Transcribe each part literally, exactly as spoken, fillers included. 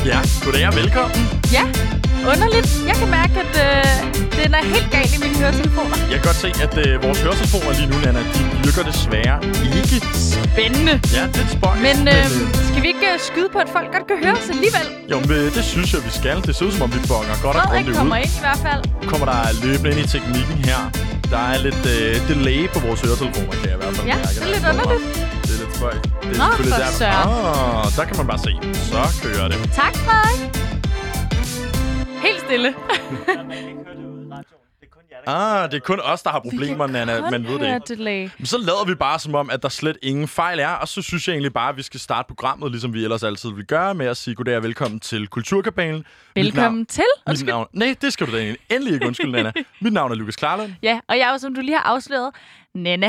Ja, goddag og velkommen. Ja, underligt. Jeg kan mærke, at øh, den er helt gal i mine høretelefoner. Jeg kan godt se, at øh, vores høretelefoner lige nu, Nana, de virker desværre ikke. Spændende. Ja, det er spøjs. Men, øh, men øh, skal vi ikke øh, skyde på, at folk godt kan høre os alligevel? Jo, men det synes jeg, vi skal. Det ser ud som om, vi bonger godt og grundigt ud. kommer ind i hvert fald. Kommer der løbende ind i teknikken her. Der er lidt øh, delay på vores høretelefoner, kan jeg i hvert fald ja, mærke. Ja, det er lidt underligt. Det er lidt spøjs. Det er Nå, selvfølgelig for der. søren. Ah, der kan man bare se. Så kører det. Tak, Frederik. Helt stille. Ah, det er kun os, der har problemer, Nana. Man ved det ikke. Delay. Men så lader vi bare som om, at der slet ingen fejl er. Og så synes jeg egentlig bare, at vi skal starte programmet, ligesom vi ellers altid vil gøre, med at sige goddag og velkommen til Kulturkabalen. Velkommen navn, til. Mit navn, nej, det skal du da egentlig endelig ikke undskylde, Nana. Mit navn er Lukas Klarlund. Ja, og jeg er jo, som du lige har afsløret, Nana.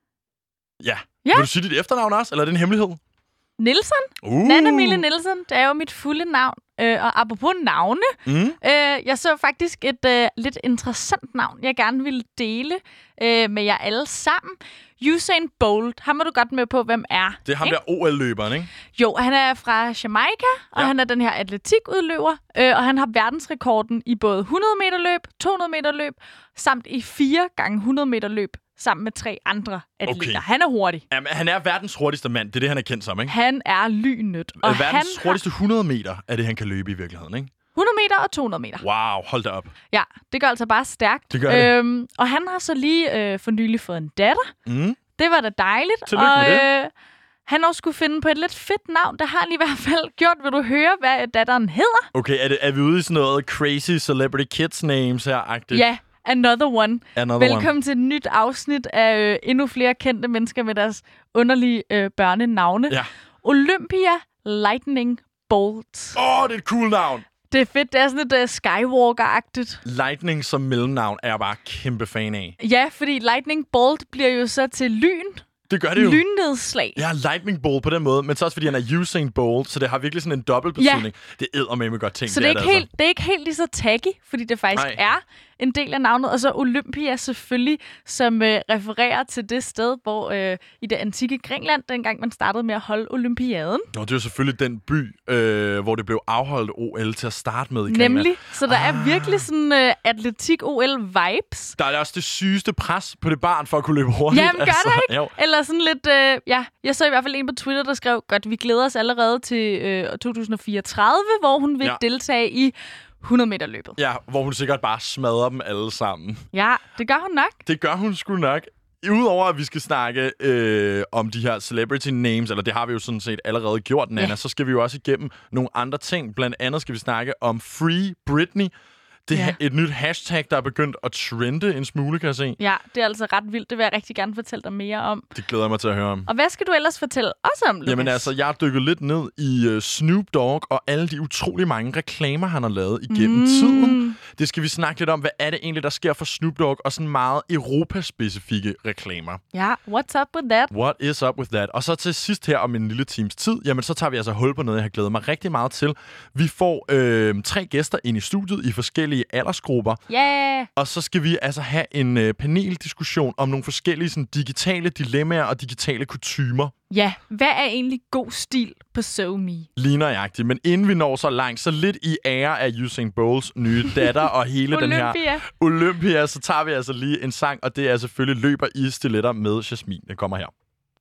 Ja. ja. Vil du sige dit efternavn også, eller er det en hemmelighed? Nielsen. Uh. Nanna Mille Nielsen. Det er jo mit fulde navn. Øh, og apropos navne. Mm. Øh, jeg så faktisk et øh, lidt interessant navn, jeg gerne ville dele øh, med jer alle sammen. Usain Bolt. Ham er du godt med på, hvem er. Det er ham ikke? der O L-løberen, ikke? Jo, han er fra Jamaica, og ja. han er den her atletikudløber. Øh, og han har verdensrekorden i både hundrede meter løb, to hundrede meter løb, samt i fire gange hundrede meter løb. Sammen med tre andre atleter. Okay. Han er hurtig. Jamen, han er verdens hurtigste mand. Det er det, han er kendt som, ikke? Han er lynødt. Og verdens han hurtigste hundrede meter er det, han kan løbe i virkeligheden, ikke? hundrede meter og to hundrede meter. Wow, hold da op. Ja, det gør altså bare stærkt. Det gør det. Øhm, og han har så lige øh, for nylig fået en datter. Mm. Det var da dejligt. Tillykke og, med det. Øh, han også skulle finde på et lidt fedt navn. Det har han i hvert fald gjort. Vil du høre, hvad datteren hedder? Okay, er, det, er vi ude i sådan noget crazy celebrity kids names her-agtigt? Ja. Another one. Another Velkommen one. til et nyt afsnit af øh, endnu flere kendte mennesker med deres underlige øh, børnenavne. Ja. Olympia Lightning Bolt. Åh, oh, det er et cool navn. Det er fedt. Det er sådan et uh, Skywalker-agtigt. Lightning som mellemnavn er jeg bare kæmpe fan af. Ja, fordi Lightning Bolt bliver jo så til lyn. Det gør det jo. Lynnedslag. Ja, Lightning Bolt på den måde, men så også fordi han er Usain Bolt, så det har virkelig sådan en dobbelt betydning. Ja. Det er eddermame godt tænkt. Så det er, det ikke er helt, altså. det er ikke helt lige så taggy, fordi det faktisk Nej. er en del af navnet. Og så Olympia selvfølgelig, som øh, refererer til det sted, hvor øh, i det antikke Grækenland, dengang man startede med at holde olympiaden. Nå, det er jo selvfølgelig den by, øh, hvor det blev afholdt O L til at starte med i Grækenland. Nemlig. Så der ah. er virkelig sådan øh, atletik-O L-vibes. Der er også det sygeste pres på det barn for at kunne løbe hurtigt. Jamen, gør altså. det ikke? Jo. Eller sådan lidt, øh, ja, jeg så i hvert fald en på Twitter, der skrev, godt, vi glæder os allerede til øh, to tusind fireogtredive, hvor hun vil ja. deltage i hundrede meter løbet. Ja, hvor hun sikkert bare smadrer dem alle sammen. Ja, det gør hun nok. Det gør hun sgu nok. Udover at vi skal snakke øh, om de her celebrity names, eller det har vi jo sådan set allerede gjort, Nana, ja. så skal vi jo også igennem nogle andre ting. Blandt andet skal vi snakke om Free Britney. Det er ja. et nyt hashtag, der er begyndt at trende en smule, kan jeg se. Ja, det er altså ret vildt. Det vil jeg rigtig gerne fortælle dig mere om. Det glæder jeg mig til at høre om. Og hvad skal du ellers fortælle os om, Lukas? Jamen altså, jeg har dykket lidt ned i uh, Snoop Dogg og alle de utrolig mange reklamer, han har lavet igennem mm. tiden. Det skal vi snakke lidt om. Hvad er det egentlig, der sker for Snoop Dogg og sådan meget Europa-specifikke reklamer? Ja, what's up with that? What is up with that? Og så til sidst her om en lille times tid, jamen så tager vi altså hul på noget, jeg har glædet mig rigtig meget til. Vi får øh, tre gæster ind i studiet i forskellige aldersgrupper. Yeah. Og så skal vi altså have en øh, paneldiskussion om nogle forskellige sådan, digitale dilemmaer og digitale kutymer. Ja, hvad er egentlig god stil på SoMe? Lige nøjagtigt. Men inden vi når så langt, så lidt i ære af Usain Bolts nye datter og hele den her Olympia, så tager vi altså lige en sang, og det er selvfølgelig Løber i stiletter med Jasmin. Den kommer her.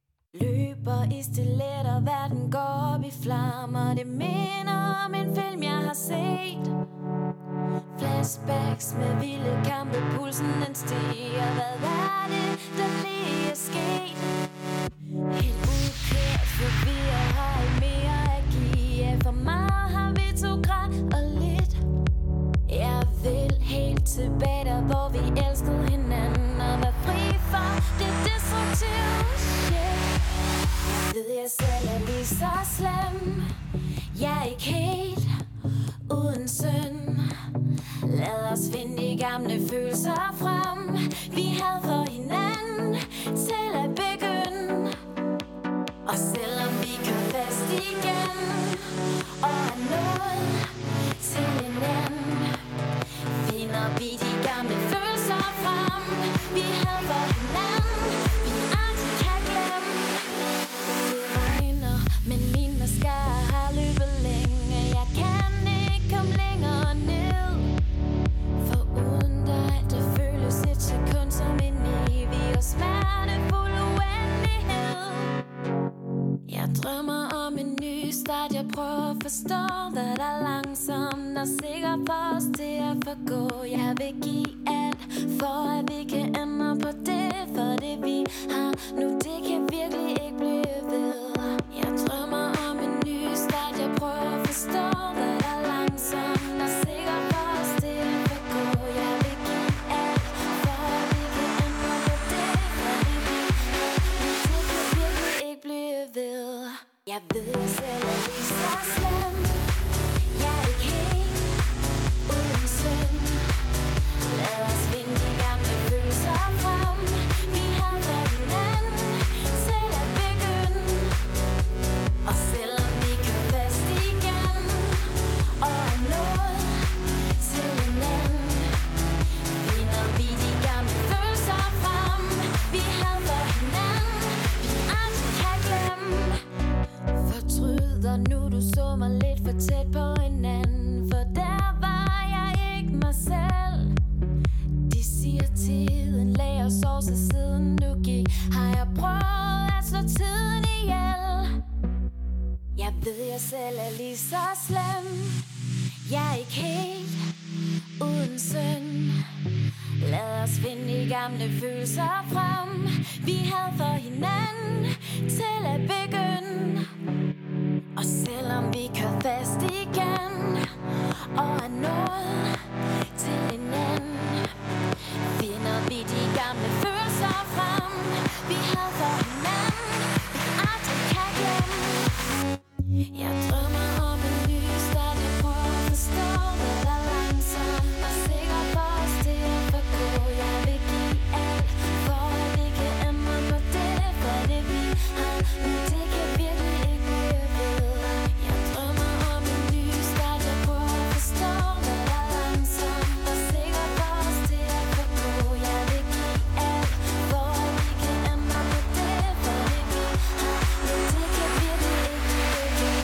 Løber i stiletter, verden går op i flammer. Det minder om en film, jeg har set. Flashbacks med vilde kampe, pulsen den stiger. Hvad var det, der lige er sket? Helt uklært, forvirret, har ikke mere at give. For meget har vi to græd og lidt. Jeg vil helt tilbage der, hvor vi elskede hinanden. Og være fri for det destruktive shit. Ved jeg selv er lige så slem. Jeg er ikke helt uden synd. Lad os finde de gamle følelser frem. Vi havde for hinanden til at begynde. Og selvom vi kan fast igen og er nået til hinanden, finder vi de gamle følelser frem. Vi havde for hinanden, vi aldrig kan glemme. Det regner, men min mascara har løbet længe. Jeg kan forstår, hvad der langsomt og sikkert får os til at forgå. Jeg vil give alt, for at vi kan ændre på det. For det vi har nu, det kan virkelig ikke blive ved. Jeg drømmer om en ny start. Jeg prøver at forstå, hvad der langsomt og sikkert får os til at forgå. Jeg vil give alt, for at vi kan ændre på det. For det vi har nu, det kan virkelig ikke blive ved. Jeg ved, jeg selv er lige så slem. Jeg er ikke helt uden synd. Lad os finde de gamle følelser frem. Vi har for hinanden til at begynde. Og selvom vi kan fast igen og er nået til hinanden, finder vi de gamle følelser frem. Vi har for hinanden, vi aldrig kan glemme. Fortryder nu, du så mig lidt for tæt på hinanden. For der var jeg ikke mig selv. De siger tiden lagde os år, så siden du gik, har jeg prøvet at slå tiden ihjel. Jeg ved, jeg selv er lige så slem. Jeg er ikke helt uden synd. Lad os finde de gamle følelser frem. Vi havde for hinanden til at begynde. Og selvom vi kører fast igen og er nået til hinanden, finder vi de gamle følelser frem. Vi havde for hinanden, vi aldrig kan glemme. Jeg drømmer om en ny start. Jeg prøver at forstå, hvad der langsomt og sikkert får os til at forgå. Jeg vil give alt, for at vi kan ændre på det. For det vi har nu, det kan virkelig ikke blive ved. Jeg drømmer om en ny start. Jeg prøver at forstå, hvad der langsomt og sikkert får os til at forgå. Jeg vil give alt, for at vi kan ændre på det. For det vi har nu, det kan virkelig ikke blive ved.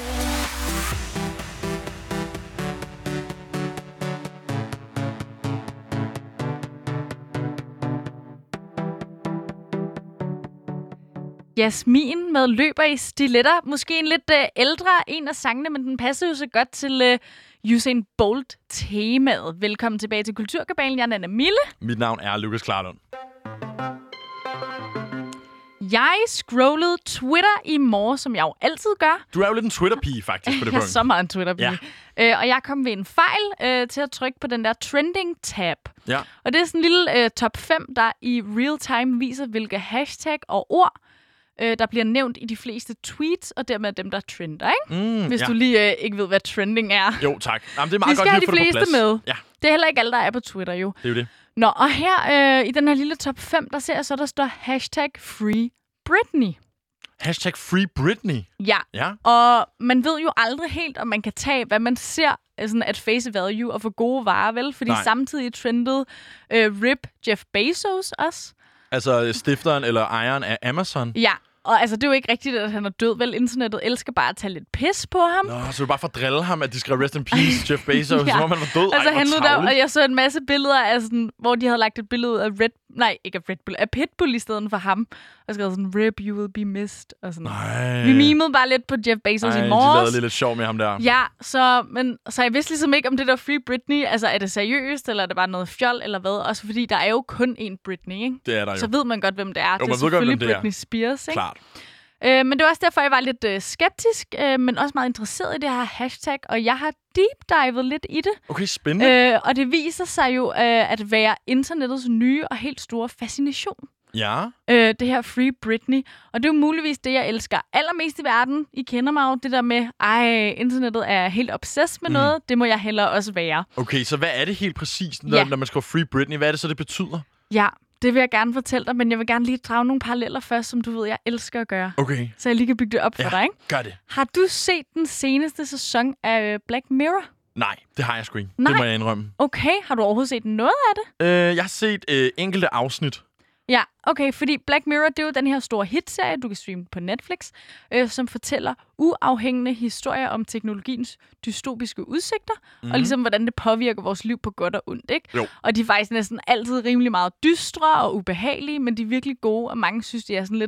Jasmin med Løber i stiletter. Måske en lidt øh, ældre en af sangene, men den passer jo så godt til øh, Usain Bolt-temaet. Velkommen tilbage til Kulturkabalen. Jeg er Nanna Mille. Mit navn er Lukas Klarlund. Jeg scrollede Twitter i morges, som jeg jo altid gør. Du er jo lidt en Twitter-pige, faktisk, på det Jeg er punkt. så meget en Twitter-pige. Ja. Øh, og jeg kom ved en fejl øh, til at trykke på den der trending-tab. Ja. Og det er sådan en lille øh, top fem, der i real time viser, hvilke hashtag og ord, øh, der bliver nævnt i de fleste tweets, og dermed dem, der trender, ikke? Mm, Hvis ja. du lige øh, ikke ved, hvad trending er. Jo, tak. Jamen, det er meget Vi skal godt have lige de at få det på fleste plads. med. Ja, Det er heller ikke alle, der er på Twitter, jo. det er jo det. Nå, og her øh, i den her lille top fem, der ser jeg så, der står hashtag Free Britney. Hashtag Free Britney. Ja, Ja. og man ved jo aldrig helt, om man kan tage, hvad man ser sådan at face value og få gode varer, vel? Fordi Nej. samtidig trendede øh, Rip Jeff Bezos også. Altså stifteren eller ejeren af Amazon. Ja, og altså, det er jo ikke rigtigt, at han er død, vel? Internettet elsker bare at tage lidt pis på ham. Nå, så er det bare for at drille ham, at de skrev rest in peace, Jeff Bezos, Ja. som om han var død. Altså, Ej, han hvor nu der, tarveligt. og jeg så en masse billeder af sådan, hvor de havde lagt et billede ud af Red, nej, ikke af Red Bull, af Pitbull i stedet for ham, og skrevet sådan, Rip, you will be missed, og sådan. Nej. Vi mimede bare lidt på Jeff Bezos Ej, i de morges. lavede lidt, lidt sjov med ham der. Ja, så, men, så jeg vidste ligesom ikke, om det der Free Britney, altså er det seriøst, eller er det bare noget fjol, eller hvad? Også fordi der er jo kun én Britney, ikke? Det er der jo. Så ved man godt, hvem det er. Jo, det er man ved godt, selvfølgelig hvem det er. Britney Spears, ikke? Klart. Øh, men det var også derfor, jeg var lidt øh, skeptisk, øh, men også meget interesseret i det her hashtag, og jeg har deep-divet lidt i det. Okay, spændende. Øh, og det viser sig jo øh, at være internettets nye og helt store fascination. Ja. Øh, det her Free Britney. Og det er jo muligvis det, jeg elsker allermest i verden. I kender mig jo det der med, ej, internettet er helt obsessed med mm. noget. Det må jeg hellere også være. Okay, så hvad er det helt præcis, når, Ja. når man skriver Free Britney? Hvad er det så, det betyder? Ja, det vil jeg gerne fortælle dig, men jeg vil gerne lige drage nogle paralleller først, som du ved, jeg elsker at gøre. Okay. Så jeg lige kan bygge det op for Ja, dig, ikke? gør det. Har du set den seneste sæson af øh, Black Mirror? Nej, det har jeg sgu ikke. Nej. Det må jeg indrømme. Okay, har du overhovedet set noget af det? Øh, jeg har set øh, enkelte afsnit. Ja, okay, fordi Black Mirror, det er jo den her store hitserie, du kan streame på Netflix, øh, som fortæller uafhængende historier om teknologiens dystopiske udsigter, mm-hmm. og ligesom hvordan det påvirker vores liv på godt og ondt, ikke? Jo. Og de er faktisk næsten altid rimelig meget dystre og ubehagelige, men de er virkelig gode, og mange synes, de er sådan lidt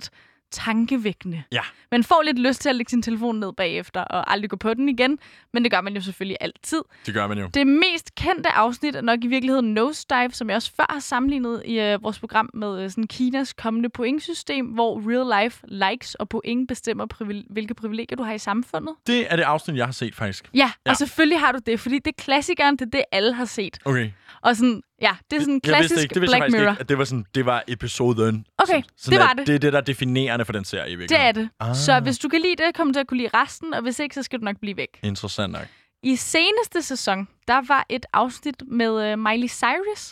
tankevækkende. Ja. Man får lidt lyst til at lægge sin telefon ned bagefter og aldrig gå på den igen, men det gør man jo selvfølgelig altid. Det gør man jo. Det mest kendte afsnit er nok i virkeligheden Nosedive, som jeg også før har sammenlignet i øh, vores program med øh, sådan Kinas kommende pointsystem, hvor real life likes og point bestemmer, privile- hvilke privilegier du har i samfundet. Det er det afsnit, jeg har set, faktisk. Ja, Ja. og selvfølgelig har du det, fordi det er klassikeren, det er det, alle har set. Okay. Og sådan, ja, det er sådan en Jeg vidste klassisk ikke, det vidste jeg Black faktisk Mirror. ikke, at det var, sådan, det var episoden. Okay, sådan, det var at det. Det er det, der er definerende for den serie i Det virkeligheden. er det. Ah. Så hvis du kan lide det, kommer du til at kunne lide resten, og hvis ikke, så skal du nok blive væk. Interessant nok. I seneste sæson, der var et afsnit med uh, Miley Cyrus.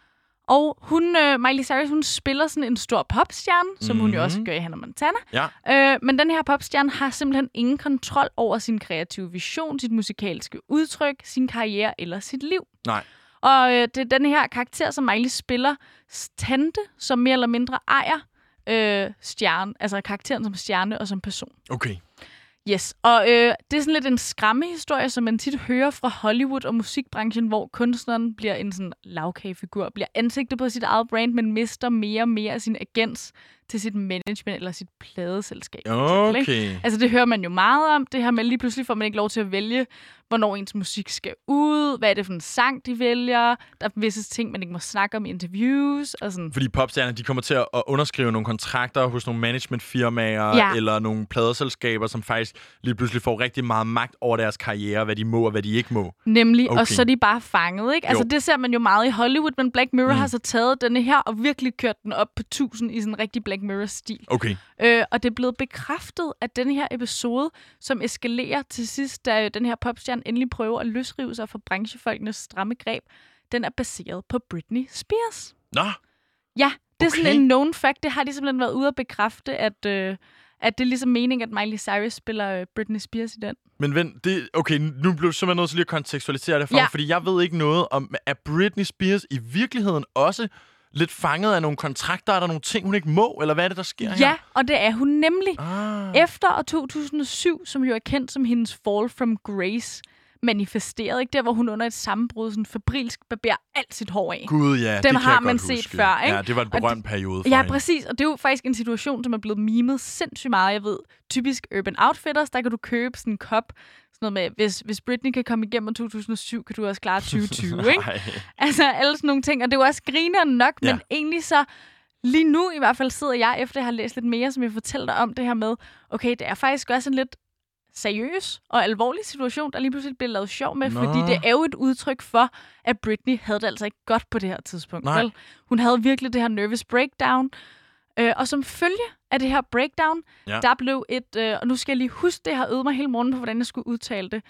Og hun, uh, Miley Cyrus, hun spiller sådan en stor popstjerne, som mm-hmm. hun jo også gør i Hannah Montana. Ja. Uh, men den her popstjerne har simpelthen ingen kontrol over sin kreative vision, sit musikalske udtryk, sin karriere eller sit liv. Nej. Og uh, det er den her karakter, som Miley spiller, tante, som mere eller mindre ejer uh, stjerne, altså karakteren som stjerne og som person. Okay. Yes, og øh, det er sådan lidt en skræmmehistorie, som man tit hører fra Hollywood og musikbranchen, hvor kunstneren bliver en sådan lavkagefigur, bliver ansigtet på sit eget brand, men mister mere og mere af sin agens til sit management eller sit pladeselskab. Okay. Eksempel, altså det hører man jo meget om, det her med lige pludselig får man ikke lov til at vælge, hvornår ens musik skal ud, hvad er det for en sang, de vælger, der er visse ting, man ikke må snakke om i interviews og sådan. Fordi popstjernerne, de kommer til at underskrive nogle kontrakter hos nogle managementfirmaer Ja. eller nogle pladeselskaber, som faktisk lige pludselig får rigtig meget magt over deres karriere, hvad de må og hvad de ikke må. Nemlig, Okay. og så er de bare fanget, ikke? Altså Jo. det ser man jo meget i Hollywood, men Black Mirror Mm. har så taget denne her og virkelig kørt den op på tusind i sådan en rigtig Black Mirror-stil. Okay. Øh, og det er blevet bekræftet, at den her episode, som eskalerer til sidst, da den her popstjerne endelig prøver at løsrive sig fra branchefolkenes stramme greb, den er baseret på Britney Spears. Nå, Ja, det er Okay. sådan en known fact. Det har de simpelthen været ude at bekræfte, at, øh, at det er ligesom meningen, at Miley Cyrus spiller øh, Britney Spears i den. men vent, det, okay, nu bliver jeg simpelthen nødt til lige at kontekstualisere det for Ja. mig, fordi jeg ved ikke noget om, er Britney Spears i virkeligheden også lidt fanget af nogle kontrakter? Er der nogle ting, hun ikke må, eller hvad er det, der sker her? Ja, og det er hun nemlig. Ah. Efter år to tusind og syv, som jo er kendt som hendes fall from grace, manifesteret, ikke? Der, hvor hun under et sammenbrud sådan febrilsk barberer alt sit hår af. Gud, ja, det kan har jeg man godt set huske. før, ikke? Ja, det var en Og berømt periode for Ja, hende. præcis. Og det er jo faktisk en situation, som er blevet memet sindssygt meget. Jeg ved, typisk Urban Outfitters, der kan du købe sådan en kop, sådan noget med, hvis, hvis Britney kan komme igennem to tusind og syv, kan du også klare tyve tyve, ikke? Nej. Altså, alle sådan nogle ting. Og det er jo også grineren nok, Ja. men egentlig så, lige nu i hvert fald sidder jeg, efter jeg har læst lidt mere, som jeg fortæller dig om det her med, okay, det er faktisk også en lidt seriøs og alvorlig situation, der lige pludselig bliver lavet sjov med, Nå. fordi det er jo et udtryk for, at Britney havde det altså ikke godt på det her tidspunkt. Nej. Vel? Hun havde virkelig det her nervous breakdown, øh, og som følge af det her breakdown, Ja. der blev et, øh, og nu skal jeg lige huske det, jeg har øvet mig hele morgen på, hvordan jeg skulle udtale det,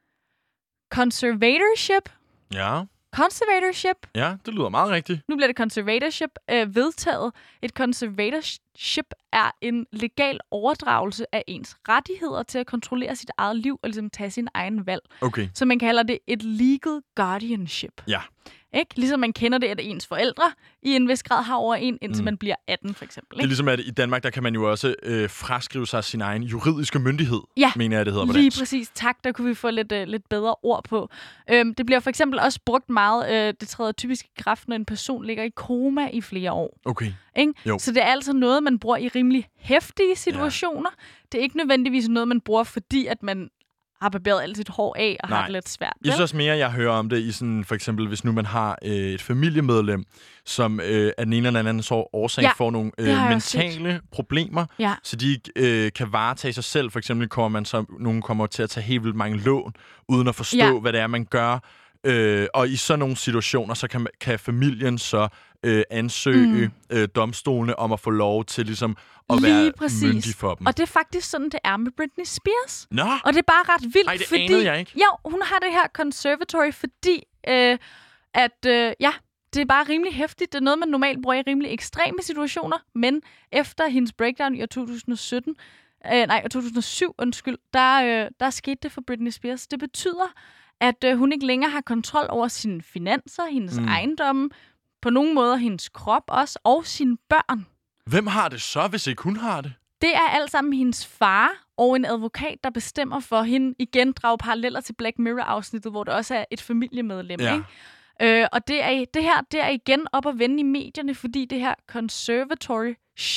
conservatorship, Ja, conservatorship, ja, det lyder meget rigtigt. nu bliver det conservatorship øh, vedtaget. Et conservatorship er en legal overdragelse af ens rettigheder til at kontrollere sit eget liv og ligesom tage sin egen valg. Okay, Så man kalder det et legal guardianship. ja. Ikke? Ligesom man kender det, at ens forældre i en vis grad har over en, indtil Mm. man bliver atten, for eksempel. Det er Ikke? ligesom, at i Danmark, der kan man jo også øh, fraskrive sig sin egen juridiske myndighed, Ja, mener jeg, det hedder på Lige dansk. præcis. Tak, der kunne vi få lidt, øh, lidt bedre ord på. Øhm, det bliver for eksempel også brugt meget. Øh, det træder typisk i kraft, når en person ligger i koma i flere år. Okay, Ikke? Jo. Så det er altså noget, man bruger i rimelig heftige situationer. Ja. Det er ikke nødvendigvis noget, man bruger, fordi at man har barberet alt sit hår af og Nej. har det lidt svært. jeg synes også mere, jeg hører om det i sådan, for eksempel, hvis nu man har øh, et familiemedlem, som øh, af den ene eller anden så årsag Ja, får nogle øh, det har jeg også mentale problemer, Ja. så de ikke øh, kan varetage sig selv. For eksempel kommer man så, nogen kommer til at tage helt vildt mange lån, uden at forstå, Ja. hvad det er, man gør. Øh, og i sådan nogle situationer, så kan, kan familien så øh, ansøge mm. øh, domstolene om at få lov til ligesom at Lige være præcis. myndig for dem. Og det er faktisk sådan, det er med Britney Spears. Nå, Og det er bare ret vildt, Ej, det fordi... anede jeg ikke. Jo, hun har det her conservatory, fordi øh, at, øh, ja, det er bare rimelig hæftigt. Det er noget, man normalt bruger i rimelig ekstreme situationer, men efter hendes breakdown i år to tusind og sytten, øh, nej, år to tusind og syv, undskyld, der, øh, der skete det for Britney Spears. Det betyder, at øh, hun ikke længere har kontrol over sine finanser, hendes Mm. mm. ejendomme, på nogle måder hendes krop også, og sine børn. hvem har det så, hvis ikke hun har det? Det er alt sammen hendes far og en advokat, der bestemmer for hende. Igen drage paralleller til Black Mirror-afsnittet, hvor det også er et familiemedlem. Ja. Ikke? Øh, og det, er, det her det er igen op at vende i medierne, fordi det her conservatory ship,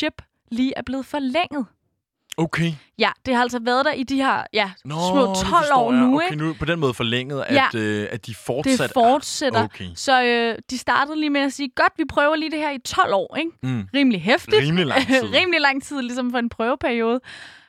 lige er blevet forlænget. Okay. Ja, det har altså været der i de her ja, Nå, små tolv år jeg. nu, okay, ikke? nu på den måde forlænget, at, Ja. øh, at de fortsat... Det fortsætter. Okay. Så øh, de startede lige med at sige, godt, vi prøver lige det her i tolv år, ikke? Mm. Rimelig hæftigt. Rimelig lang tid. Rimelig lang tid, ligesom for en prøveperiode.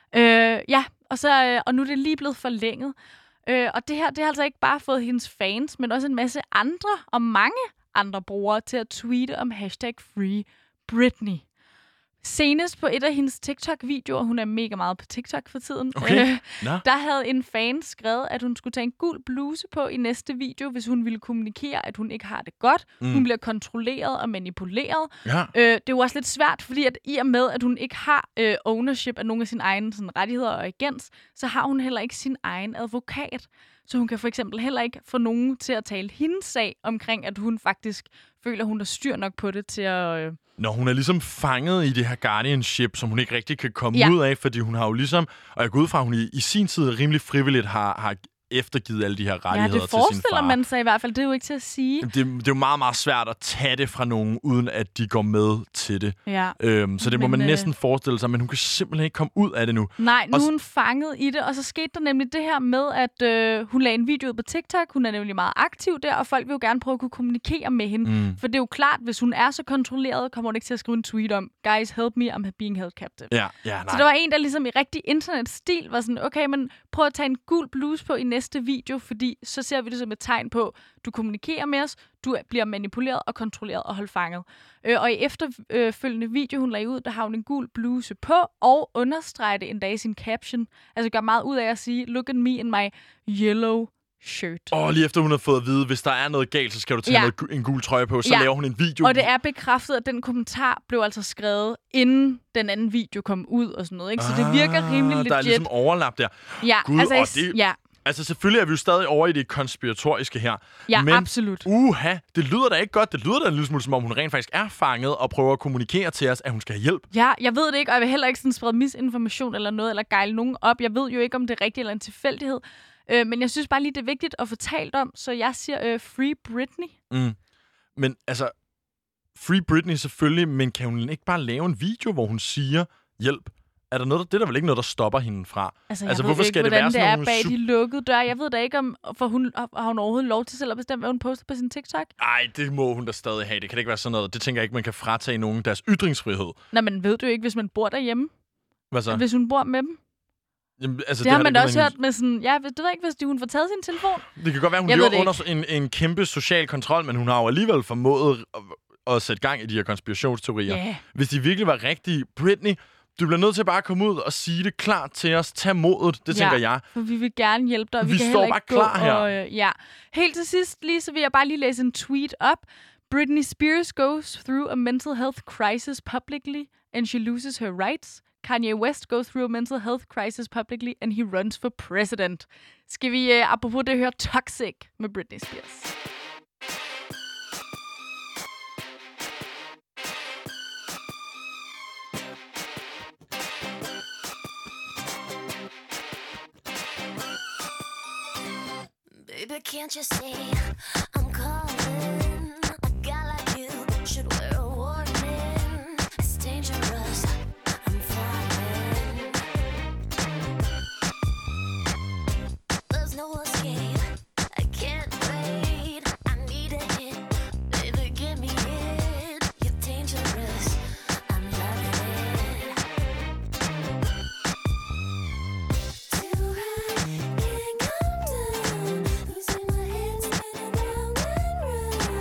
Øh, ja, og, så, øh, og nu er det lige blevet forlænget. Øh, og det her, det har altså ikke bare fået hendes fans, men også en masse andre og mange andre brugere til at tweete om hashtag Free Britney. Senest på et af hendes TikTok-videoer, hun er mega meget på TikTok for tiden, Okay. øh, Nå. der havde en fan skrevet, at hun skulle tage en gul bluse på i næste video, hvis hun ville kommunikere, at hun ikke har det godt. Mm. Hun bliver kontrolleret og manipuleret. Ja. Øh, det er jo også lidt svært, fordi at i og med, at hun ikke har øh, ownership af nogle af sine egne sådan, rettigheder og agens, så har hun heller ikke sin egen advokat. Så hun kan for eksempel heller ikke få nogen til at tale hendes sag omkring, at hun faktisk føler, at hun har styr nok på det til at... Øh, Når hun er ligesom fanget i det her guardianship, som hun ikke rigtig kan komme Ja. ud af, fordi hun har jo ligesom... Og jeg går ud fra, at hun i, i sin tid rimelig frivilligt har, har eftergivet alle de her ja, rettigheder det til sin forestiller far. man sig i hvert fald. Det er jo ikke til at sige. Det, det er jo meget, meget svært at tage det fra nogen, uden at de går med til det. Ja. Øhm, så det må Men, man øh, næsten forestille sig, men hun kan simpelthen ikke komme ud af det nu. Nej, nu Og er s- hun fanget i det, og så skete der nemlig det her med, at øh, hun lagde en video ud på TikTok. Hun er nemlig meget aktiv der, og folk vil jo gerne prøve at kunne kommunikere med hende. Mm. For det er jo klart, hvis hun er så kontrolleret, kommer hun ikke til at skrive en tweet om, guys, help me, I'm being held captive. Ja, ja, nej. Så der var en, der ligesom i rigtig internetstil var sådan, okay, men prøv at tage en gul bluse på i næste video, fordi så ser vi det som et tegn på, du kommunikerer med os, du bliver manipuleret og kontrolleret og holdt fanget. Øh, og i efterfølgende video, hun lagde ud, der har hun en gul bluse på, og understreger det endda i sin caption. Altså gør meget ud af at sige, look at me in my yellow shirt. Og lige efter hun har fået at vide, hvis der er noget galt, så skal du tage Ja. noget, gu- en gul trøje på. Så Ja. laver hun en video. Og det er bekræftet, at den kommentar blev altså skrevet, inden den anden video kom ud og sådan noget. Ikke? Så det virker rimelig legit. Der er ligesom overlap der. Ja, Gud, altså, og jeg- det- ja, Altså selvfølgelig er vi jo stadig over i det konspiratoriske her. ja men, absolut. uha, det lyder da ikke godt. Det lyder da en lille smule, som om hun rent faktisk er fanget og prøver at kommunikere til os, at hun skal have hjælp. Ja, jeg ved det ikke, og jeg vil heller ikke sådan sprede misinformation eller noget, eller gejle nogen op. Jeg ved jo ikke, om det er rigtigt eller en tilfældighed. Øh, men jeg synes bare lige, det er vigtigt at få talt om, så jeg siger øh, Free Britney. Mm. Men altså, Free Britney selvfølgelig, men kan hun ikke bare lave en video, hvor hun siger hjælp? Er der noget, det er der vel ikke noget, der stopper hende fra? Altså, jeg Altså, ved hvorfor ikke, skal det hvordan være det sådan er nogle bag su- de lukkede døre. Jeg ved da ikke, om for hun, har hun overhovedet lov til selv at bestemme, hvad hun poster på sin TikTok. Ej, det må hun da stadig have. Det kan da ikke være sådan noget. Det tænker jeg ikke, man kan fratage nogen deres ytringsfrihed. Nå, men ved du jo ikke, hvis man bor derhjemme? Hvad så? Hvis hun bor med dem? Jamen, altså, Det har da man da ikke også noget hørt med sådan... Ja, det ved jeg ikke, hvis de, hun får taget sin telefon. Det kan godt være, hun Jeg ved lever det under en, en kæmpe social kontrol, men hun har jo alligevel formået at, at sætte gang i de her konspirationsteorier. Ja. Hvis de virkelig var rigtige, Britney, du bliver nødt til bare at komme ud og sige det klart til os. Tag modet, det Ja. tænker jeg. For vi vil gerne hjælpe dig, og vi, Vi kan står heller bare ikke klar gå her. Og, øh, ja. Helt til sidst lige, så vil jeg bare lige læse en tweet op. Britney Spears goes through a mental health crisis publicly, and she loses her rights. Kanye West goes through a mental health crisis publicly, and he runs for president. Skal vi, uh, apropos det, høre Toxic med Britney Spears. Baby, can't you see I'm calling? A guy like you should wear a warning. It's dangerous. I'm falling. There's no escape. I can't wait. I need a hit. Baby, give me it. You're dangerous. I'm loving it. Too high, can't come down. Losing my head, spinning round and round.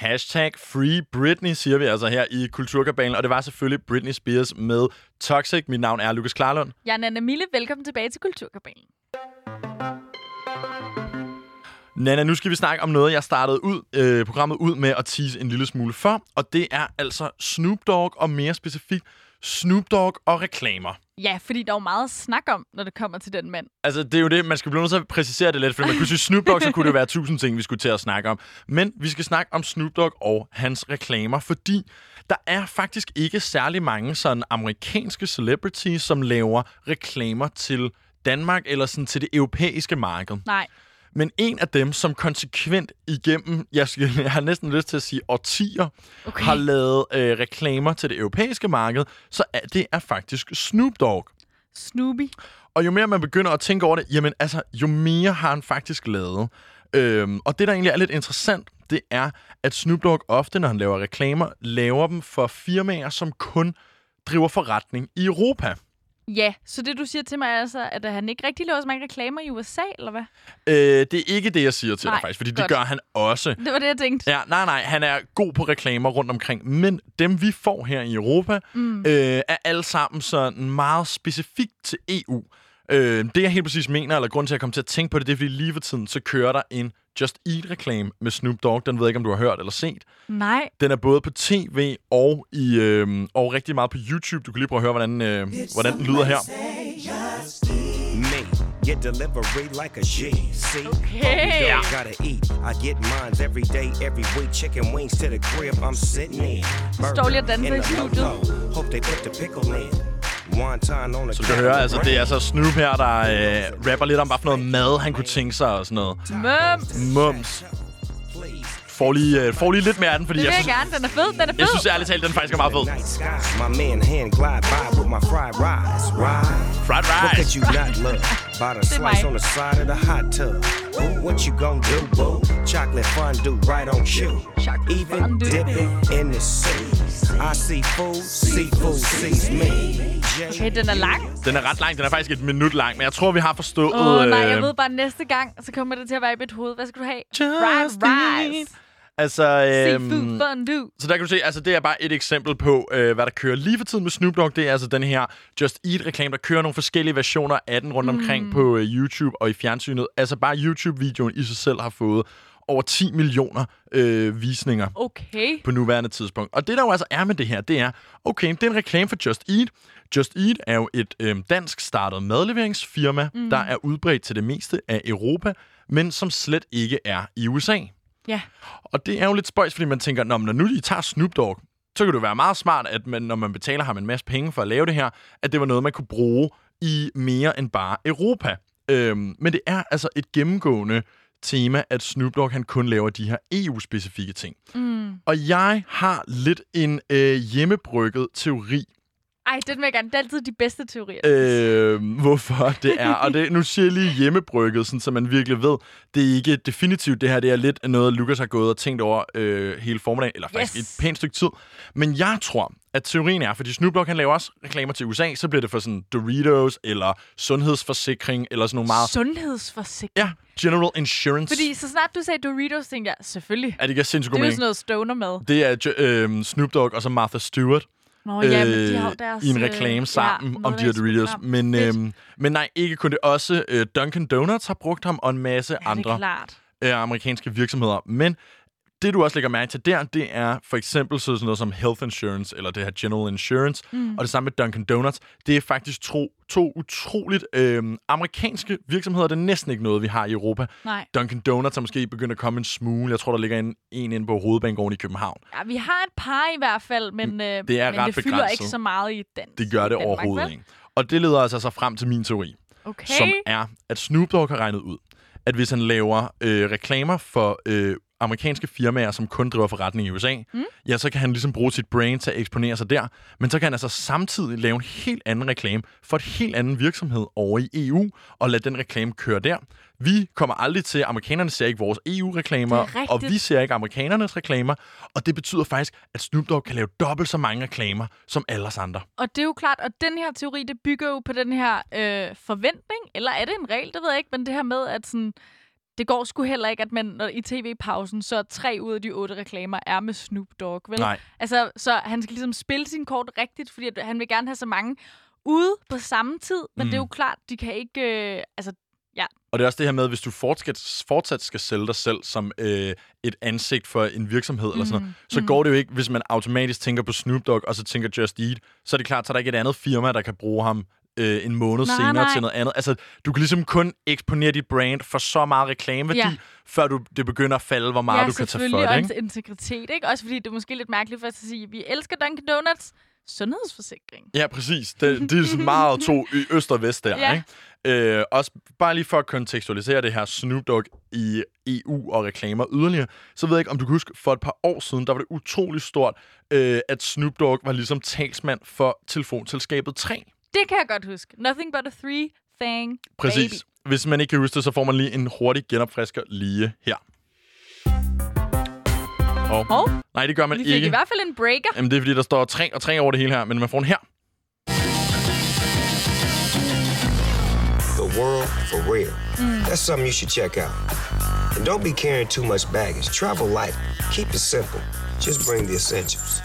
Hashtag Free Britney, siger vi altså her i Kulturkabalen. Og det var selvfølgelig Britney Spears med Toxic. Mit navn er Lukas Klarlund. Jeg er Nana Mille. Velkommen tilbage til Kulturkabalen. Nana, nu skal vi snakke om noget, jeg startede ud, øh, programmet ud med at tease en lille smule for. Og det er altså Snoop Dogg, og mere specifikt Snoop Dogg og reklamer. Ja, fordi der er jo meget snak om, når det kommer til den mand. Altså, det er jo det, man skal blive nødt til at præcisere det lidt, for man kunne sige Snoop Dogg, så kunne det være tusind ting, vi skulle til at snakke om. Men vi skal snakke om Snoop Dogg og hans reklamer, fordi der er faktisk ikke særlig mange sådan amerikanske celebrities, som laver reklamer til Danmark eller sådan til det europæiske marked. Nej. Men en af dem, som konsekvent igennem, jeg, skal, jeg har næsten lyst til at sige årtier, okay. har lavet øh, reklamer til det europæiske marked, så er, det er faktisk Snoop Dogg. Snoopy. Og jo mere man begynder at tænke over det, jamen altså, jo mere har han faktisk lavet. Øhm, og det, der egentlig er lidt interessant, det er, at Snoop Dogg ofte, når han laver reklamer, laver dem for firmaer, som kun driver forretning i Europa. Ja, så det du siger til mig er altså, at han ikke rigtig laver så mange reklamer i U S A, eller hvad? Øh, det er ikke det, jeg siger til nej, dig faktisk, fordi godt. det gør han også. Det var det, jeg tænkte. Ja, nej, nej, han er god på reklamer rundt omkring, men dem, vi får her i Europa, mm. øh, er alle sammen sådan meget specifikt til E U. Øh, det, jeg helt præcis mener, eller grund til, at jeg kommer til at tænke på det, det er, fordi lige for tiden, så kører der en Just Eat-reklame med Snoop Dogg. Den ved jeg ikke, om du har hørt eller set. Nej. Den er både på tv og, i, øh, og rigtig meget på YouTube. Du kan lige prøve at høre, hvordan, øh, hvordan den lyder her. Get delivery like a G. See, okay. yeah. Gotta eat. I get mines every day, every week. Chicken wings to the crib. I'm sitting in. Står lige og danser i studiet. Hope they put the pickle in. Så du kan høre, altså det er altså Snoop her, der øh, rapper lidt om, hvad for noget mad han kunne tænke sig og sådan noget. Mums. Mums. Får lige, øh, får lige lidt mere af den, fordi det vil jeg, jeg, jeg gerne. Den er fed. Den er fed. Jeg synes ærligt talt, den faktisk er meget fed. My man hand glide by with my fried rice. Fried rice. What could you not love? Bought a slice on the side of the hot tub. What you gon' do, boo? Chocolate fondue right on cue. Even dipping in the sea. I see food, seafood sees me. Okay, den er lang. Den er ret lang. Den er faktisk et minut lang, men jeg tror, vi har forstået... Åh, oh, nej, øh... jeg ved bare, næste gang, så kommer det til at være i mit hoved. Hvad skal du have? Just fried rice. Altså, øhm, seafood fondue. Så der kan du se, altså det er bare et eksempel på, øh, hvad der kører lige for tiden med Snoop Dogg. Det er altså den her Just Eat-reklame, der kører nogle forskellige versioner af den rundt omkring mm. på øh, YouTube og i fjernsynet. Altså bare YouTube-videoen i sig selv har fået over ti millioner øh, visninger okay. på nuværende tidspunkt. Og det, der jo altså er med det her, det er, okay, det er en reklame for Just Eat. Just Eat er jo et øh, dansk startet madleveringsfirma, mm. der er udbredt til det meste af Europa, men som slet ikke er i U S A. Ja. Og det er jo lidt spøjs, fordi man tænker, når nu I tager Snoop Dogg, så kan det være meget smart, at man, når man betaler ham en masse penge for at lave det her, at det var noget, man kunne bruge i mere end bare Europa. Øhm, men det er altså et gennemgående tema, at Snoop Dogg han kun laver de her E U-specifikke ting. Mm. Og jeg har lidt en øh, hjemmebrygget teori. Ej, den vil jeg gerne. Det er altid de bedste teorier. Øh, hvorfor det er. Og det, nu siger jeg lige hjemmebrygget, sådan, så man virkelig ved, det er ikke definitivt det her. Det er lidt noget, Lukas har gået og tænkt over øh, hele formiddagen, eller faktisk yes. et pænt stykke tid. Men jeg tror, at teorien er, fordi Snoop Dogg han laver også reklamer til U S A, så bliver det for sådan Doritos, eller sundhedsforsikring, eller sådan nogle meget... Sundhedsforsikring? Ja, General Insurance. Fordi så snart du sagde Doritos, tænkte jeg, selvfølgelig. Er det ikke sindssygt god mening? Det er mening? jo sådan noget stoner-mad. Det er øh, Snoop Dogg og så Martha Stewart. Nå, ja, men de har deres, i en reklame sammen ja, om de her Doritos. Men, øhm, men nej, ikke kun det. Også øh, Dunkin' Donuts har brugt ham, og en masse ja, andre øh, amerikanske virksomheder. Men det, du også lægger mærke til der, det er for eksempel sådan noget som Health Insurance, eller det her General Insurance, mm. og det samme med Dunkin' Donuts. Det er faktisk to, to utroligt øh, amerikanske virksomheder. Det er næsten ikke noget, vi har i Europa. Nej. Dunkin' Donuts er måske begyndt at komme en smule. Jeg tror, der ligger en, en inde på Hovedbanegården i København. Ja, vi har et par i hvert fald, men, øh, det, er men ret det fylder begrænset. ikke så meget i den. Det gør det Danmark, overhovedet vel? ikke. Og det leder altså så frem til min teori, okay. som er, at Snoop Dogg har regnet ud, at hvis han laver øh, reklamer for øh, amerikanske firmaer, som kun driver forretning i U S A, mm. ja, så kan han ligesom bruge sit brain til at eksponere sig der. Men så kan han altså samtidig lave en helt anden reklame for et helt anden virksomhed over i E U, og lade den reklame køre der. Vi kommer aldrig til, amerikanerne ser ikke vores E U-reklamer, og vi ser ikke amerikanernes reklamer, og det betyder faktisk, at Snoop Dogg kan lave dobbelt så mange reklamer som alle os andre. Og det er jo klart, og den her teori, det bygger jo på den her øh, forventning, eller er det en regel, det ved jeg ikke, men det her med, at sådan, det går sgu heller ikke, at man når, i tv-pausen, så tre ud af de otte reklamer er med Snoop Dogg, vel? Nej. Altså, så han skal ligesom spille sin kort rigtigt, fordi at han vil gerne have så mange ude på samme tid, men mm. det er jo klart, de kan ikke... Øh, altså, ja. Og det er også det her med, hvis du fortsat, fortsat skal sælge dig selv som øh, et ansigt for en virksomhed, mm. eller sådan noget, så mm. går det jo ikke, hvis man automatisk tænker på Snoop Dogg, og så tænker Just Eat, så er det klart, så er der ikke et andet firma, der kan bruge ham øh, en måned nej, senere nej. til noget andet. Altså, du kan ligesom kun eksponere dit brand for så meget reklameværdi, ja. før du, det begynder at falde, hvor meget ja, du kan tage for det, ikke? Ja, integritet, ikke? Også fordi det er måske lidt mærkeligt for at sige, at vi elsker Dunkin' Donuts, sundhedsforsikring. Ja, præcis. Det, det er sådan meget to i øst og vest der, ja. ikke? Øh, også bare lige for at kontekstualisere det her Snoop Dogg i E U og reklamer yderligere, så ved jeg ikke, om du kan huske, for et par år siden, der var det utroligt stort, øh, at Snoop Dogg var ligesom talsmand for telefonselskabet tre. Det kan jeg godt huske. Nothing but a three thing, præcis. Baby. Hvis man ikke kan huske det, så får man lige en hurtig genopfrisker lige her. Oh. Oh. Nej, det gør man Vi fik ikke. i hvert fald en breaker. Jamen, det er fordi, der står tre og tre over det hele her, men man får den her. The world for real. Mm. That's something you should check out. And don't be carrying too much baggage. Travel light. Keep it simple. Just bring the essentials.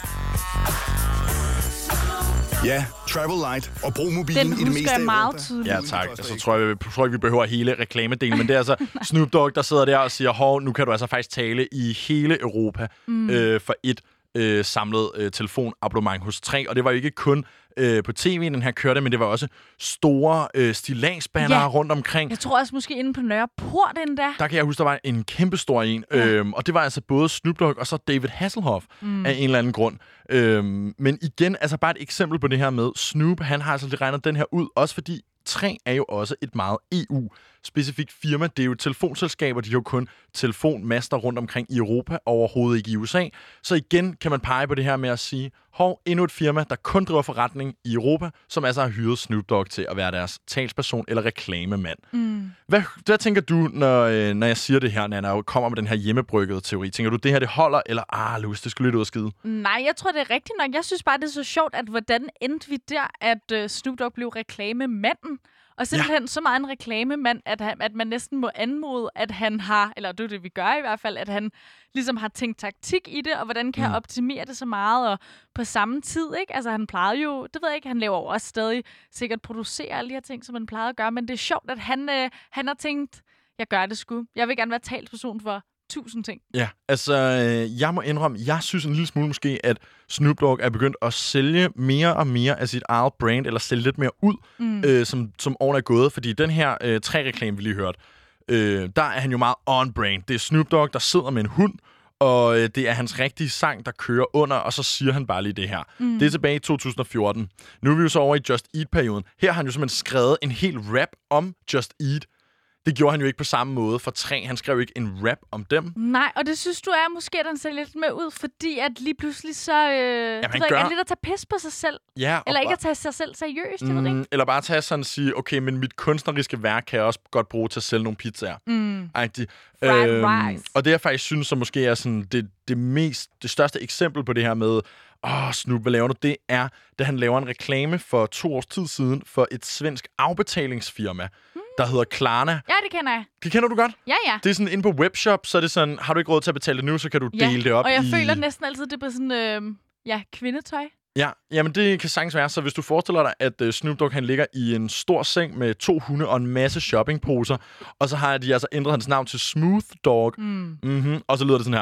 Ja, travel light og brug mobilen den i det meste af meget Europa. tydeligt. Ja, tak. Altså, tror jeg, jeg tror ikke, vi behøver hele reklamedelen, men det er altså Snoop Dogg, der sidder der og siger, hov, nu kan du altså faktisk tale i hele Europa mm. øh, for et øh, samlet øh, telefonabonnement hos tre. Og det var jo ikke kun øh, på tv, den her kørte, men det var også store øh, stillagsbannere ja. rundt omkring. Jeg tror også måske inde på Nørreport endda. Der kan jeg huske, der var en kæmpe stor en. Ja. Øhm, og det var altså både Snoop Dogg og så David Hasselhoff mm. af en eller anden grund. Øhm, men igen, altså bare et eksempel på det her med Snoop. Han har altså lige regnet den her ud, også fordi tre er jo også et meget E U-specifikt firma. Det er jo telefonselskaber, de har jo kun telefonmaster rundt omkring i Europa, overhovedet ikke i U S A. Så igen kan man pege på det her med at sige, hov, endnu et firma, der kun driver forretning i Europa, som altså har hyret Snoop Dogg til at være deres talsperson eller reklamemand. Mm. Hvad, hvad tænker du, når, når jeg siger det her, Nanna, og kommer med den her hjemmebryggede teori? Tænker du, det her det holder, eller ah, Louis, det skulle lidt ud at skide? Nej, jeg tror, det er rigtigt nok. Jeg synes bare, det er så sjovt, at hvordan endte vi der, at uh, Snoop Dogg blev reklamemanden? Og simpelthen ja. så meget en reklamemand, at, han, at man næsten må anmode, at han har, eller det er det, vi gør i hvert fald, at han ligesom har tænkt taktik i det, og hvordan kan mm. jeg optimere det så meget, og på samme tid, ikke? Altså han plejede jo, det ved jeg ikke, han laver jo også stadig sikkert producere alle de her ting, som han plejede at gøre, men det er sjovt, at han, øh, han har tænkt, jeg gør det sgu. Jeg vil gerne være talsperson for tusind ting. Ja, altså, jeg må indrømme, jeg synes en lille smule måske, at Snoop Dogg er begyndt at sælge mere og mere af sit eget brand, eller sælge lidt mere ud, mm. øh, som, som årene er gået. Fordi den her øh, tre-reklame, vi lige hørte, øh, der er han jo meget on-brand. Det er Snoop Dogg, der sidder med en hund, og øh, det er hans rigtige sang, der kører under, og så siger han bare lige det her. Mm. Det er tilbage i to tusind og fjorten. Nu er vi jo så over i Just Eat-perioden. Her har han jo simpelthen skrevet en hel rap om Just Eat. Det gjorde han jo ikke på samme måde for tre. Han skrev ikke en rap om dem. Nej, og det synes du er måske, at han ser lidt med ud, fordi at lige pludselig så... Øh, Jamen, han gør... er lidt at tage pis på sig selv. Ja, eller ikke bare... at tage sig selv seriøst, mm, jeg ved ikke. Eller bare tage sådan og sige, okay, men mit kunstneriske værk kan jeg også godt bruge til at sælge nogle pizzaer. Mm. Fried øhm, rice. Og det jeg faktisk synes, som måske er sådan det, det, mest, det største eksempel på det her med, åh, oh, Snoop, hvad laver du? Det er, da han laver en reklame for to års tid siden for et svensk afbetalingsfirma, mm. der hedder Klarna. Ja, det kender jeg. Det kender du godt? Ja, ja. Det er sådan inde på webshop, så er det sådan, har du ikke råd til at betale det nu, så kan du ja. dele det op og jeg i... føler næsten altid, det er på sådan, øh, ja, kvindetøj. Ja, jamen det kan sagtens være. Så hvis du forestiller dig, at uh, Snoop Dogg han ligger i en stor seng med to hunde og en masse shoppingposer, og så har de altså ændret hans navn til Smooth Dogg. Mm. Mm-hmm. Og så lyder det sådan her.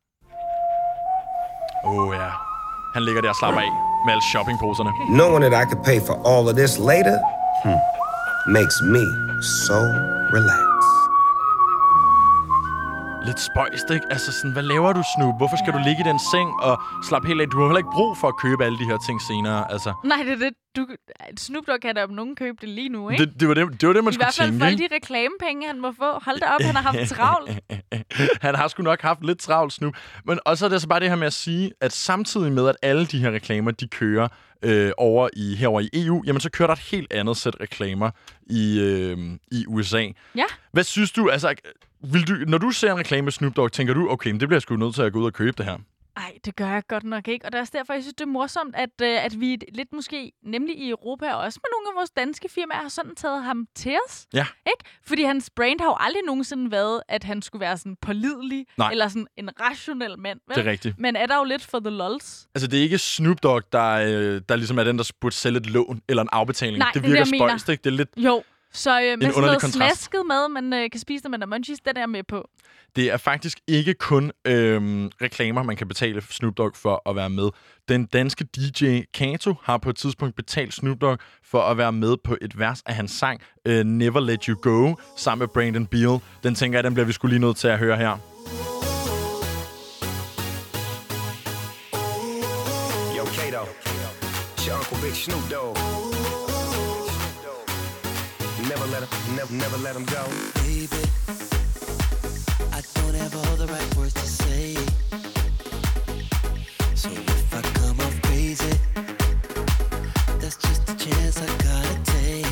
Åh oh, ja. Han ligger der og slapper af med alle shoppingposerne. Knowing that I could pay for all of this later hmm, makes me so relaxed. Lidt spøjst, ikke? Altså sådan, hvad laver du, Snoop? Hvorfor skal ja. du ligge i den seng og slappe helt af? Du har heller ikke brug for at købe alle de her ting senere, altså. Nej, det er det. Du, Snoop Dogg kan da om nogen købe det lige nu, ikke? Det, det, var, det, det var det, man I skulle tænke, I hvert fald for alle de reklamepenge, han må få. Hold da op, han har haft travlt. Han har sgu nok haft lidt travlt, Snoop. Men også er det så bare det her med at sige, at samtidig med, at alle de her reklamer, de kører øh, over i, herover i E U, jamen så kører der et helt andet sæt reklamer i, øh, i U S A. Ja. Hvad synes du, altså... Vil du, når du ser en reklame med Snoop Dogg, tænker du, okay, men det bliver jeg sgu nødt til at gå ud og købe det her? Nej, det gør jeg godt nok ikke. Og det er også derfor, jeg synes, det er morsomt, at, øh, at vi lidt måske, nemlig i Europa, og også med nogle af vores danske firmaer, har sådan taget ham til os. Ja. Ikke? Fordi hans brand har jo aldrig nogensinde været, at han skulle være sådan pålidelig, Nej. eller sådan en rationel mand. Vel? Det er rigtigt. Men er der jo lidt for the lols. Altså, det er ikke Snoop Dogg, der, øh, der ligesom er den, der burde sælge et lån eller en afbetaling. Nej, det det er virker det, jeg spøjst, ikke? Det er lidt... Jo, så øh, med sådan noget kontrast. smasket mad, man øh, kan spise, når man er munchies, den er jeg med på. Det er faktisk ikke kun øhm, reklamer, man kan betale Snoop Dogg for at være med. Den danske D J Kato har på et tidspunkt betalt Snoop Dogg for at være med på et vers af hans sang uh, Never Let You Go, sammen med Brandon Beal. Den tænker jeg, den bliver vi skulle lige nødt til at høre her. Yo, Kato. It's your Uncle Big Snoop Dogg. Never let him, never, never let him go. Baby, I don't have all the right words to say. So if I come off crazy, that's just a chance I gotta take.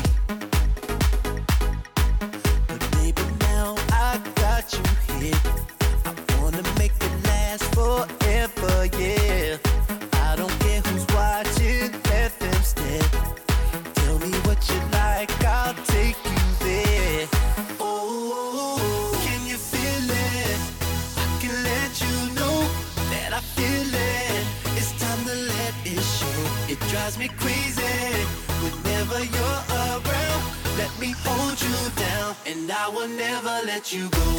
But baby, now I got you here. I wanna make it last forever, yeah. I don't care who's watching, let them stare. Tell me what you like, I'll take you there. Oh, can you feel it? I can let you know that I feel it. It's time to let it show. It drives me crazy whenever you're around. Let me hold you down, and I will never let you go.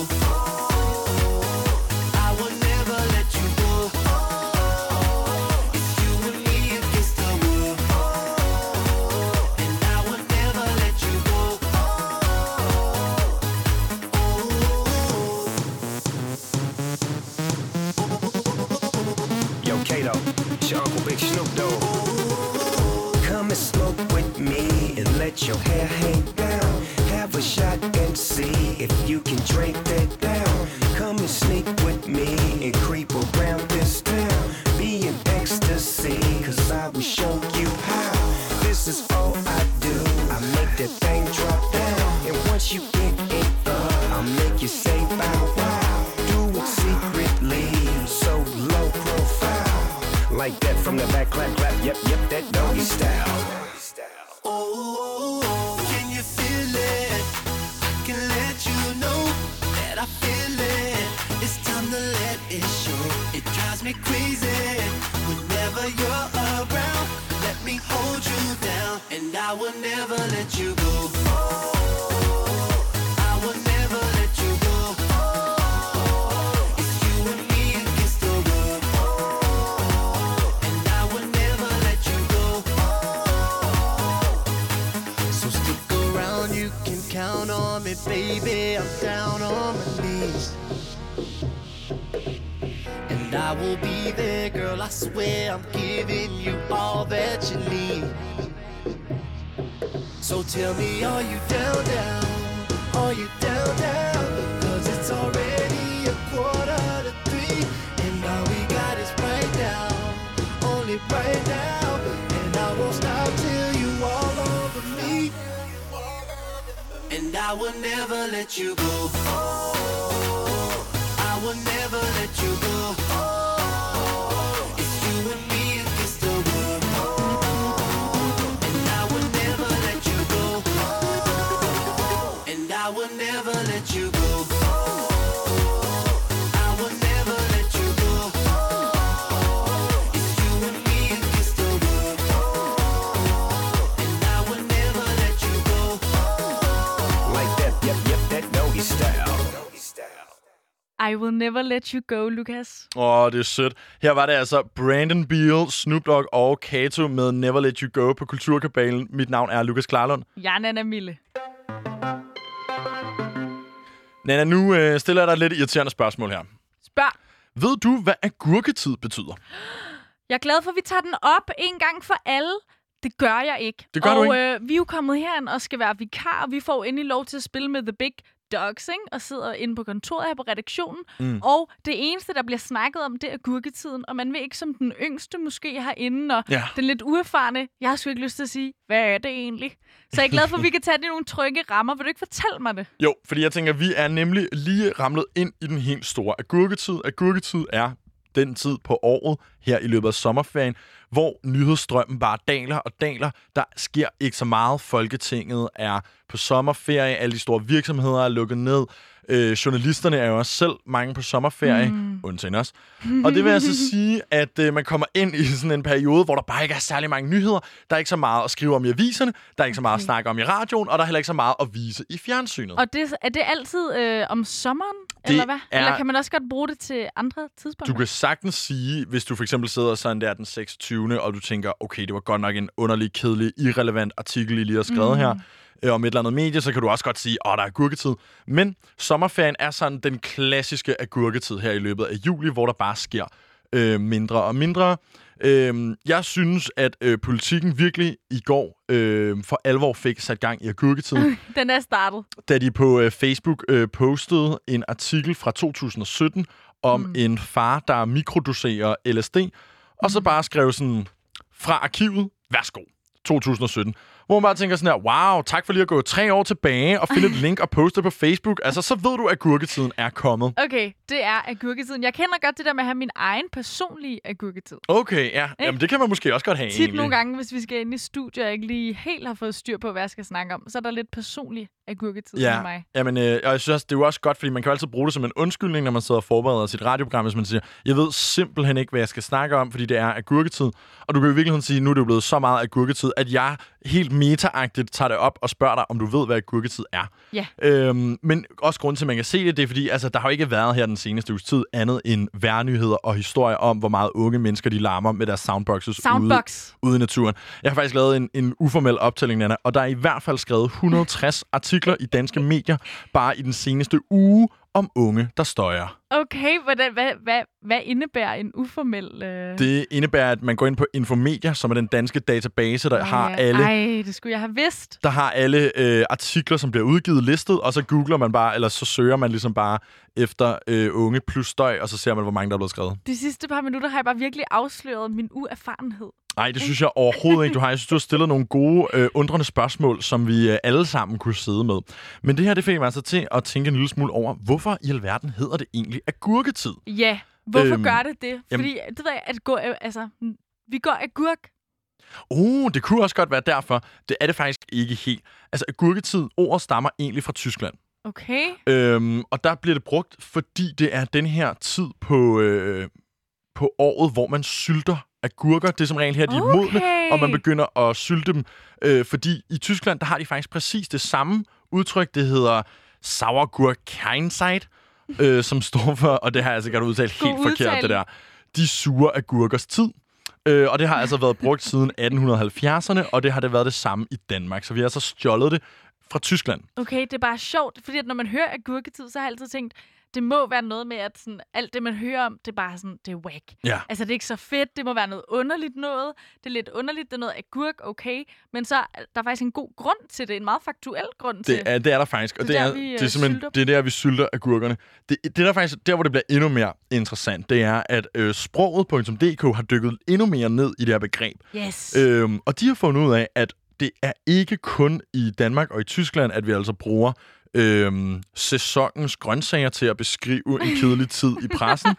I will never let you go. It's you and me against the world, and I will never let you go. Yo, Kato, it's your Uncle Big Snoop Dogg. Come and smoke with me and let your hair hang down. Have a shot and see if you can drink that down. Come and sneak with me and creep around this town. Be in ecstasy, cause I will show you how. This is all I do. I make that thing drop down. And once you get it up, I'll make you say bow wow. Do it secretly, so low profile. Like that from the back, clap, clap, yep, yep, that doggy style. Oh, can you feel it? I can let you know that I feel it. It's time to let it show. It drives me crazy whenever you're around. Let me hold you down, and I will never let you go. I will never let you go. It's you and me against the world, and I will never let you go. So stick around, you can count on me, baby. I'm down on my knees, and I will be there, girl. I swear I'm giving you all that you need. So tell me, are you down, down? Are you down, down? Cause it's already a quarter to three, and all we got is right now, only right now. And I won't stop till you all over me, and I will never let you go. I will never let you go. It's you and me against the world, and I will never let you go. And I will never let you go. I will never let you go. It's you and me against the world, and I will never let you go. Like that, yep, yep, that doggy style. I will never let you go, Lukas. Åh, oh, det er sødt. Her var det altså Brandon Beal, Snoop Dogg og Kato med Never Let You Go på Kulturkabalen. Mit navn er Lukas Klarlund. Jeg er Nana Mille. Nana, nu øh, stiller jeg dig et lidt irriterende spørgsmål her. Spørg. Ved du, hvad agurketid betyder? Jeg er glad for, at vi tager den op en gang for alle. Det gør jeg ikke. Det gør og, du ikke? Øh, vi er jo kommet herind og skal være vikar, og vi får endelig lov til at spille med The Big Dogs, ikke? Og sidder inde på kontoret her på redaktionen. Mm. Og det eneste, der bliver snakket om, det er agurketiden. Og man vil ikke som den yngste måske herinde, og Ja. den lidt uerfarne. Jeg har sgu ikke lyst til at sige, hvad er det egentlig? Så jeg er glad for, at vi kan tage det i nogle trygge rammer. Vil du ikke fortælle mig det? Jo, fordi jeg tænker, vi er nemlig lige ramlet ind i den helt store agurketid. Agurketid er den tid på året her i løbet af sommerferien, hvor nyhedsstrømmen bare daler og daler. Der sker ikke så meget. Folketinget er på sommerferie. Alle de store virksomheder er lukket ned. Øh, journalisterne er jo også selv mange på sommerferie, mm. undtagen os. Og det vil altså sige, at øh, man kommer ind i sådan en periode, hvor der bare ikke er særlig mange nyheder. Der er ikke så meget at skrive om i aviserne, der er ikke så meget at snakke om i radioen, og der er heller ikke så meget at vise i fjernsynet. Og det, er det altid øh, om sommeren, det eller hvad? Er... Eller kan man også godt bruge det til andre tidspunkter? Du kan sagtens sige, hvis du for eksempel sidder sådan der den seksogtyvende og du tænker, okay, det var godt nok en underlig, kedelig, irrelevant artikel, I lige har skrevet mm. her, om et eller andet medie, så kan du også godt sige, åh, der er agurketid. Men sommerferien er sådan den klassiske agurketid her i løbet af juli, hvor der bare sker øh, mindre og mindre. Øh, jeg synes, at øh, politikken virkelig i går øh, for alvor fik sat gang i agurketiden. Den er startet. Da de på øh, Facebook øh, postede en artikel fra to tusind og sytten om mm. en far, der mikrodoserer L S D, og så bare skrev sådan, fra arkivet, værsgo, to tusind og sytten. Hvor man bare tænker sådan her, wow, tak for lige at gå tre år tilbage og finde et link og poste på Facebook. Altså, så ved du, at agurketiden er kommet. Okay, det er agurketiden. Jeg kender godt det der med at have min egen personlige agurketid. Okay, ja. Jamen, det kan man måske også godt have, Tit egentlig. nogle gange, hvis vi skal ind i studiet og ikke lige helt har fået styr på, hvad jeg skal snakke om, så er der lidt personlig agurketid ja. med mig. Jamen, øh, og jeg synes også, det er jo også godt, fordi man kan jo altid bruge det som en undskyldning, når man sidder og forbereder sit radioprogram, hvis man siger, jeg ved simpelthen ikke, hvad jeg skal snakke om, fordi det er agurketid. Og du kan jo i virkeligheden sige, nu er det jo blevet så meget agurketid, at jeg helt meta-agtigt tager det op og spørger dig, om du ved, hvad agurketid er. Ja. Øhm, men også grund til, at man kan se det, det er fordi, altså, der har jo ikke været her den seneste uges tid andet end værnyheder og historier om, hvor meget unge mennesker, de larmer med deres soundboxes Soundbox. ude, ude i naturen. Jeg har faktisk lavet en, en uformel optælling, Nana, og der er i hvert fald skrevet et hundrede og tres artikler i danske medier, bare i den seneste uge, om unge, der støjer. Okay, hvordan, hvad, hvad, hvad indebærer en uformel... Øh... Det indebærer, at man går ind på Infomedia, som er den danske database, der Ej, har alle... Ej, det skulle jeg have vidst. Der har alle øh, artikler, som bliver udgivet, listet, og så googler man bare, eller så søger man ligesom bare efter øh, unge plus støj, og så ser man, hvor mange der er blevet skrevet. De sidste par minutter har jeg bare virkelig afsløret min uerfarenhed. Nej, det synes jeg overhovedet ikke, du har. Jeg synes, du har stillet nogle gode, øh, undrende spørgsmål, som vi øh, alle sammen kunne sidde med. Men det her, det fik mig altså til at tænke en lille smule over, hvorfor i alverden hedder det egentlig agurketid? Ja, hvorfor øhm, gør det det? Fordi, jamen, det ved jeg, at gå, altså, vi går agurk. Uh, det kunne også godt være derfor. Det er det faktisk ikke helt. Altså, agurketid, ordet stammer egentlig fra Tyskland. Okay. Øhm, og der bliver det brugt, fordi det er den her tid på, øh, på året, hvor man sylter agurker. Det er som regel her, de er okay. modne, og man begynder at sylte dem. Øh, fordi i Tyskland, der har de faktisk præcis det samme udtryk. Det hedder Sauergurkeinzeit, øh, som står for, og det har jeg sikkert udtalt helt God forkert, udtale. det der. De sure agurkers tid. Øh, og det har altså været brugt siden atten halvfjerdserne, og det har det været det samme i Danmark. Så vi har altså stjålet det fra Tyskland. Okay, det er bare sjovt, fordi at når man hører agurketid, så har jeg altid tænkt, det må være noget med, at sådan, alt det, man hører om, det er bare sådan, det er whack. Ja. Altså, det er ikke så fedt, det må være noget underligt noget. Det er lidt underligt, det er noget agurk, okay. Men så er der faktisk en god grund til det, en meget faktuel grund til Det er, det er der faktisk, og det er det er, der, vi, det er øh, simpelthen sylter. det er der, vi sylter agurkerne. Det, det der faktisk, der hvor det bliver endnu mere interessant, det er, at øh, sproget punktum d k har dykket endnu mere ned i det her begreb. Yes. Øhm, og de har fundet ud af, at det er ikke kun i Danmark og i Tyskland, at vi altså bruger øhm, sæsonens grøntsager til at beskrive en kedelig tid i pressen.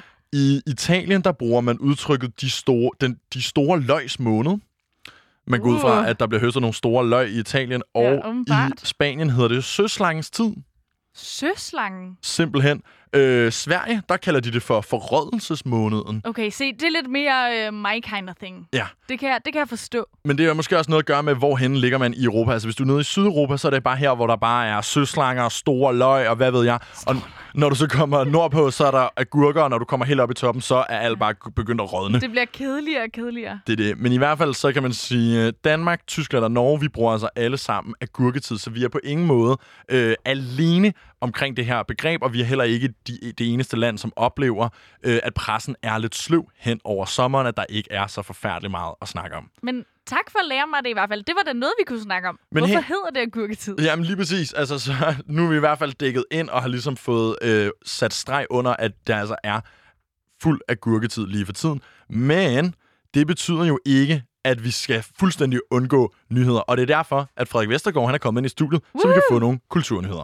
I Italien, der bruger man udtrykket de store, den, de store løgs måned. Man går ud fra, Uh. at der bliver høstet nogle store løg i Italien, og Ja, i åbenbart. Spanien hedder det søslangens tid. Søslangen. Simpelthen. Øh, Sverige, der kalder de det for forrådelsesmåneden. Okay, se, det er lidt mere uh, my kind of thing. Ja. Det kan, jeg, det kan jeg forstå. Men det er måske også noget at gøre med, hvorhen ligger man i Europa. Altså, hvis du er nede i Sydeuropa, så er det bare her, hvor der bare er søslanger, store løg og hvad ved jeg. Og når du så kommer nordpå, så er der agurker, og når du kommer helt op i toppen, så er alt bare begyndt at rådne. Det bliver kedeligere og kedeligere. Det er det. Men i hvert fald, så kan man sige, Danmark, Tyskland og Norge, vi bruger altså alle sammen agurketid, så vi er på ingen måde øh, alene omkring det her begreb, og vi er heller ikke de, det eneste land, som oplever, øh, at pressen er lidt sløv hen over sommeren, at der ikke er så forfærdeligt meget at snakke om. Men tak for at lære mig det i hvert fald. Det var da noget, vi kunne snakke om. Men Hvorfor her- hedder det agurketid? Jamen lige præcis. Altså, så, nu er vi i hvert fald dækket ind og har ligesom fået øh, sat streg under, at der altså er fuld agurketid lige for tiden. Men det betyder jo ikke, at vi skal fuldstændig undgå nyheder. Og det er derfor, at Frederik Vestergaard han er kommet ind i studiet, Woo! Så vi kan få nogle kulturnyheder.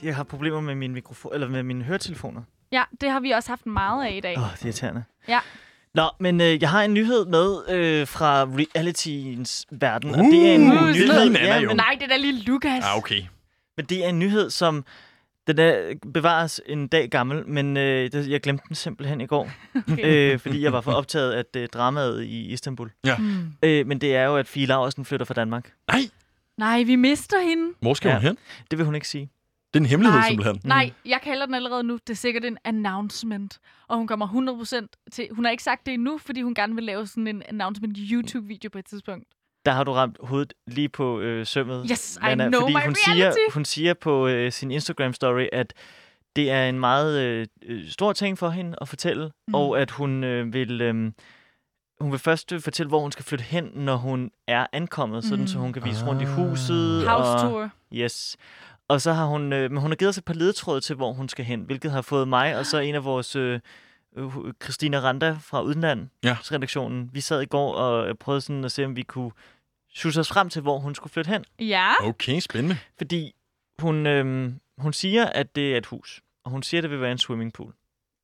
jeg har problemer med min mikrofon, eller med mine høretelefoner. Ja, det har vi også haft meget af i dag. Åh, oh, det er irriterende. Ja. Nå, men øh, jeg har en nyhed med øh, fra realityens verden, Uh, og det er en uh, nyhed. det er lige Nana, jo. men, Nej, det er da lige Lukas. Ja, okay. men det er en nyhed, som den er, bevares en dag gammel, men øh, det, jeg glemte den simpelthen i går, Okay. øh, fordi jeg var for optaget af øh, dramaet i Istanbul. Ja. Mm. Øh, men det er jo, at Fie Laursen flytter fra Danmark. Nej, Nej, vi mister hende. hvor skal Ja. hun hen? Det vil hun ikke sige. Det er en hemmelighed, Nej, simpelthen. nej, jeg kalder den allerede nu. Det er sikkert en announcement. Og hun kommer hundrede procent til... Hun har ikke sagt det endnu, fordi hun gerne vil lave sådan en announcement YouTube-video på et tidspunkt. Der har du ramt hovedet lige på øh, sømmet. Yes, I Nana, know fordi my hun reality. siger, hun siger på øh, sin Instagram-story, at det er en meget øh, øh, stor ting for hende at fortælle, mm. og at hun øh, vil... Øh, hun vil først fortælle, hvor hun skal flytte hen, når hun er ankommet, mm. sådan så hun kan vise rundt i huset. House og, tour. Yes. Og så har hun, øh, men hun har givet os et par ledetråde til, hvor hun skal hen, hvilket har fået mig og så en af vores øh, øh, Christina Randa fra Udenlandsredaktionen. Ja. Vi sad i går og prøvede sådan at se, om vi kunne susse os frem til, hvor hun skulle flytte hen. Ja. Okay, spændende. Fordi hun, øh, hun siger, at det er et hus, og hun siger, at det vil være en swimmingpool.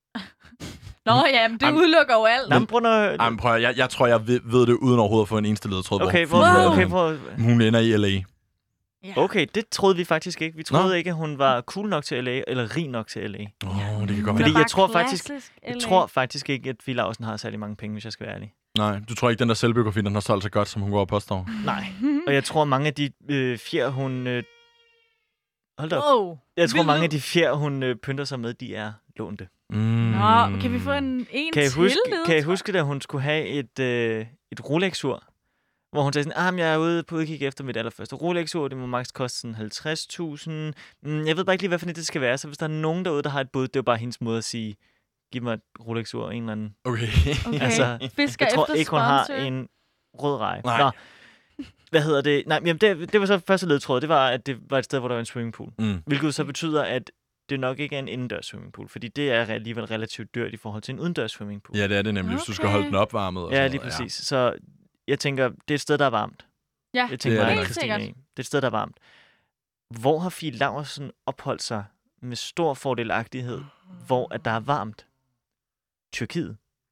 Nå, ja, men det Am- udelukker jo alt. Nå, men prøv at... Ej, men prøv at, jeg, jeg tror, jeg ved, ved det uden overhovedet at få en eneste ledetråd. Okay, hvor, hvor, Wow. okay, hvor, hun ender i L A. Ja. okay, det troede vi faktisk ikke. Vi troede Nå. ikke, at hun var cool nok til L A, eller rig nok til L A. Åh, oh, det kan godt Hun Fordi er være. jeg bare tror faktisk- klassisk Jeg L A. tror faktisk ikke, at Fie Laursen har særlig mange penge, hvis jeg skal være ærlig. Nej, du tror ikke, den der selvbiografi, den har solgt så godt, som hun går og påstår? Nej. Og jeg tror, mange af de øh, fjer, hun... Øh... Hold da op. Wow. Jeg tror, Vildt. mange af de fjer, hun øh, pynter sig med, de er lånte. Mm. Nå, kan vi få en, en Kan I til? huske, Lede, kan I tror huske da hun skulle have et, øh, et Rolex-ur? Hvor hun sagde sådan, ah, men jeg er ude på udkig efter mit allerførste Rolex-ur, det må maks koste sådan halvtreds tusind. Mm, jeg ved bare ikke lige, hvad for det skal være, så hvis der er nogen derude, der har et bud, det er jo bare hendes måde at sige, giv mig et Rolex-ur, en eller anden. Okay. Okay. Altså, Fisker Jeg tror efter ikke, hun har sponsor. en rød reje. Nej. Nå. Hvad hedder det? Nej, jamen det, det var så første ledtråd. Det var, at det var et sted, hvor der var en swimmingpool. Mm. Hvilket så betyder, at det nok ikke er en indendørs swimmingpool, fordi det er alligevel relativt dyrt i forhold til en udendørs swimmingpool. Ja, det er det nemlig, hvis du skal Okay. holde den opvarmet. Og Ja, sådan lige noget. præcis. Så jeg tænker, det er et sted, der er varmt. Ja, Jeg tænker Det er mig, det at nok. Christina Helt i. Det er et sted, der er varmt. Hvor har Fie Laursen opholdt sig med stor fordelagtighed, hvor at der er varmt? Tyrkiet.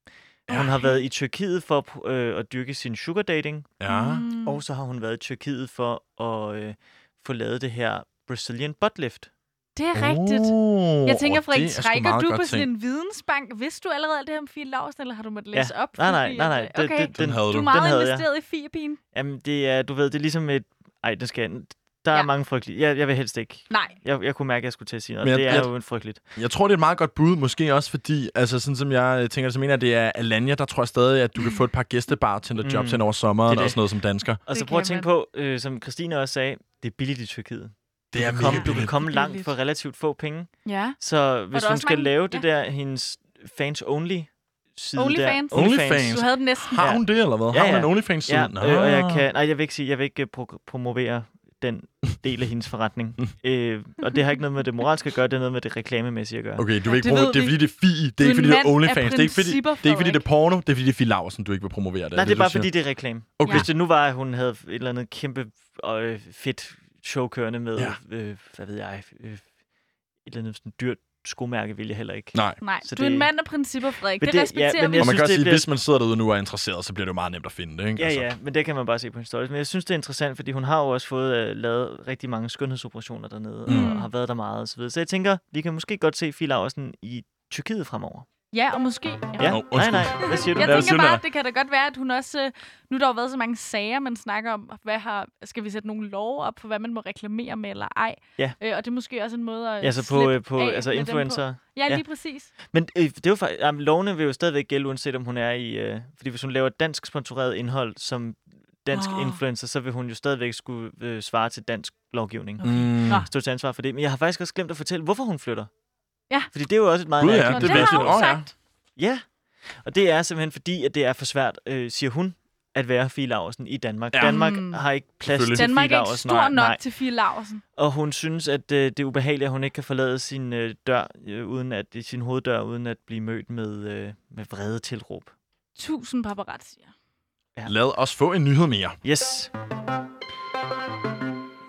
Hun har været i Tyrkiet for øh, at dyrke sin sugar dating, Ja. Mm. og så har hun været i Tyrkiet for at øh, få lavet det her Brazilian butt lift. Det er rigtigt. Oh, Jeg tænker, og Frederik, det er sgu trækker meget du godt på sådan tænkt. en vidensbank? Vidste du allerede alt det her om Fie Laursen, eller har du måttet læse Ja. op? Nej, nej, fordi nej, nej. at- Det, Okay, det, Den havde du du. er meget den havde jeg. investeret i Fie-pigen. Jamen, det er, du ved, det er ligesom et... Ej, det skal jeg... Der er Ja. mange frygtelige... Jeg, jeg vil helst ikke. Nej. Jeg, jeg kunne mærke, at jeg skulle til at sige noget. Men Det jeg- er jeg- jo en frygteligt. Jeg tror, det er et meget godt bud, måske også fordi, altså sådan som jeg tænker, så mener jeg, det er Alanya, der tror jeg stadig, at du kan få et par gæstebartenderjobs Mm. hen over sommeren Det er og det. sådan noget som dansker. Og så Det prøv at kan tænke på, øh, som Christine også sagde, det er billigt i Tyrkiet. Det er Du kan komme, mega du kan billigt. komme langt Billigt. for relativt få penge. Ja. Så hvis der er hun også skal mange- lave det ja. der, hendes fans-only side Onlyfans? der. Onlyfans. Du havde den næsten. Har Ja. hun det, eller hvad? Ja, Har hun ja. en OnlyFans-side? Ja, Nå. øh, og jeg kan... Nej, jeg vil ikke sige, jeg vil ikke øh, pro- promovere den del af hendes forretning. øh, og det har ikke noget med det moralske at gøre, det er noget med det reklamemæssige at gøre. Okay, du vil Ja, ikke det promo- ved det er vi. fordi, det er fi. Det Du er er ikke fordi, en det er mand af OnlyFans. Det er ikke fordi, principper, det er ikke fordi, det er Frederik. porno. Det er fordi, det er Fie Laursen, du ikke vil promovere det. Nej, det er du bare siger. fordi, det er reklame. Okay. Hvis det nu var, at hun havde et eller andet kæmpe øh, fedt show kørende med, Ja. øh, hvad ved jeg, øh, et eller andet sådan dyrt skomærke, vil jeg heller ikke. Nej. Nej, Så du er en det- mand af principper, Frederik. Men Det, det- ja, respekterer men vi. jeg Og man synes, kan også det sige, bliver- hvis man sidder derude nu og er interesseret, så bliver det jo meget nemt at finde det, ikke? Ja, Altså. ja, men det kan man bare se på en story. Men jeg synes, det er interessant, fordi hun har jo også fået uh, lavet rigtig mange skønhedsoperationer dernede, Mm. og har været der meget og så videre. Så jeg tænker, vi kan måske godt se Fie Laursen i Tyrkiet fremover. Ja, og måske. Ja, Nå, nej, undskyld. nej. Hvad siger du? Jeg Lad os tænker se, bare, Nana. at det kan da godt være, at hun også... øh, Nu har der jo været så mange sager, man snakker om, hvad har, skal vi sætte nogle lov op for, hvad man må reklamere med eller ej. Ja. Øh, og det er måske også en måde at Ja, så på, slippe øh, på af altså med dem influencer. På. Ja, Ja. lige præcis. Men øh, det er jo faktisk, jamen, lovene vil jo stadigvæk gælde, uanset om hun er i... Øh, fordi hvis hun laver dansk sponsoreret indhold som dansk Åh. oh. influencer, så vil hun jo stadigvæk skulle øh, svare til dansk lovgivning. Okay. Mm. Nå. Stå til ansvar for det. Men jeg har faktisk også glemt at fortælle, hvorfor hun flytter. Ja. Fordi det er jo også et meget Gud, ja, nærliggende Og det det, er har vigtigt. hun Åh, ja. sagt. Ja, og det er simpelthen fordi, at det er for svært, øh, siger hun, at være Fie Laursen i Danmark. Ja. Ja. Danmark Mm. har ikke plads Selvfølgelig. til Danmark Fie er ikke Laursen. stor Nej, nok nej. til Fie Laursen. Og hun synes, at øh, det er ubehageligt, at hun ikke kan forlade sin øh, dør, øh, uden at sin hoveddør, uden at blive mødt med, øh, med vrede tilråb. Tusind paparazzier. Ja. Lad os få en nyhed mere. Yes.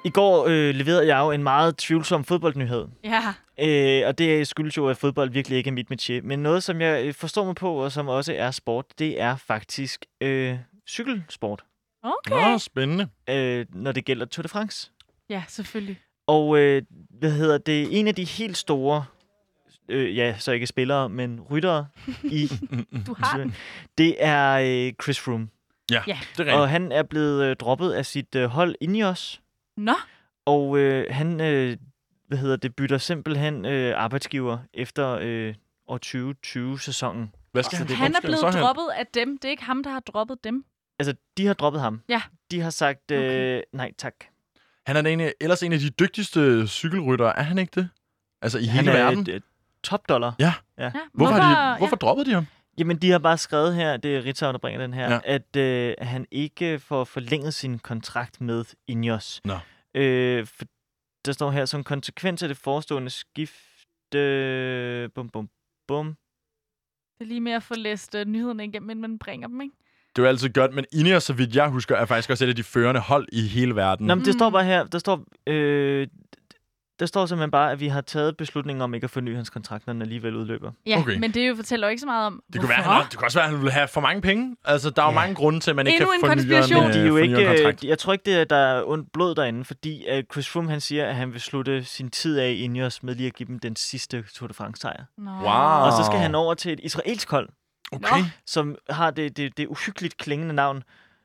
I går øh, leverede jeg jo en meget tvivlsom fodboldnyhed. Ja. Øh, og det skyldes jo, at fodbold virkelig ikke er mit métier. Men noget, som jeg forstår mig på, og som også er sport, det er faktisk øh, cykelsport. Okay. Nå, spændende. Øh, når det gælder Tour de France. Ja, selvfølgelig. Og øh, hvad hedder det? En af de helt store, øh, ja, så ikke spillere, men ryttere i... Du har den. Det er øh, Chris Froome. Ja, Ja. det er rigtigt. Og han er blevet øh, droppet af sit øh, hold Ineos. Nå. Og øh, han, øh, hvad hedder det, bytter simpelthen øh, arbejdsgiver efter øh, år tyve tyve-sæsonen. Hvad skal han, Han er hvor skal blevet så hen? droppet af dem. Det er ikke ham, der har droppet dem. Altså, de har droppet ham. Ja. De har sagt, øh, Okay. nej tak. Han er en, ellers en af de dygtigste cykelryttere. Er han ikke det? Altså i Han hele er verden? et, et topdollar. Ja. Ja. Hvorfor, har de, hvorfor droppede de ham? Jamen, de har bare skrevet her, det er Ritzau, der bringer den her, Ja. ja. at øh, han ikke får forlænget sin kontrakt med Ineos. Nå. Øh, for der står her, som konsekvens af det forestående skift... Øh, bum, bum, bum. Det er lige med at få læst uh, nyhederne igennem, men man bringer dem, ikke? Det er jo altid godt, men Ineos, så vidt jeg husker, er faktisk også et af de førende hold i hele verden. Nå, men det står Mm. bare her, der står... Øh, der står simpelthen bare, at vi har taget beslutningen om ikke at forny hans kontrakt, når den alligevel udløber. Ja, Okay. men det jo fortæller jo ikke så meget om, Det kunne, være, han, det kunne også være, at han ville have for mange penge. Altså, der er jo Ja. mange grunde til, at man ikke Endnu kan en forny konspiration. en, Men de er jo øh, forny en ikke... kontrakt. Jeg tror ikke, det er, der er ondt blod derinde, fordi uh, Chris Froome, han siger, at han vil slutte sin tid af i Ineos med lige at give dem den sidste Tour de France-sejr. Nå. Wow. Og så skal han over til et israelsk hold, Okay. som har det, det, det uhyggeligt klingende navn.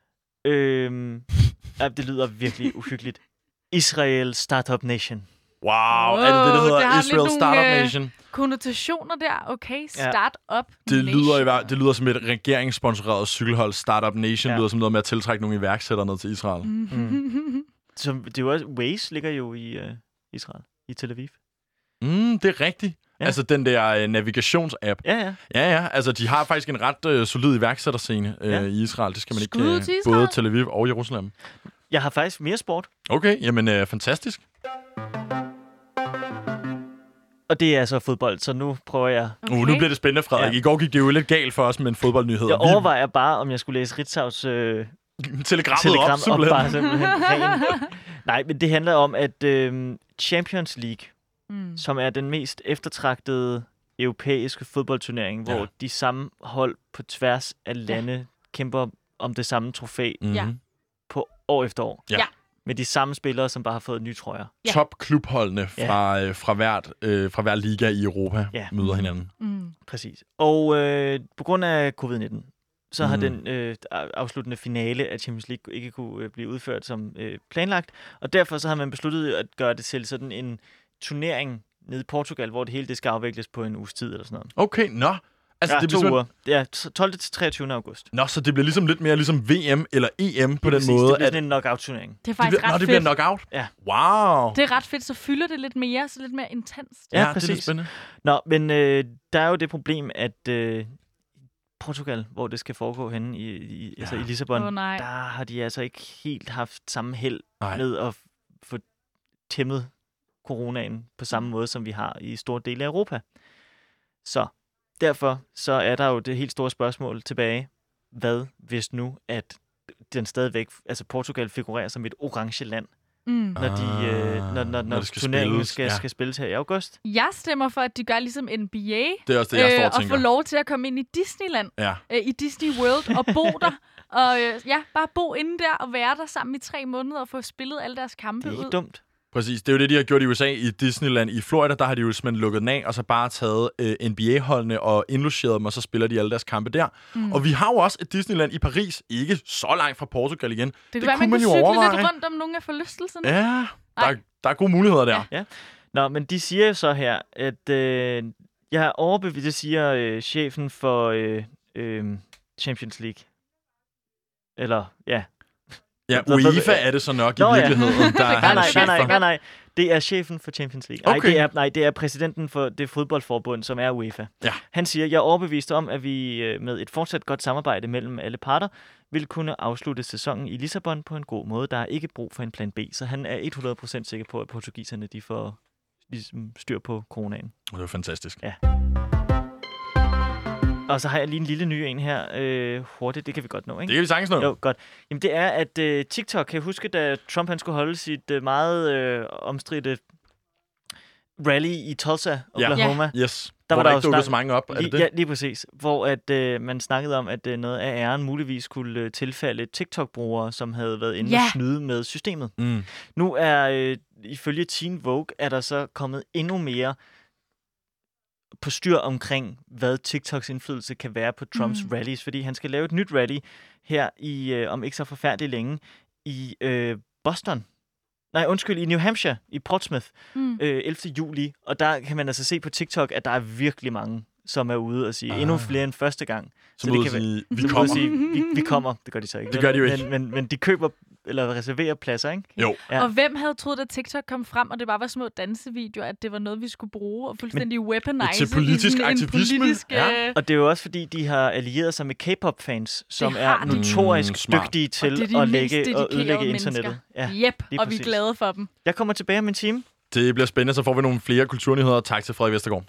Øhm, ja, det lyder virkelig uhyggeligt. Israel Startup Nation. Wow, er det det, der Wow, hedder det har lidt Israel nogle, Startup øh, Nation? Konnotationer der. Okay, start up Det nation. lyder, i, hver- det lyder som et regeringssponsoreret cykelhold. Startup Nation Ja. lyder som noget med at tiltrække nogle iværksættere ned til Israel. Mm. Så det er jo også, Waze ligger jo i uh, Israel, i Tel Aviv. Mm, det er rigtigt. Ja. Ja. Altså den der uh, navigationsapp. Ja, ja. Ja, ja. Altså, de har faktisk en ret uh, solid iværksætterscene uh, Ja. i Israel. Det skal man ikke... Skud Uh, til Israel. både Tel Aviv og Jerusalem. Jeg har faktisk mere sport, Okay, jamen uh, fantastisk. og det er altså fodbold, så nu prøver jeg... Okay. Uh, nu bliver det spændende, Frederik. Ja. I går gik det jo lidt galt for os med en fodboldnyhed. Jeg overvejer bare, om jeg skulle læse Ritzaus øh, Vi telegrammet telegram op, op, simpelthen. bare simpelthen ren. Nej, men det handler om, at øh, Champions League, Mm. som er den mest eftertragtede europæiske fodboldturnering, Ja. hvor de samme hold på tværs af lande ja. kæmper om det samme trofæ Mm-hmm. Ja. på år efter år. Ja. Ja. Med de samme spillere, som bare har fået nye trøjer. Ja. Top-klubholdene fra, øh, fra, hvert, øh, fra hver liga i Europa Ja. møder hinanden. Mm. Præcis. Og øh, på grund af covid nitten, så har Mhm. den øh, afsluttende finale af Champions League ikke kunne øh, blive udført som øh, planlagt. Og derfor så har man besluttet at gøre det til sådan en turnering nede i Portugal, hvor det hele det skal afvikles på en uges tid eller sådan noget. Okay, nå. Altså, Ja, det to bliver uger. Det er tolvte til treogtyvende august. Nå, så det bliver ligesom lidt mere ligesom V M eller E M på den Præcis, måde. det bliver at sådan en knockout-turnering. Det er det faktisk bliver, nå, ret det fedt. bliver knockout? Ja. Wow. Det er ret fedt, så fylder det lidt mere, så lidt mere intenst. Ja, ja det er præcis. lidt spændende. Nå, men øh, der er jo det problem, at øh, Portugal, hvor det skal foregå henne i, i, ja. altså i Lissabon, Åh, nej. der har de altså ikke helt haft samme held Nej. med at f- få tæmmet coronaen på samme måde, som vi har i store dele af Europa. Så derfor så er der jo det helt store spørgsmål tilbage. Hvad hvis nu, at den stadigvæk, altså Portugal figurerer som et orange land, Mm. når, de, øh, når, når, når, når det skal turneringen spilles, skal, ja. skal spilles her i august. Jeg stemmer for, at de gør ligesom N B A. Det er også det, jeg står og og tænker. få lov til at komme ind i Disneyland. Ja. Øh, I Disney World og bo der. Og øh, ja, bare bo inde der og være der sammen i tre måneder og få spillet alle deres kampe Det er ud. ikke dumt. Præcis. Det er jo det, de har gjort i U S A, i Disneyland. I Florida, der har de jo simpelthen lukket den af, og så bare taget øh, N B A-holdene og indlogeret dem, og så spiller de alle deres kampe der. Mm. Og vi har jo også et Disneyland i Paris, ikke så langt fra Portugal igen. Det, det det være, kunne man man kan jo cykle overveje. lidt rundt om nogle af forlystelserne. Ja, der, Ej. der er gode muligheder der. Ja. Ja. Nå, men de siger jo så her, at øh, jeg er overbevist, det siger øh, chefen for øh, øh, Champions League. Eller, ja. Ja, Nå, nå, UEFA nå, er det så nok Nå, i ja. virkeligheden, der er Nej, han nej, chef nej, for. nej, nej, det er chefen for Champions League. Nej, Okay. det er, nej, det er præsidenten for det fodboldforbund, som er UEFA. Ja. Han siger, jeg er overbevist om, at vi øh, med et fortsat godt samarbejde mellem alle parter, vil kunne afslutte sæsonen i Lissabon på en god måde. Der er ikke brug for en plan B, så han er hundrede procent sikker på, at portugiserne de får ligesom, styr på coronaen. Det er fantastisk. Ja. Og så har jeg lige en lille ny en her. Øh, hurtigt, det kan vi godt nå, ikke? Det kan vi sagtens nå. Jo, godt. Jamen, det er, at øh, TikTok, kan jeg huske, da Trump han skulle holde sit øh, meget øh, omstridte rally i Tulsa, Oklahoma. Ja. Yes. Der hvor var der der ikke dukkede så mange op, er det lige, det? Ja, lige præcis. Hvor at, øh, man snakkede om, at øh, noget af æren muligvis skulle øh, tilfalde TikTok-brugere, som havde været inde Ja. og snyde med systemet. Mm. Nu er, øh, ifølge Teen Vogue, er der så kommet endnu mere på styr omkring, hvad TikToks indflydelse kan være på Trumps Mm. rallies, fordi han skal lave et nyt rally her i, øh, om ikke så forfærdeligt længe, i øh, Boston. Nej, undskyld, i New Hampshire, i Portsmouth, Mm. øh, ellevte juli. Og der kan man altså se på TikTok, at der er virkelig mange, som er ude og sige Ah. endnu flere end første gang. Så, det så kan kan sige, vi Så kommer. Sige, vi, vi kommer. Det gør de så ikke. Det gør de jo ikke. Men, men, men de køber eller reserverer pladser, ikke? Jo. Ja. Og hvem havde troet, at TikTok kom frem, og det bare var små dansevideoer, at det var noget, vi skulle bruge og fuldstændig weaponize til politisk i sådan en aktivisme. politisk... Ja. øh, Og det er jo også, fordi de har allieret sig med K-pop-fans, som Det har er de. notorisk Mm, smart. dygtige Og til det er de at mest lægge og dedikerede ødelægge mennesker. internettet. Ja. Yep, lige og vi er præcis. glade for dem. Jeg kommer tilbage om en time. Det bliver spændende, så får vi nogle flere kulturnyheder. Tak til Frederik Vestergaard.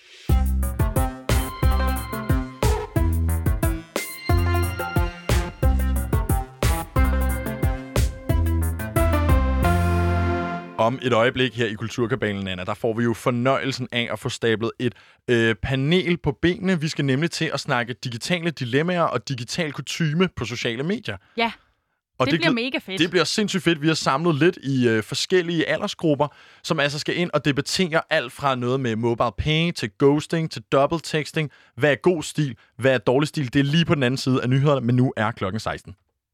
Om et øjeblik her i Kulturkabalen, Anna, der får vi jo fornøjelsen af at få stablet et øh, panel på benene. Vi skal nemlig til at snakke digitale dilemmaer og digital kutyme på sociale medier. Ja, Og det, det bliver mega fedt. Det bliver sindssygt fedt. Vi har samlet lidt i øh, forskellige aldersgrupper, som altså skal ind og debattere alt fra noget med mobile pay til ghosting til double texting. Hvad er god stil? Hvad er dårlig stil? Det er lige på den anden side af nyhederne, men nu er klokken seksten.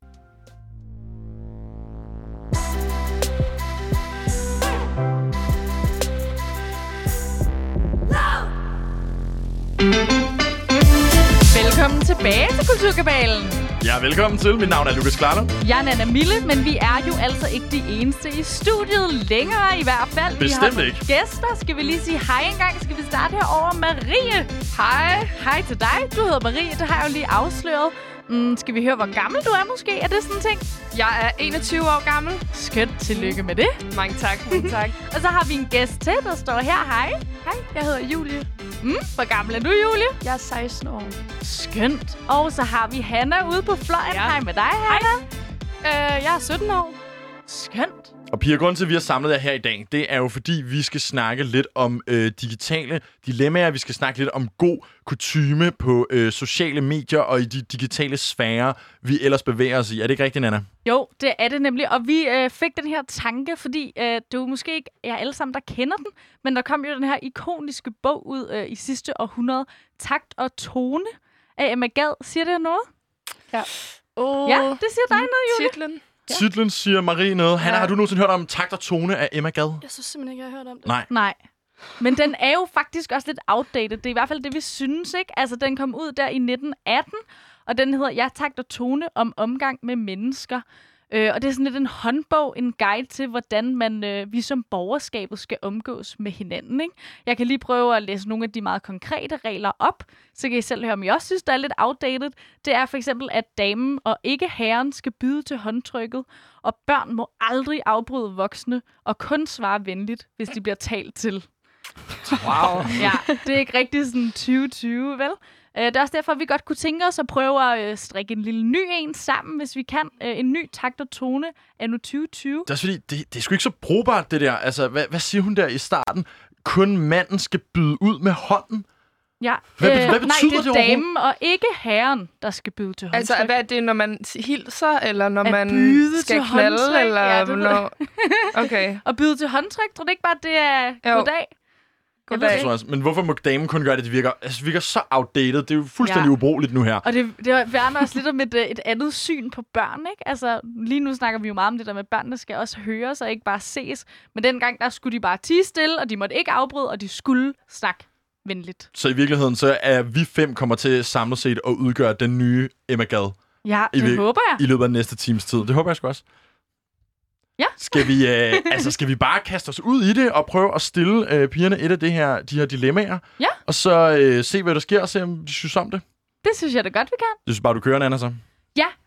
Velkommen tilbage til Kulturkabalen. Ja, velkommen til. Mit navn er Lukas Klarlo. Jeg er Nana Mille, men vi er jo altså ikke de eneste i studiet længere i hvert fald. Bestemt vi har nogle ikke. gæster. Skal vi lige sige hej engang? Skal vi starte herovre? Marie. Hej. Hej til dig. Du hedder Marie. Det har jeg jo lige afsløret. Mm, skal vi høre, hvor gammel du er måske? Er det sådan en ting? Jeg er enogtyve år gammel. Skønt. Tillykke med det. Mange tak, mange tak. Og så har vi en gæst til, der står her. Hej. Hej, jeg hedder Julie. Mm, hvor gammel er du, Julie? Jeg er seksten år. Skønt. Og så har vi Hanna ude på fløjen. Ja. Hej med dig, Hanna. Øh, jeg er sytten år. Skønt. Og Pia, grunden til, at vi har samlet jer her i dag, det er jo fordi, vi skal snakke lidt om øh, digitale dilemmaer. Vi skal snakke lidt om god kutyme på øh, sociale medier og i de digitale sfærer, vi ellers bevæger os i. Er det ikke rigtigt, Nana? Jo, det er det nemlig. Og vi øh, fik den her tanke, fordi øh, det er jo måske ikke jer alle sammen, der kender den, men der kom jo den her ikoniske bog ud øh, i sidste århundrede, Takt og Tone af Emma Gad. Siger det noget? Ja. Oh, Ja, det siger dig noget, Julie. Titlen. Ja. Titlen siger Marie noget. Hanna, Ja. har du nogensinde hørt om Takt og Tone af Emma Gad? Jeg synes simpelthen ikke, jeg har hørt om det. Nej. Nej. Men den er jo faktisk også lidt outdated. Det er i hvert fald det, vi synes, ikke? Altså, den kom ud der i nitten atten, og den hedder Jeg Takt og Tone om omgang med mennesker. Øh, og det er sådan lidt en håndbog, en guide til, hvordan man, øh, vi som borgerskabet skal omgås med hinanden, ikke? Jeg kan lige prøve at læse nogle af de meget konkrete regler op, så kan I selv høre, om I også synes, der er lidt outdated. Det er for eksempel, at damen og ikke herren skal byde til håndtrykket, og børn må aldrig afbryde voksne, og kun svare venligt, hvis de bliver talt til. Wow. Ja, det er ikke rigtig sådan tyve tyve, vel? Uh, det er også derfor, at vi godt kunne tænke os at prøve at uh, strikke en lille ny en sammen, hvis vi kan. Uh, en ny takt og tone af nu tyve tyve. Det er også fordi, det, det er sgu ikke så brugbart, det der. Altså, hvad, hvad siger hun der i starten? Kun manden skal byde ud med hånden? Ja. Hvad be- Øh, hvad betyder nej, det det er overhovedet? damen og ikke herren, der skal byde til håndtryk. Altså, hvad er det, når man hilser, eller når At man byde skal til knalde, håndtryk? eller Ja, det ved hvornår? Okay. Og byde til håndtryk, tror du ikke bare, det er Jo. goddag? Jeg ved Goddag. det Jeg tror også, men hvorfor må damen kun gøre det? Det virker, altså, det virker så outdated. Det er jo fuldstændig Ja. ubrugeligt nu her. Og det, det værner også lidt om et, øh, et andet syn på børn, ikke? Altså, lige nu snakker vi jo meget om det der med, at børnene skal også høres og ikke bare ses. Men dengang, der skulle de bare tie stille, og de måtte ikke afbryde, og de skulle snakke venligt. Så i virkeligheden, så er vi fem kommer til samlet set at udgøre den nye Emma Gad Ja, I det vil- håber jeg. i løbet af den næste times tid. Det håber jeg sgu også. Ja. Skal vi, øh, altså, skal vi bare kaste os ud i det og prøve at stille øh, pigerne et af det her, de her dilemmaer? Ja. Og så øh, se, hvad der sker, og se, om de synes om det. Det synes jeg da godt, vi kan. Jeg synes bare, du kører, Anna, så. Ja,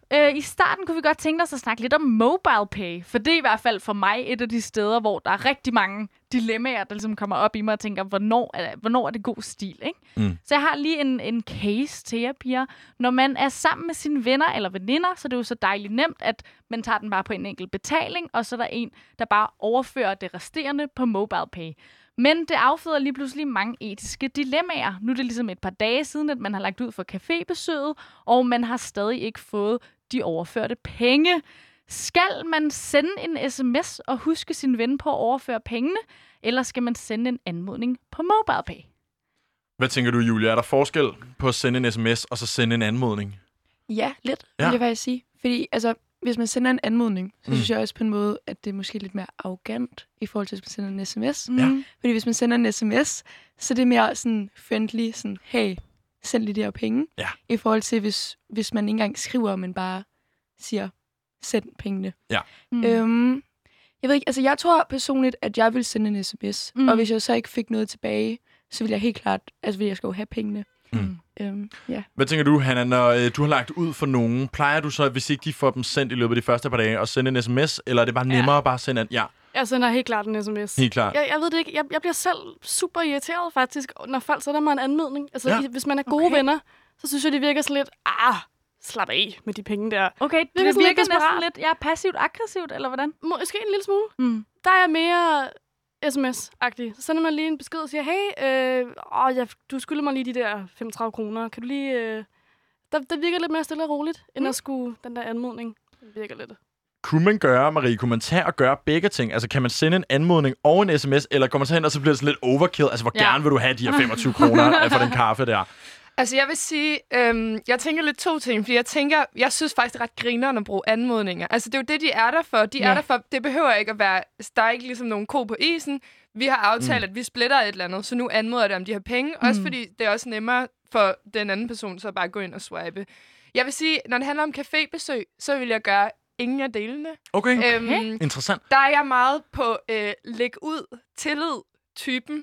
øh, i starten kunne vi godt tænke os at snakke lidt om mobile pay, for det er i hvert fald for mig et af de steder, hvor der er rigtig mange dilemmaer, der ligesom kommer op i mig og tænker, hvornår er, hvornår er det god stil, ikke? Mm. Så jeg har lige en, en case til jer, piger. Når man er sammen med sine venner eller veninder, så er det jo så dejligt nemt, at man tager den bare på en enkelt betaling, og så er der en, der bare overfører det resterende på mobile pay. Men det afføder lige pludselig mange etiske dilemmaer. Nu er det ligesom et par dage siden, at man har lagt ud for cafébesøget, og man har stadig ikke fået de overførte penge. Skal man sende en sms og huske sin ven på at overføre pengene, eller skal man sende en anmodning på mobile pay? Hvad tænker du, Julia? Er der forskel på at sende en sms og så sende en anmodning? Ja, lidt, Ja. vil jeg faktisk sige. Fordi altså, hvis man sender en anmodning, så Mm. synes jeg også på en måde, at det er måske lidt mere arrogant i forhold til, hvis man sender en sms. Mm. Ja. Fordi hvis man sender en sms, så er det mere sådan friendly, sådan, hey, send lige de her penge. Ja. I forhold til, hvis, hvis man ikke engang skriver, men bare siger, send pengene. Mm. Øhm, jeg ved ikke, altså jeg tror personligt, at jeg vil sende en sms. Mm. Mm. Og hvis jeg så ikke fik noget tilbage, så vil jeg helt klart, altså vil jeg skal jo have pengene. Mm. Øhm, ja. Hvad tænker du, Hanna, når øh, du har lagt ud for nogen? Plejer du så, hvis ikke de får dem sendt i løbet af de første par dage, at sende en sms? Eller er det bare nemmere ja. at bare sende en? Ja, Jeg sender helt klart en sms. helt klart. Jeg, jeg ved det ikke. Jeg, jeg bliver selv super irriteret, faktisk, når folk sender mig en anmodning. Altså, Ja. ja. hvis man er gode Okay. venner, så synes jeg, det virker sådan lidt, ah, slap af med de penge der. Okay, det, Det er det sådan lidt virker næsten desperat. lidt ja, passivt-aggressivt, eller hvordan? Måske en lille smule. Mm. Der er jeg mere sms-agtig. Så sender man lige en besked og siger, hey, øh, åh, jeg, du skylder mig lige de der femogtredive kroner. Kan du lige... Øh... Der, der virker lidt mere stille og roligt, end Mm. at skulle den der anmodning. Det virker lidt. Kunne man gøre, Marie, kunne man tage og gøre begge ting? Altså, kan man sende en anmodning og en sms, eller går man så hen, og så bliver det sådan lidt overkill? Altså, hvor Ja. gerne vil du have de her femogtyve kroner for den kaffe der? Altså, jeg vil sige, øhm, jeg tænker lidt to ting, fordi jeg tænker, jeg synes faktisk, det er ret grineren at bruge anmodninger. Altså, det er jo det, de er der for. De Ja. er der for, det behøver ikke at være, der er ikke ligesom nogen ko på isen. Vi har aftalt, mm. at vi splitter et eller andet, så nu anmoder jeg det om de her penge. Mm. Også fordi det er også nemmere for den anden person, så bare gå ind og swipe. Jeg vil sige, når det handler om cafébesøg, så vil jeg gøre ingen af delene. Okay, Øhm, interessant. der er jeg meget på øh, læg ud, tillid-typen.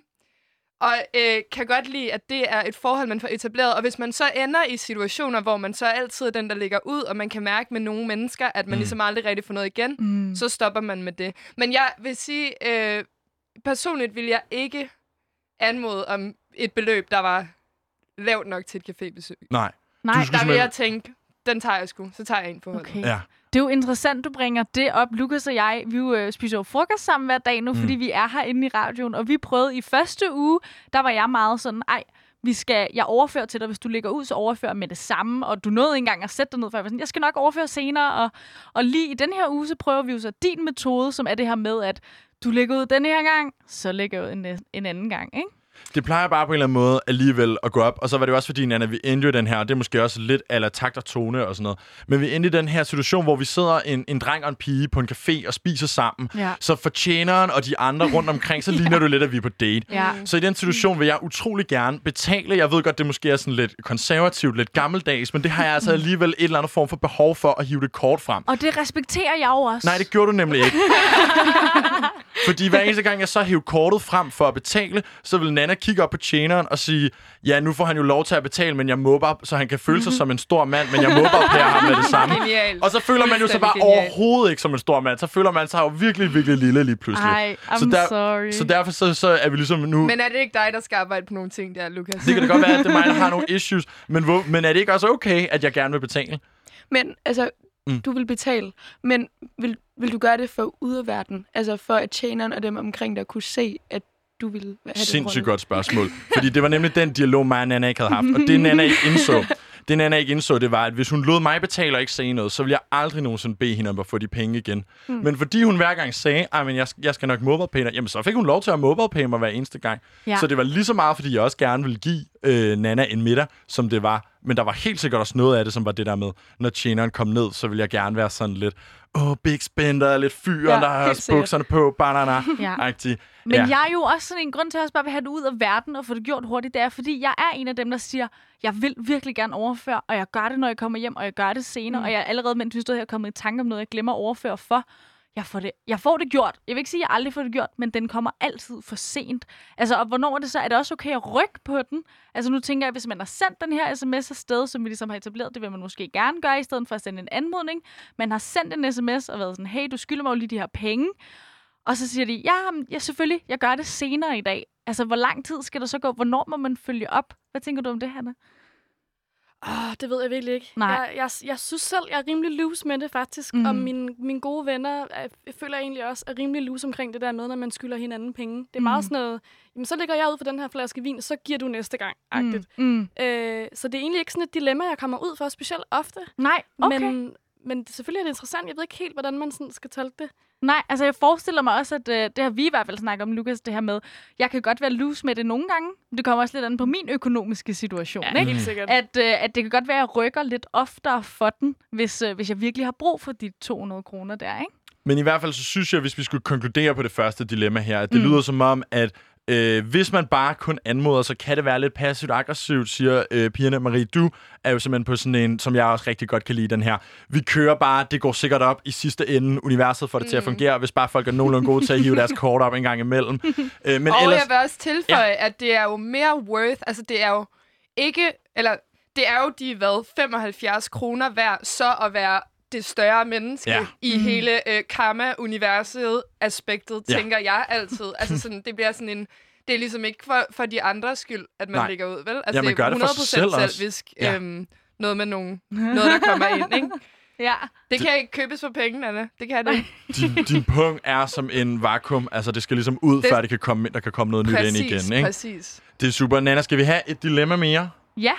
Og øh, kan godt lide, at det er et forhold, man får etableret. Og hvis man så ender i situationer, hvor man så altid er den, der ligger ud, og man kan mærke med nogle mennesker, at man mm. ligesom aldrig rigtig får noget igen, Mm. så stopper man med det. Men jeg vil sige, øh, personligt vil jeg ikke anmode om et beløb, der var lavt nok til et cafébesøg. Nej. Nej, Du Der skulle vil jeg simpelthen- tænke, den tager jeg sgu. Så tager jeg en på holdet. okay. Ja. Det er jo interessant, du bringer det op. Lukas og jeg, vi jo, øh, spiser jo frokost sammen hver dag nu, Mm. mm. fordi vi er herinde i radioen. Og vi prøvede i første uge, der var jeg meget sådan, ej, vi skal, jeg overfører til dig, hvis du ligger ud, så overfører med det samme. Og du nåede ikke engang at sætte dig ned, for jeg var sådan, jeg skal nok overføre senere. Og, og lige i den her uge, så prøver vi jo så din metode, som er det her med, at du ligger ud den her gang, så ligger jeg ud en, en anden gang, ikke? Det plejer bare på en eller anden måde alligevel at gå op. Og så var det jo også fordi, Nana, vi endte jo den her, og det er måske også lidt ala takt og tone og sådan noget. Men vi endte i den her situation, hvor vi sidder en, en dreng og en pige på en café og spiser sammen. Ja. Så for tjeneren og de andre rundt omkring, så ligner det lidt, at vi er på date. Ja. Så i den situation vil jeg utrolig gerne betale. Jeg ved godt, det måske er sådan lidt konservativt, lidt gammeldags, men det har jeg altså alligevel et eller andet form for behov for at hive det kort frem. Og det respekterer jeg jo også. Nej, det gjorde du nemlig ikke. Fordi hver eneste gang, jeg så hævde kortet frem for at betale, så vil Nana kigge op på tjeneren og sige, ja, nu får han jo lov til at betale, men jeg mobber, så han kan føle sig som en stor mand, men jeg mobber per ham med det samme. Genialt. Og så føler man jo så bare Fuldstændig genialt. overhovedet ikke som en stor mand. Så føler man sig jo virkelig, virkelig lille lige pludselig. Ej, I'm så, der, sorry. så derfor så, så er vi ligesom nu... Men er det ikke dig, der skal arbejde på nogle ting der, Lukas? Det kan da godt være, at det er mig, der har nogle issues. Men, hvor, men er det ikke også okay, at jeg gerne vil betale? Men altså, Mm. mm. du vil betale, men vil, vil du gøre det for udadverden? Altså for at tjeneren og dem omkring dig kunne se, at du ville have det Sindssygt godt spørgsmål. Fordi det var nemlig den dialog, mig og Nana ikke havde haft. Og det Nana ikke indså, det Nana ikke indså, det var, at hvis hun lod mig betale og ikke sige noget, så ville jeg aldrig nogensinde bede hende om at få de penge igen. Mm. Men fordi hun hver gang sagde, at jeg, jeg skal nok mobile dig, jamen så fik hun lov til at mobile pay mig hver eneste gang. Ja. Så det var lige så meget, fordi jeg også gerne ville give øh, Nana en middag, som det var. Men der var helt sikkert også noget af det, som var det der med, når tjeneren kom ned, så ville jeg gerne være sådan lidt, åh, oh, big spender, lidt fyren, Ja, ja, der har helt sikkert. bukserne på, banana, Ja. agtig. Men Ja. jeg er jo også sådan en grund til at jeg også bare vil have det ud af verden og få det gjort hurtigt. Det er, fordi jeg er en af dem, der siger, jeg vil virkelig gerne overføre, og jeg gør det, når jeg kommer hjem, og jeg gør det senere. Mm. Og jeg er allerede, mens vi stod her, kommet i tanke om noget, jeg glemmer at overføre for. jeg får, det, jeg får det gjort. Jeg vil ikke sige, at jeg aldrig får det gjort, men den kommer altid for sent. Altså, og hvornår er det så? Er det også okay at rykke på den? Altså, nu tænker jeg, hvis man har sendt den her sms afsted, som vi ligesom har etableret, det vil man måske gerne gøre, i stedet for at sende en anmodning. Man har sendt en sms og været sådan, hey, du skylder mig jo lige de her penge. Og så siger de, ja, ja, selvfølgelig, jeg gør det senere i dag. Altså, hvor lang tid skal der så gå? Hvornår må man følge op? Hvad tænker du om det, Hanna? Oh, det ved jeg virkelig ikke. Nej. Jeg, jeg, jeg synes selv, jeg er rimelig loose med det, faktisk. Mm. Og mine, mine gode venner, jeg, jeg føler egentlig også, er rimelig loose omkring det der med, når man skylder hinanden penge. Det er mm. meget sådan noget, jamen så lægger jeg ud for den her flaske vin, og så giver du næste gang. Mm. Mm. Øh, så det er egentlig ikke sådan et dilemma, jeg kommer ud for specielt ofte. Nej, okay. Men, men selvfølgelig er det interessant. Jeg ved ikke helt, hvordan man sådan skal tolke det. Nej, altså jeg forestiller mig også, at øh, det har vi i hvert fald snakket om, Lukas, det her med, jeg kan godt være loose med det nogle gange. Det kommer også lidt an på min økonomiske situation. Ja, ikke? helt sikkert. At, øh, at det kan godt være, at jeg rykker lidt oftere for den, hvis, øh, hvis jeg virkelig har brug for de to hundrede kroner der, ikke? Men i hvert fald, så synes jeg, hvis vi skulle konkludere på det første dilemma her, at det Mm. lyder som om, at øh, hvis man bare kun anmoder, så kan det være lidt passivt-aggressivt, siger øh, pigerne. Marie, du er jo simpelthen på sådan en, som jeg også rigtig godt kan lide, den her. Vi kører bare, det går sikkert op i sidste ende. Universet får det mm. til at fungere, hvis bare folk er nogenlunde gode til at hive deres kort op en gang imellem. øh, men og ellers, jeg vil også tilføje, ja. at det er jo mere worth, altså det er jo ikke, eller det er jo de, hvad, femoghalvfjerds kroner værd, så at være det større menneske Ja. i Mhm. hele øh, karma-universet aspektet, Ja. tænker jeg altid. Altså sådan, det bliver sådan en, det er ligesom ikke for, for de andres skyld, at man Nej. ligger ud, vel? Altså Ja, man det gør er det for sig selv også. selvvisk, Ja. øhm, noget med nogen, noget der kommer ind, ikke? Ja. Det kan ikke købes for penge, Anna. Det kan det ikke. din, din pung er som en vakuum. Altså, det skal ligesom ud, Det- før det kan komme, der kan komme noget nyt Præcis, ind igen. Ikke? præcis. Det er super. Nana, skal vi have et dilemma mere? Ja.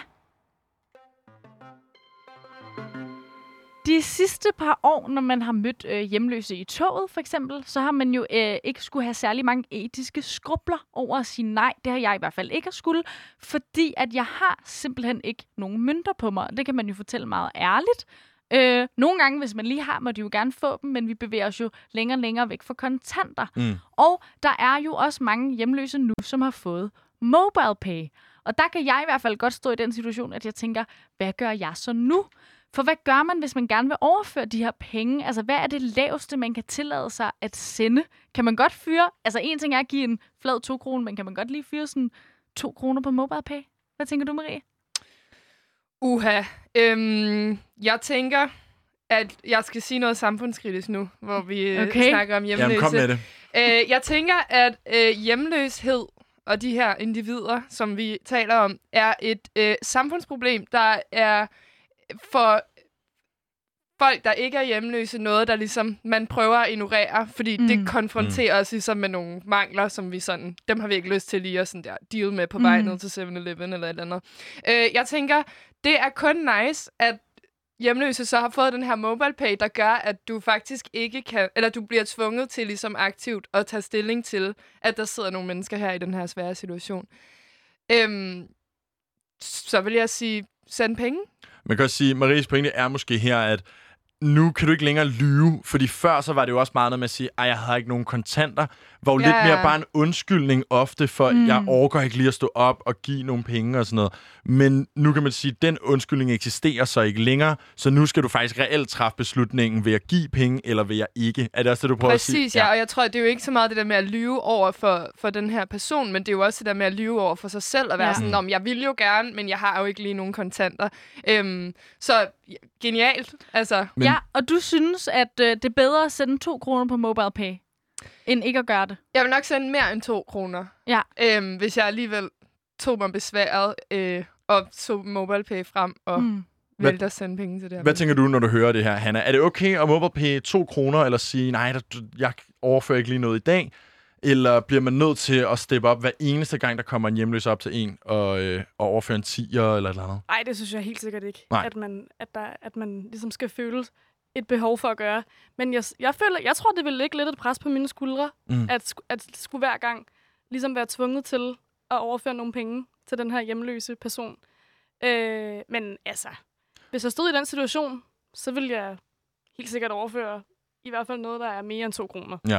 De sidste par år, når man har mødt øh, hjemløse i toget, for eksempel, så har man jo øh, ikke skulle have særlig mange etiske skrubler over at sige nej. Det har jeg i hvert fald ikke at skulle, fordi at jeg har simpelthen ikke nogen mønter på mig. Det kan man jo fortælle meget ærligt. Øh, nogle gange, hvis man lige har, må de jo gerne få dem, men vi bevæger os jo længere og længere væk fra kontanter. Mm. Og der er jo også mange hjemløse nu, som har fået MobilePay. Og der kan jeg i hvert fald godt stå i den situation, at jeg tænker, hvad gør jeg så nu? For hvad gør man, hvis man gerne vil overføre de her penge? Altså, hvad er det laveste, man kan tillade sig at sende? Kan man godt fyre... Altså, en ting er at give en flad to kroner, men kan man godt lige fyre sådan to kroner på MobilePay? Hvad tænker du, Marie? Uha. Øhm, jeg tænker, at jeg skal sige noget samfundskritisk nu, hvor vi Okay. okay. snakker om hjemløse. Jamen, kom med det. Øh, jeg tænker, at øh, hjemløshed og de her individer, som vi taler om, er et øh, samfundsproblem, der er for folk, der ikke er hjemløse, noget, der ligesom man prøver at ignorere, fordi mm. det konfronterer os ligesom med nogle mangler, som vi sådan, dem har vi ikke lyst til lige at sådan der deal med på vej Mm. ned til seven eleven eller et eller andet. Øh, jeg tænker, det er kun nice, at hjemløse så har fået den her MobilePay, der gør, at du faktisk ikke kan, eller du bliver tvunget til ligesom aktivt at tage stilling til, at der sidder nogle mennesker her i den her svære situation. Øhm, så vil jeg sige, send penge. Man kan også sige, Maries pointe er måske her, at nu kan du ikke længere lyve, fordi før så var det jo også meget noget med at sige, at jeg havde ikke nogen kontanter, var jo Ja, lidt mere ja. bare en undskyldning ofte, for Mm. mm. jeg overgår ikke lige at stå op og give nogle penge og sådan noget. Men nu kan man sige, at den undskyldning eksisterer så ikke længere, så nu skal du faktisk reelt træffe beslutningen, vil jeg give penge, eller vil jeg ikke? Er det også det, du prøver Præcis, at sige? ja, og jeg tror, det er jo ikke så meget det der med at lyve over for, for den her person, men det er jo også det der med at lyve over for sig selv, og være Ja. sådan, om jeg vil jo gerne, men jeg har jo ikke lige nogen kontanter. Øhm, så ja, genialt, altså. Men- Ja, og du synes, at øh, det er bedre at sende to kroner på MobilePay, end ikke at gøre det? Jeg vil nok sende mere end to kroner, Ja. øhm, hvis jeg alligevel tog mig besværet øh, og tog MobilePay frem og mm. Mm. valgte at sende penge til det her. Hvad tænker du, når du hører det her, Hanna? Er det okay at MobilePay to kroner, eller sige, nej, der- du- jeg overfører ikke lige noget i dag? Eller bliver man nødt til at steppe op hver eneste gang, der kommer en hjemløs op til en, og, øh, og overføre en tiger eller et eller andet? Nej, det synes jeg helt sikkert ikke, Nej. at man, at, der, at man ligesom skal føle et behov for at gøre. Men jeg, jeg, føler, jeg tror, det vil lægge lidt et pres på mine skuldre, Mm. at, sku- at skulle hver gang ligesom være tvunget til at overføre nogle penge til den her hjemløse person. Øh, men altså, hvis jeg stod i den situation, så ville jeg helt sikkert overføre i hvert fald noget, der er mere end to kroner. Ja.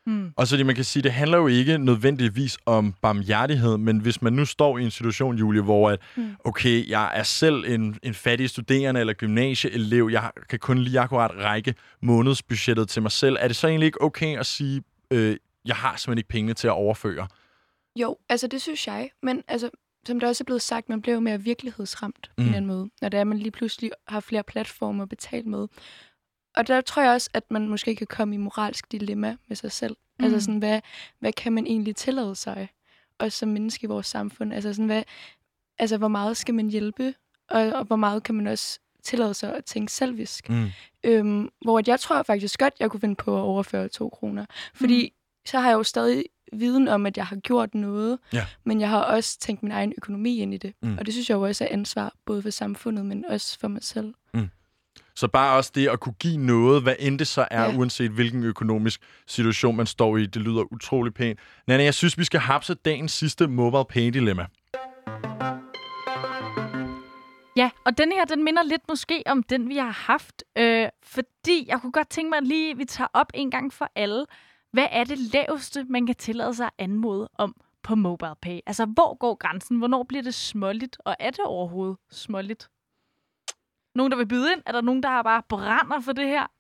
Mm. Og så det, man kan sige, det handler jo ikke nødvendigvis om barmhjertighed, men hvis man nu står i en situation, Julie, hvor at, mm. okay, jeg er selv en, en fattig studerende eller gymnasieelev, jeg kan kun lige akkurat række månedsbudgettet til mig selv, er det så egentlig ikke okay at sige, øh, jeg har simpelthen ikke penge til at overføre? Jo, altså det synes jeg, men altså, som der også er blevet sagt, man bliver jo mere virkelighedsramt mm. på en anden måde, når det er, man lige pludselig har flere platforme at betale med. Og der tror jeg også, at man måske kan komme i moralsk dilemma med sig selv. Mm. Altså sådan, hvad, hvad kan man egentlig tillade sig? Også som menneske i vores samfund. Altså sådan, hvad, altså hvor meget skal man hjælpe? Og, og hvor meget kan man også tillade sig at tænke selvisk? Mm. Øhm, hvor jeg tror faktisk godt, jeg kunne finde på at overføre to kroner. Fordi mm. så har jeg jo stadig viden om, at jeg har gjort noget, ja. Men jeg har også tænkt min egen økonomi ind i det. Mm. Og det synes jeg jo også er ansvar, både for samfundet, men også for mig selv. Mm. Så bare også det at kunne give noget, hvad end det så er, ja. Uanset hvilken økonomisk situation man står i, det lyder utrolig pænt. Nanna, jeg synes, vi skal hapse dagens sidste mobile pay dilemma. Ja, og den her, den minder lidt måske om den, vi har haft, øh, fordi jeg kunne godt tænke mig, at lige vi tager op en gang for alle. Hvad er det laveste, man kan tillade sig at anmode om på mobile pay? Altså, hvor går grænsen? Hvornår bliver det småligt? Og er det overhovedet småligt? Nogen, der vil byde ind? Er der nogen, der bare brænder for det her?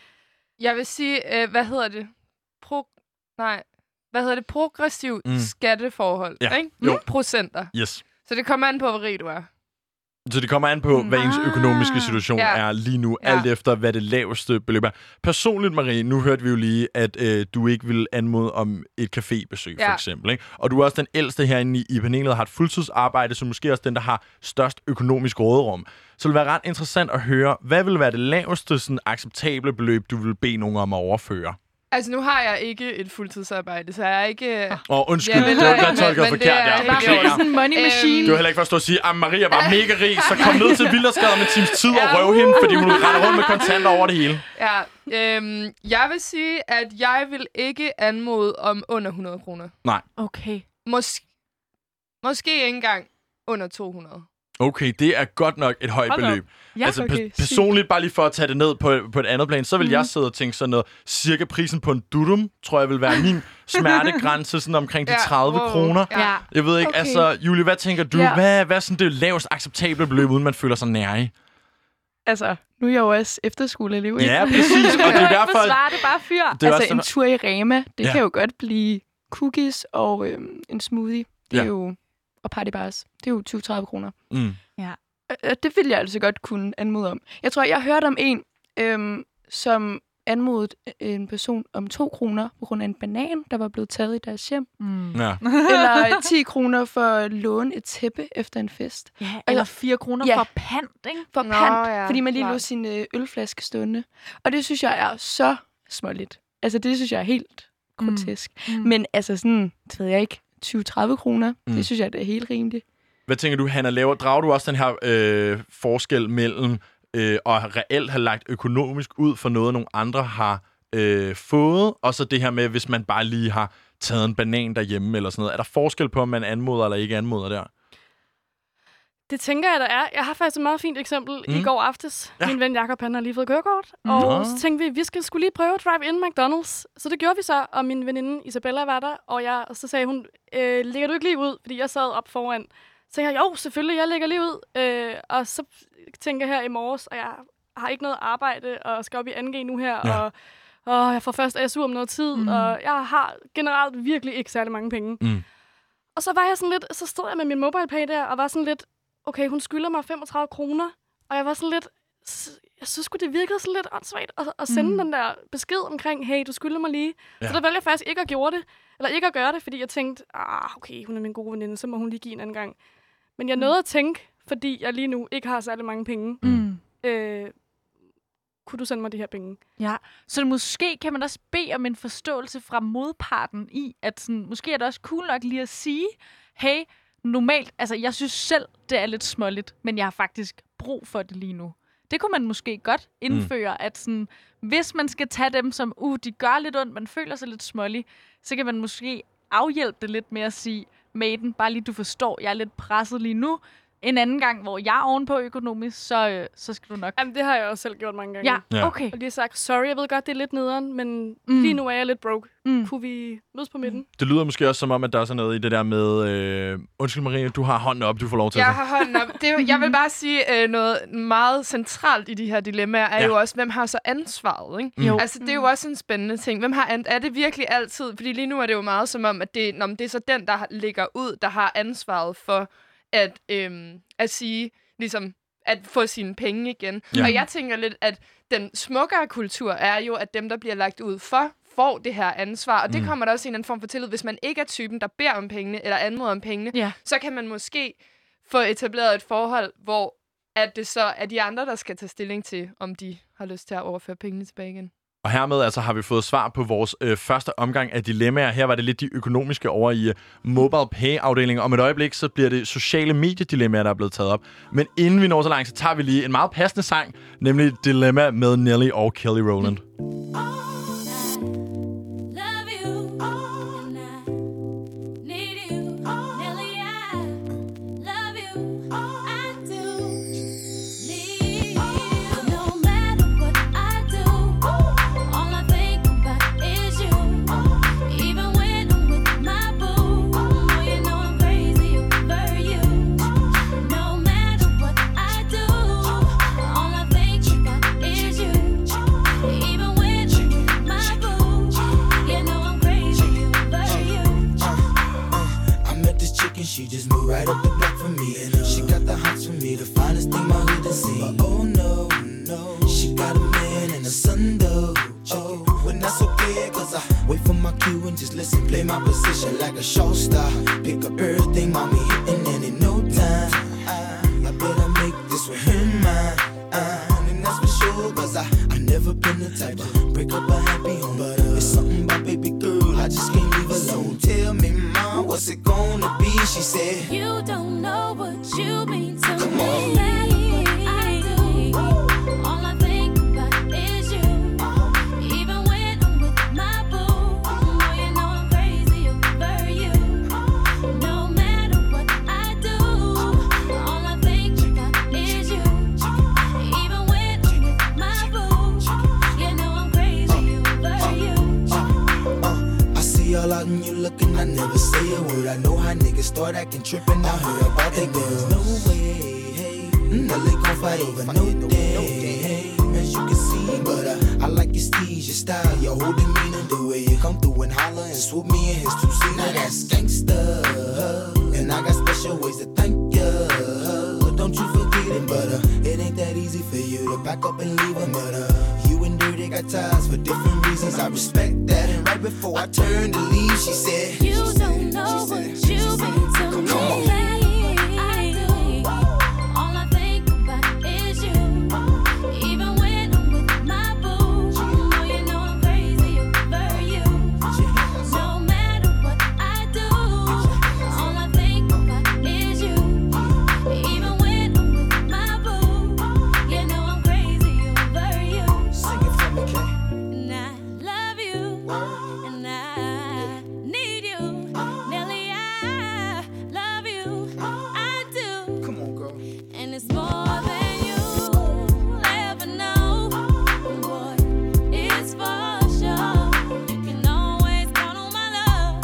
Jeg vil sige, øh, hvad hedder det? Pro... Nej. Hvad hedder det? Progressivt mm. skatteforhold, ja. Ikke? Jo. Procenter. Yes. Så det kommer an på, hvor rig du er. Så det kommer an på, hvad ens økonomiske situation ja. er lige nu, ja. alt efter, hvad det laveste beløb er. Personligt, Marie, nu hørte vi jo lige, at øh, du ikke vil anmode om et cafébesøg, ja. For eksempel. Ikke? Og du er også den ældste herinde i, i panelet, der har et fuldtidsarbejde, så måske også den, der har størst økonomisk råderum. Så det vil være ret interessant at høre, hvad vil være det laveste sådan, acceptable beløb, du vil bede nogen om at overføre? Altså, nu har jeg ikke et fuldtidsarbejde, så jeg er ikke... Åh, oh, undskyld, det var jeg tolket forkert. Det er bare sådan en money machine. Det var heller ikke for at stå og sige, at Maria var mega rig, så kom ned til Vildersgade med Teams tid og røv hende, fordi hun render rundt med kontanter over det hele. Ja, øhm, jeg vil sige, at jeg vil ikke anmode om under hundrede kroner. Nej. Okay. Mås- måske ikke engang under to hundrede. Okay, det er godt nok et højt Hold beløb. Ja, altså okay, pe- personligt, bare lige for at tage det ned på, på et andet plan, så vil mm. jeg sidde og tænke sådan noget, cirka prisen på en dudum, tror jeg vil være min smertegrænse, sådan omkring de tredive wow. kroner. Ja. Jeg ved ikke, Okay. altså, Julie, hvad tænker du? Ja. Hvad, hvad er sådan det lavest acceptable beløb, uden man føler sig nær i? Altså, nu er jeg jo også efterskoleelev, ikke? Ja, præcis, og det er jo derfor... Forsvar det bare fyr. Det er altså, også en derfor- tur i Rema, det Ja. kan jo godt blive cookies og øhm, en smoothie. Det er Ja. jo... Og party bars. Det er jo tyve til tredive kroner. Mm. Øh, Det ville jeg altså godt kunne anmode om. Jeg tror, jeg hørte om en, øhm, som anmodede en person om to kroner på grund af en banan, der var blevet taget i deres hjem. Mm. Ja. Eller ti kroner for at låne et tæppe efter en fest. Ja, eller fire kroner Ja. for pant, ikke? For Nå, pant, ja, fordi man lige klart. lå sin øh, ølflaske stående. Og det synes jeg er så småligt. Altså, det synes jeg er helt grotesk. Mm. Mm. Men altså sådan, det ved jeg ikke, tyve til tredive kroner, Mm. det synes jeg, det er helt rimeligt. Hvad tænker du, Hanna, laver? Drager du også den her øh, forskel mellem øh, at reelt have lagt økonomisk ud for noget, nogle andre har øh, fået, og så det her med, hvis man bare lige har taget en banan derhjemme eller sådan noget. Er der forskel på, om man anmoder eller ikke anmoder der? Det tænker jeg, der er. Jeg har faktisk et meget fint eksempel Mm. i går aftes. Ja. Min ven Jacob, han har lige fået kørekort. Mm. Og Nå. så tænkte vi, vi skal skulle lige prøve at drive-in McDonald's. Så det gjorde vi så, og min veninde Isabella var der. Og, jeg, og så sagde hun, øh, lægger du ikke lige ud? Fordi jeg sad op foran. Så tænkte jeg, jo, selvfølgelig, jeg lægger lige ud. Øh, og så tænker jeg her i morges, og jeg har ikke noget arbejde, og skal op i anden G nu her. Ja. Og, og jeg får først S U om noget tid, Mm. og jeg har generelt virkelig ikke særlig mange penge. Mm. Og så var jeg sådan lidt, så stod jeg med min MobilePay der, og var sådan lidt, okay, hun skylder mig femogtredive kroner, og jeg var sådan lidt, s- jeg synes sgu, det virkede sådan lidt åndssvagt at, at sende Mm. mm. den der besked omkring, hey, du skylder mig lige. Ja. Så der valgte jeg faktisk ikke at gøre det, eller ikke at gøre det, fordi jeg tænkte, ah, okay, hun er min gode veninde, så må hun lige give en anden gang. Men jeg nåede at tænke, fordi jeg lige nu ikke har særlig mange penge, Mm. øh, kunne du sende mig de her penge? Ja, så måske kan man også bede om en forståelse fra modparten i, at sådan, måske er det også cool nok lige at sige, hey, normalt, altså jeg synes selv, det er lidt småligt, men jeg har faktisk brug for det lige nu. Det kunne man måske godt indføre, mm. at sådan, hvis man skal tage dem som, uh, de gør lidt ondt, man føler sig lidt smålig, så kan man måske afhjælpe det lidt med at sige, Maiden, bare lige du forstår, jeg er lidt presset lige nu, en anden gang, hvor jeg er ovenpå økonomisk, så, øh, så skal du nok... Jamen, det har jeg også selv gjort mange gange. Ja, Ja. okay. Og lige sagt, sorry, jeg ved godt, det er lidt nederen, men Mm. lige nu er jeg lidt broke. Mm. Kunne vi mødes på midten? Det lyder måske også som om, at der er sådan noget i det der med... Øh, undskyld Marie, du har hånden op, du får lov til Jeg det. har hånden op. Det er, jo- jeg vil bare sige, øh, noget meget centralt i de her dilemmaer er Ja. ja. jo også, hvem har så ansvaret, ikke? Mm. Jo. Altså, det er jo også en spændende ting. Hvem har an- er det virkelig altid? Fordi lige nu er det jo meget som om, at det, nå, men det er så den, der har- ligger ud, der har ansvaret for at, øhm, at sige, ligesom, at få sine penge igen. Ja. Ja. Og jeg tænker lidt, at den smukkere kultur er jo, at dem, der bliver lagt ud for, får det her ansvar. Og det Mm. kommer der også en eller anden form for tillid. Hvis man ikke er typen, der beder om pengene, eller anmoder om pengene, Ja. så kan man måske få etableret et forhold, hvor at det så er de andre, der skal tage stilling til, om de har lyst til at overføre pengene tilbage igen. Og hermed altså har vi fået svar på vores øh, første omgang af dilemmaer. Her var det lidt de økonomiske over i uh, mobile pay-afdelingen. Om et øjeblik, så bliver det sociale mediedilemmaer, der er blevet taget op. Men inden vi når så langt, så tager vi lige en meget passende sang, nemlig Dilemma med Nelly og Kelly Rowland. Love you, and I need you, Nelly. I love you, I do need you. No matter what I do, all I think about is you. Even when I'm with my boo, oh, you know I'm crazy over you. No matter what I do, all I think about is you. Even when I'm with my boo, you know I'm crazy over you. I met this chicken, she just moved right up the block from me. And uh, she got the hots for me, the finest thing my hood has seen. But oh no, no, she got a man and a son though. Oh, but that's okay, cause I wait for my cue and just listen, play my position like a show star. Pick up everything, mommy hitting, and in no time, I, I better make this with him mine. Uh, and that's for sure, cause I, I never been the type to break up a happy home. But uh, it's something about baby girl, I just can't leave alone. Tell me, mom, what's it gonna be? She said, You don't know what you mean to Come me. on. No matter what I do, all I think about is you. Even when I'm with my boo, oh, you know I'm crazy over you. No matter what I do, all I think about is you. Even when I'm with my boo, you know I'm crazy over you. uh, I see all out and you looking, I never say a word. I know how niggas start acting trippin', I heard about they girls. No way, hey, Nelly gon' fight over no day, hey, as you can see. But uh, I like your steez, your style, your whole demeanor, the way you come through and holler and swoop me in his two-seater. Now that's gangsta, and I got special ways to thank ya. Don't you forget it, but uh, it ain't that easy for you to back up and leave him. But uh, you and Dirty got ties for different reasons. I respect that. And right before I turned to leave, she said, You don't know what you mean to me. Come on. No matter what I do, all I think about is you. Even when I'm with my boo, oh, you know I'm crazy over you. No matter what I do, all I think about is you. Even when I'm with my boo, you know I'm crazy over you. Sing it for me, Kay. And I love you, and I need you, Nelly. I love you, I do, Come on, girl. and it's more than you ever know. Boy, it's for sure. You can always count on my love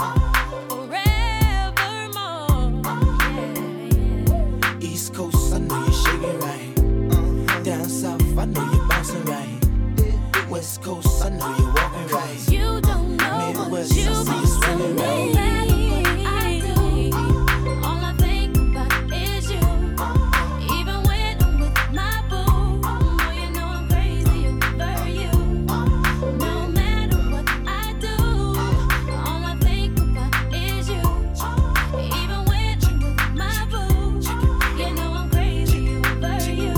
forevermore. Yeah, yeah. East Coast, I know you're shaking right. Down south, I know you're bouncing right. West Coast, I know you're walking right. You don't know what Midwest, you I see mean you to swinging me. right. No matter what I do, all I think about is you. Even when I'm with my boo, oh, you know I'm crazy over you. No matter what I do, all I think about is you. Even when I'm with my boo, you know I'm crazy over you.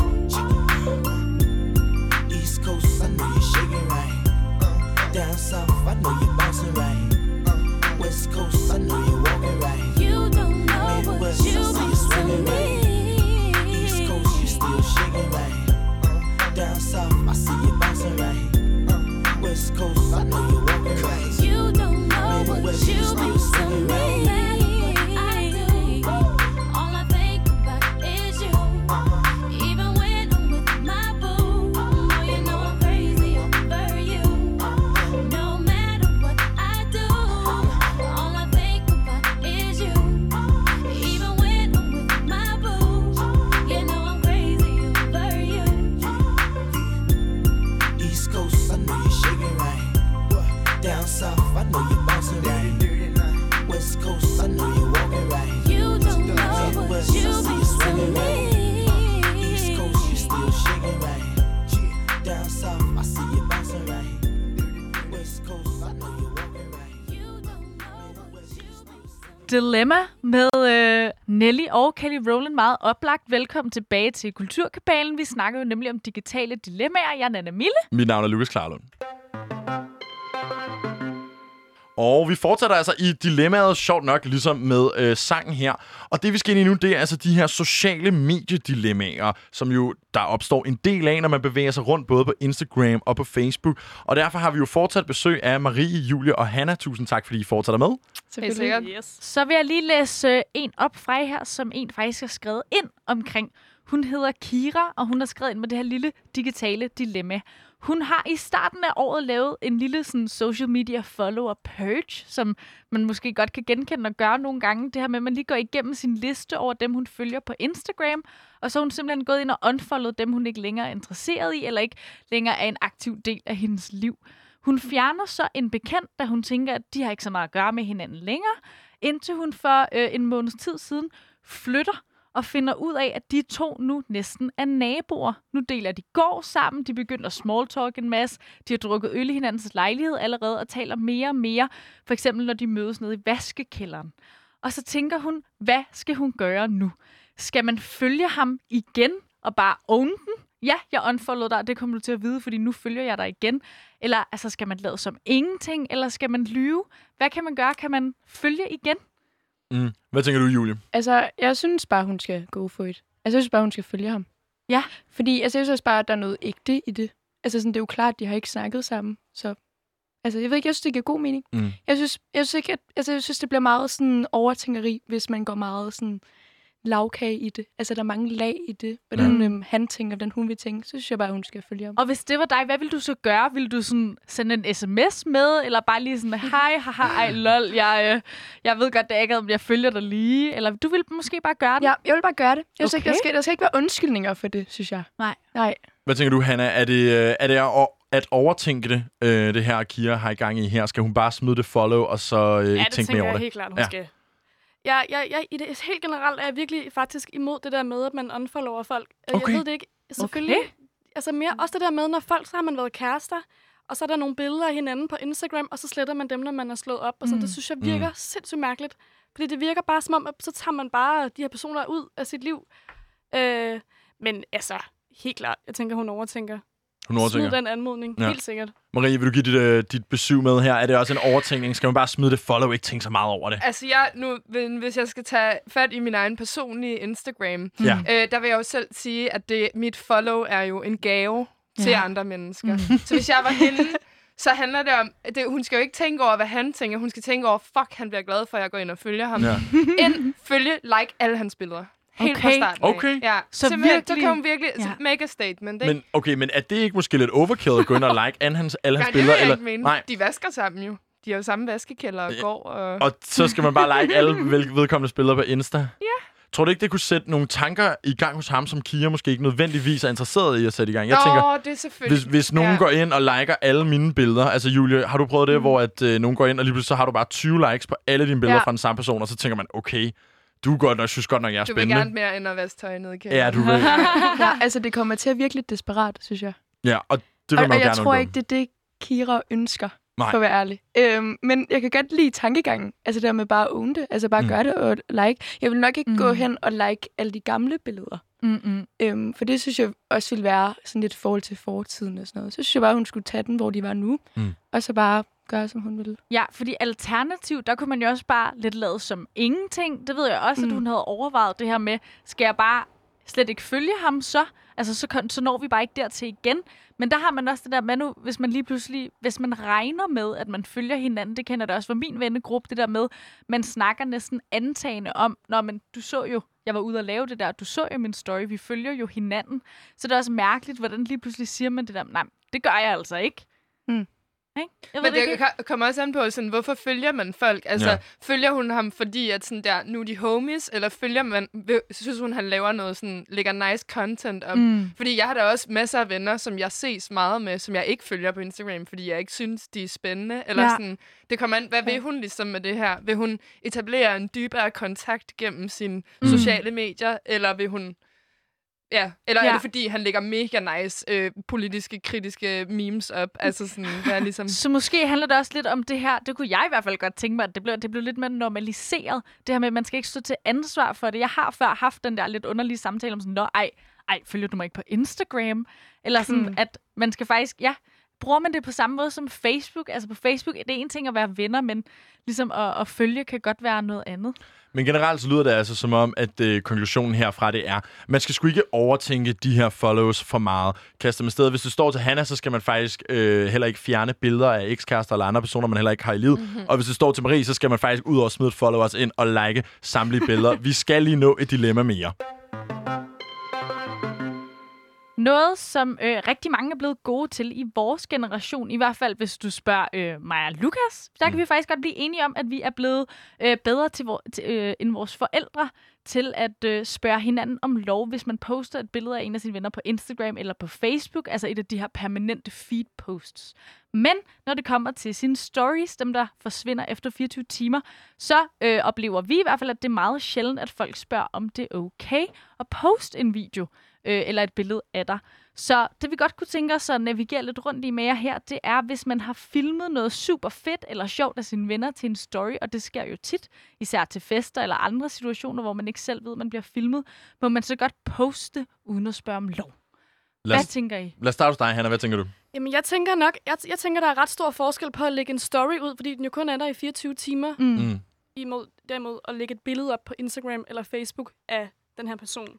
East Coast, I know you're shaking right. Down south, I know you're bouncing right. West Coast, I know you're walking right. You don't know what Midwest, I you see you mean to swinging right. me. East Coast, you still shaking right. Down south, I see you bouncing right. West Coast, I know you're walking right. You don't know what Midwest, you you still mean to swinging me. right. I do. All I think about is Dilemma med øh, Nelly og Kelly Rowland. Meget oplagt. Velkommen tilbage til Kulturkabalen. Vi snakker jo nemlig om digitale dilemmaer. Jeg er Nana Mille. Mit navn er Lukas Klarlund. Og vi fortsætter altså i dilemmaet, sjovt nok, ligesom med øh, sangen her. Og det, vi skal ind i nu, det er altså de her sociale mediedilemmaer, som jo der opstår en del af, når man bevæger sig rundt både på Instagram og på Facebook. Og derfor har vi jo fortsat besøg af Marie, Julie og Hanna. Tusind tak, fordi I fortsætter med. Selvfølgelig. Yes. Så vil jeg lige læse en op fra her, som en faktisk har skrevet ind omkring. Hun hedder Kira, og hun har skrevet ind med det her lille digitale dilemma. Hun har i starten af året lavet en lille sådan, social media follower purge, som man måske godt kan genkende og gøre nogle gange. Det her med, at man lige går igennem sin liste over dem, hun følger på Instagram, og så har hun simpelthen gået ind og unfollowet dem, hun ikke længere er interesseret i, eller ikke længere er en aktiv del af hendes liv. Hun fjerner så en bekendt, da hun tænker, at de har ikke så meget at gøre med hinanden længere, indtil hun for øh, en måneds tid siden flytter og finder ud af, at de to nu næsten er naboer. Nu deler de gård sammen, de begynder at smalltalk en masse, de har drukket øl i hinandens lejlighed allerede og taler mere og mere, for eksempel når de mødes nede i vaskekælderen. Og så tænker hun, hvad skal hun gøre nu? Skal man følge ham igen og bare own den? Ja, jeg unfollowede dig, det kommer du til at vide, fordi nu følger jeg dig igen. Eller altså, skal man lade som ingenting, eller skal man lyve? Hvad kan man gøre? Kan man følge igen? Mm. Hvad tænker du, Julie? Altså, jeg synes bare, hun skal go for it. Altså, jeg synes bare, hun skal følge ham. Ja. Fordi, altså, jeg synes bare, at der er noget ægte i det. Altså, sådan, det er jo klart, at de har ikke snakket sammen. Så, altså, jeg ved ikke, jeg synes, det giver god mening. Mm. Jeg synes, jeg synes ikke, at, altså, jeg synes, det bliver meget sådan overtænkeri, hvis man går meget sådan lavkage i det. Altså, der er mange lag i det. Hvordan mm. øhm, han tænker, hvordan hun vil tænke. Så synes jeg bare, hun skal følge ham. Og hvis det var dig, hvad ville du så gøre? Ville du sådan sende en sms med? Eller bare lige sådan, hej, haha, ej, lol, jeg, øh, jeg ved godt, det er ikke, om jeg følger dig lige. Eller du vil måske bare gøre det? Ja, jeg vil bare gøre det. Jeg okay. synes, der, skal, der skal ikke være undskyldninger for det, synes jeg. Nej. Nej. Hvad tænker du, Hanna? Er det, er det at, at overtænke det, øh, det her, Kira har i gang i her? Skal hun bare smide det follow, og så øh, ja, ikke tænke mere over det? Ja, det tænker jeg helt klart, hun ja. skal. Jeg, jeg, jeg, i det, helt generelt er jeg virkelig faktisk imod det der med, at man unfollower folk. Okay. Jeg ved det ikke. Selvfølgelig. Okay. Altså mere også det der med, når folk, så har man været kærester, og så er der nogle billeder af hinanden på Instagram, og så sletter man dem, når man er slået op. Og så, mm. Det synes jeg virker mm. sindssygt mærkeligt. Fordi det virker bare som om, at så tager man bare de her personer ud af sit liv. Øh, men altså, helt klart. Jeg tænker, hun overtænker. Hun overtænker. Smid den anmodning. Ja. Helt sikkert. Marie, vil du give dit, uh, dit besøg med her? Er det også en overtænkning? Skal man bare smide det follow, ikke tænke så meget over det? Altså, jeg, nu, hvis jeg skal tage fat i min egen personlige Instagram, ja. øh, der vil jeg jo selv sige, at det, mit follow er jo en gave ja. til andre mennesker. Mm. Så hvis jeg var hende, så handler det om... Det, hun skal jo ikke tænke over, hvad han tænker. Hun skal tænke over, fuck, han bliver glad for, at jeg går ind og følger ham. Ja. Ind, følge, like alle hans billeder. Helt okay. fra starten. Okay. Ja. Så, så virkelig... så kan hun virkelig ja. make a statement, ikke? Men, okay, men er det ikke måske lidt overkill at gå ind og like alle hans, alle hans Nej, billeder? det vil jeg eller? ikke mene. Nej. De vasker sammen jo. De har jo samme vaskekælder og ja. går. Og... og så skal man bare like alle vedkommende billeder på Insta? Ja. Tror du ikke, det kunne sætte nogle tanker i gang hos ham, som Kira måske ikke nødvendigvis er interesseret i at sætte i gang? Jeg Nå, tænker, det er selvfølgelig... Hvis, hvis nogen ja. går ind og liker alle mine billeder, altså Julie, har du prøvet det, mm. hvor at, øh, nogen går ind, og lige pludselig så har du bare tyve likes på alle dine billeder ja. fra den samme person, og så tænker man, okay, du godt nok, synes godt nok, jeg er du spændende. Du vil gerne mere end at vaske tøj ned i kælderen. Ja, du vil. ja, altså det kommer til at virke lidt desperat, synes jeg. Ja, og det vil og, man og gerne jeg tror ikke, det er det, Kira ønsker, Nej. for at være ærlig. Øhm, men jeg kan godt lide tankegangen. Altså der med bare at own det. Altså bare mm. gøre det og like. Jeg vil nok ikke mm. gå hen og like alle de gamle billeder. Mm-hmm. Øhm, for det synes jeg også ville være sådan lidt forhold til fortiden og sådan noget. Så synes jeg bare, hun skulle tage den, hvor de var nu. Mm. Og så bare gøre, som hun ville. Ja, fordi alternativt, der kunne man jo også bare lidt lade som ingenting. Det ved jeg også, mm. at hun havde overvejet det her med, skal jeg bare slet ikke følge ham så? Altså, så, så når vi bare ikke dertil igen. Men der har man også det der med nu, hvis man lige pludselig, hvis man regner med, at man følger hinanden, det kender det også fra min vennegruppe, det der med, man snakker næsten antagende om, nå, men du så jo, jeg var ude og lave det der, du så jo min story, vi følger jo hinanden. Så det er også mærkeligt, hvordan lige pludselig siger man det der, nej, det gør jeg altså ikke. Mm. Jeg Men det, det kommer også an på, sådan, hvorfor følger man folk? Altså, ja. følger hun ham, fordi at sådan der, nu er de homies, eller følger man, synes hun, han laver noget, sådan, lægger nice content om? Mm. Fordi jeg har da også masser af venner, som jeg ses meget med, som jeg ikke følger på Instagram, fordi jeg ikke synes, de er spændende. Eller ja. sådan, det kommer an, hvad vil hun ligesom med det her? Vil hun etablere en dybere kontakt gennem sine mm. sociale medier, eller vil hun Ja, eller Ja. er det fordi, han lægger mega nice øh, politiske, kritiske memes op? Altså sådan, hvad er ligesom... Så måske handler det også lidt om det her, det kunne jeg i hvert fald godt tænke mig, at det blev, det blev lidt mere normaliseret. Det her med, at man skal ikke stå til ansvar for det. Jeg har før haft den der lidt underlige samtale om sådan, nå, ej, ej, følger du mig ikke på Instagram? Eller sådan, Hmm. at man skal faktisk, ja, bruger man det på samme måde som Facebook? Altså på Facebook er det en ting at være venner, men ligesom at, at følge kan godt være noget andet. Men generelt så lyder det altså som om, at øh, konklusionen herfra det er, man skal sgu ikke overtænke de her follows for meget. Kaste dem i stedet. Hvis det står til Hannah, så skal man faktisk øh, heller ikke fjerne billeder af ekskærester eller andre personer, man heller ikke har i livet. Mm-hmm. Og hvis det står til Marie, så skal man faktisk ud og smide followers ind og like samtlige billeder. Vi skal lige nå et dilemma mere. Noget, som øh, rigtig mange er blevet gode til i vores generation, i hvert fald hvis du spørger øh, mig og Lukas, der kan vi faktisk godt blive enige om, at vi er blevet øh, bedre til vor, til, øh, end vores forældre til at øh, spørge hinanden om lov, hvis man poster et billede af en af sine venner på Instagram eller på Facebook, altså et af de her permanente feed-posts. Men når det kommer til sine stories, dem der forsvinder efter fireogtyve timer, så øh, oplever vi i hvert fald, at det er meget sjældent, at folk spørger, om det er okay at poste en video øh, eller et billede af dig. Så det vi godt kunne tænke os at navigere lidt rundt i med jer her, det er, hvis man har filmet noget super fedt eller sjovt af sine venner til en story, og det sker jo tit, især til fester eller andre situationer, hvor man ikke selv ved, at man bliver filmet, må man så godt poste uden at spørge om lov. Lad os, Hvad tænker I? Lad os starte hos dig, Hannah. Hvad tænker du? Jamen, jeg tænker nok, jeg, jeg tænker, der er ret stor forskel på at lægge en story ud, fordi den jo kun er der i fireogtyve timer, Mm. Mm. imod derimod at lægge et billede op på Instagram eller Facebook af den her person.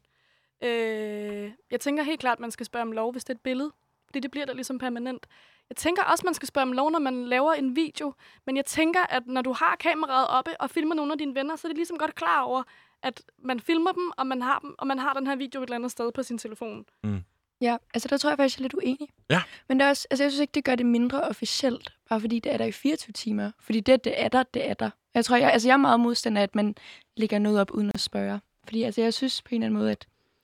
Øh, jeg tænker helt klart, at man skal spørge om lov, hvis det er et billede, fordi det bliver der ligesom permanent. Jeg tænker også, man skal spørge om lov, når man laver en video, men jeg tænker, at når du har kameraet oppe og filmer nogle af dine venner, så er det ligesom godt klar over, at man filmer dem, og man har dem, og man har den her video et eller andet sted på sin telefon. Mm. Ja, altså der tror jeg faktisk, jeg er lidt uenig. Ja. Men det er også, altså jeg synes ikke, det gør det mindre officielt, bare fordi det er der i fireogtyve timer. Fordi det, det er der, det er der. Jeg tror, jeg, altså jeg er meget modstander af, at man lægger noget op uden at spørge. Fordi altså jeg synes på en eller anden måde, at,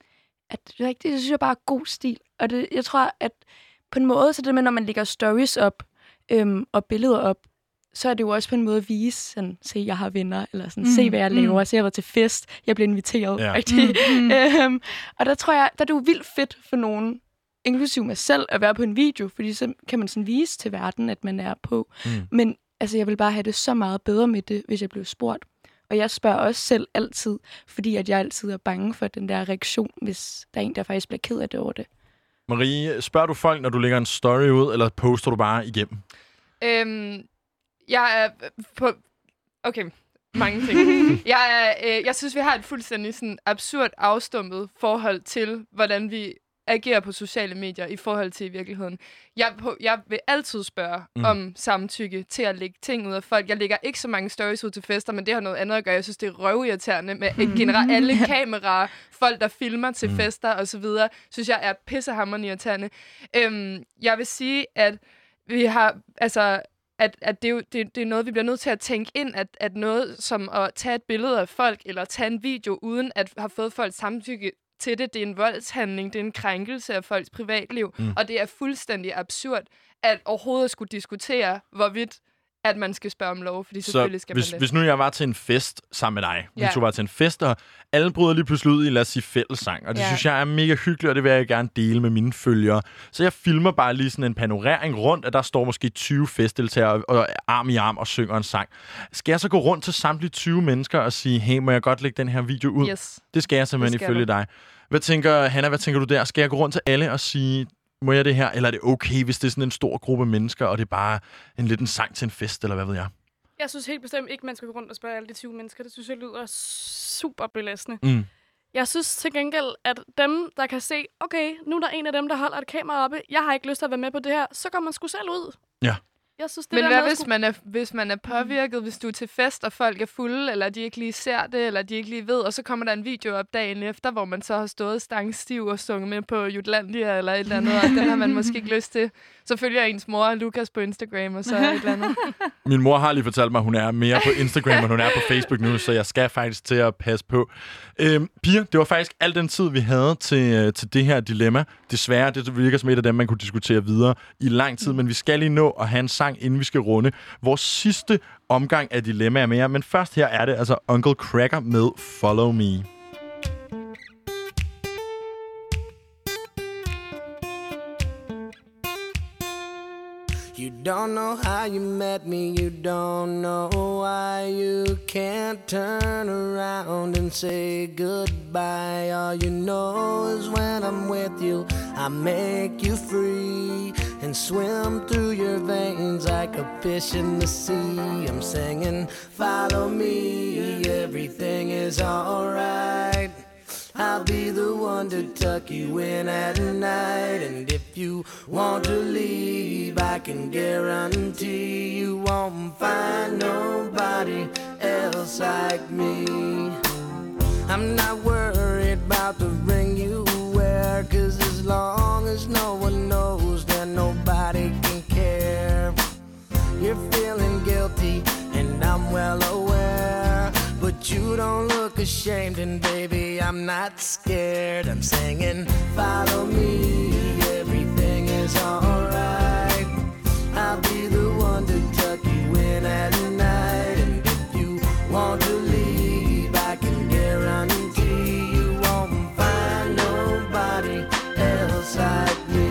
at det, det synes jeg bare er god stil. Og det, jeg tror, at på en måde, så det med, når man lægger stories op øhm, og billeder op, så er det jo også på en måde at vise, sådan, se, jeg har venner, eller sådan, mm. se, hvad jeg laver, mm. se, jeg var til fest, jeg blev inviteret. Ja. Rigtig. Mm. øhm, og der tror jeg, der er det jo vildt fedt for nogen, inklusive mig selv, at være på en video, fordi så kan man sådan vise til verden, at man er på. Mm. Men altså, jeg vil bare have det så meget bedre med det, hvis jeg blev spurgt. Og jeg spørger også selv altid, fordi at jeg altid er bange for den der reaktion, hvis der er en, der faktisk bliver ked af det over det. Marie, spørger du folk, når du lægger en story ud, eller poster du bare igennem? Øhm, jeg er på... Okay, mange ting. jeg, er, øh, jeg synes, vi har et fuldstændig sådan absurd afstumpet forhold til, hvordan vi agerer på sociale medier i forhold til i virkeligheden. Jeg, på, jeg vil altid spørge Mm. om samtykke til at lægge ting ud af folk. Jeg lægger ikke så mange stories ud til fester, men det har noget andet at gøre. Jeg synes, det er røvirriterende med generelt alle kameraer, folk, der filmer til Mm. fester osv., synes jeg er pissehammerende irriterende. Øhm, jeg vil sige, at vi har... altså at, at det, er jo, det, det er noget, vi bliver nødt til at tænke ind, at, at noget som at tage et billede af folk, eller tage en video, uden at have fået folks samtykke til det, det er en voldshandling, det er en krænkelse af folks privatliv, Mm. og det er fuldstændig absurd, at overhovedet skulle diskutere, hvorvidt at man skal spørge om lov, fordi selvfølgelig Så skal hvis, man det. hvis nu jeg var til en fest sammen med dig, vi Ja. to var til en fest, og alle bryder lige pludselig ud i, lad os sige, fællessang. Og det Ja. synes jeg er mega hyggeligt, og det vil jeg gerne dele med mine følgere. Så jeg filmer bare lige sådan en panorering rundt, at der står måske tyve festdeltagere og, og arm i arm og synger en sang. Skal jeg så gå rundt til samtlige tyve mennesker og sige, hey, må jeg godt lægge den her video ud? Yes. Det skal jeg simpelthen Det skal ifølge du. dig. Hvad tænker, Hannah, hvad tænker du der? Skal jeg gå rundt til alle og sige, må jeg det her? Eller er det okay, hvis det er sådan en stor gruppe mennesker, og det er bare en liten sang til en fest, eller hvad ved jeg? Jeg synes helt bestemt ikke, man skal gå rundt og spørge alle de tyve mennesker. Det synes jeg lyder super belastende. Mm. Jeg synes til gengæld, at dem, der kan se, okay, nu er der en af dem, der holder et kamera oppe, jeg har ikke lyst til at være med på det her, så går man sgu selv ud. Ja. Jeg synes, det Men der hvad med at hvis skulle- man, er, hvis man er påvirket, hvis du er til fest, og folk er fulde, eller de ikke lige ser det, eller de ikke lige ved, og så kommer der en video op dagen efter, hvor man så har stået stangstiv og sunget med på Jutlandia eller et eller andet, og den har man måske ikke lyst til. Så følger jeg ens mor og Lukas på Instagram, og så et eller andet. Min mor har lige fortalt mig, at hun er mere på Instagram, end hun er på Facebook nu, så jeg skal faktisk til at passe på. Øhm, Pia, det var faktisk al den tid, vi havde til, til det her dilemma. Desværre, det virker som et af dem, man kunne diskutere videre i lang tid, men vi skal lige nå at have en sang, inden vi skal runde vores sidste omgang af dilemmaer mere. Men først her er det altså Uncle Cracker med Follow Me. You don't know how you met me, you don't know why you can't turn around and say goodbye. All you know is when I'm with you, I make you free and swim through your veins like a fish in the sea. I'm singing, follow me, everything is alright. I'll be the one to tuck you in at night. And if you want to leave, I can guarantee you won't find nobody else like me. I'm not worried about the ring you wear, 'cause as long as no one knows, then nobody can care. You're feeling guilty and I'm well aware, but you don't look ashamed, and baby, I'm not scared. I'm singing, follow me, everything is alright. I'll be the one to tuck you in at night. And if you want to leave, I can guarantee you won't find nobody else like me.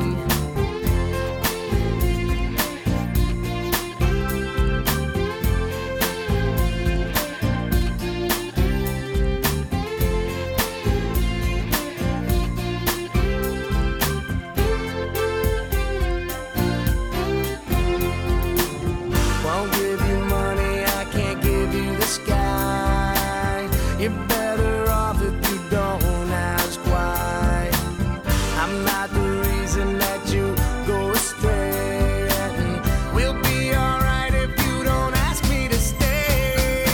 You're better off if you don't ask why. I'm not the reason that you go astray, and we'll be alright if you don't ask me to stay.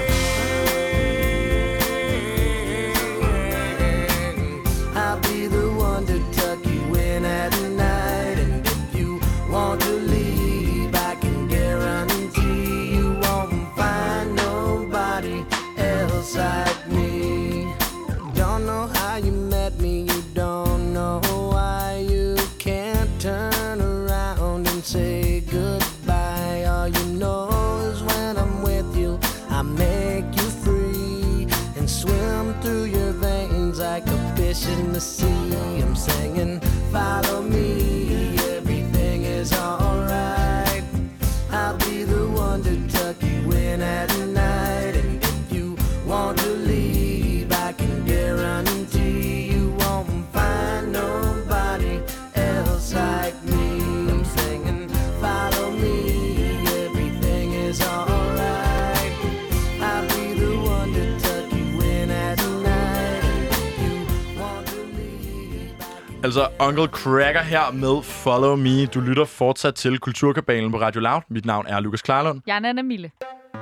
I'll be the one to tuck you in at night, and if you want to leave, I can guarantee you won't find nobody else like me. Don't know how you met me, you don't know why you can't turn around and say goodbye. All you know is when I'm with you, I make you free and swim through your veins like a fish in the sea. I'm singing, follow me, everything is alright. I'll be the one to tuck you in at night. And if you want to leave, I can guarantee you won't find nobody else like me. I'm singing, follow me, everything is alright. I'll be the one to tuck you in at night. And if you want to leave, Altså, Uncle Kracker her med Follow Me. Du lytter fortsat til Kulturkabalen på Radio Loud. Mit navn er Lukas Klarlund. Jeg er Nana Mille.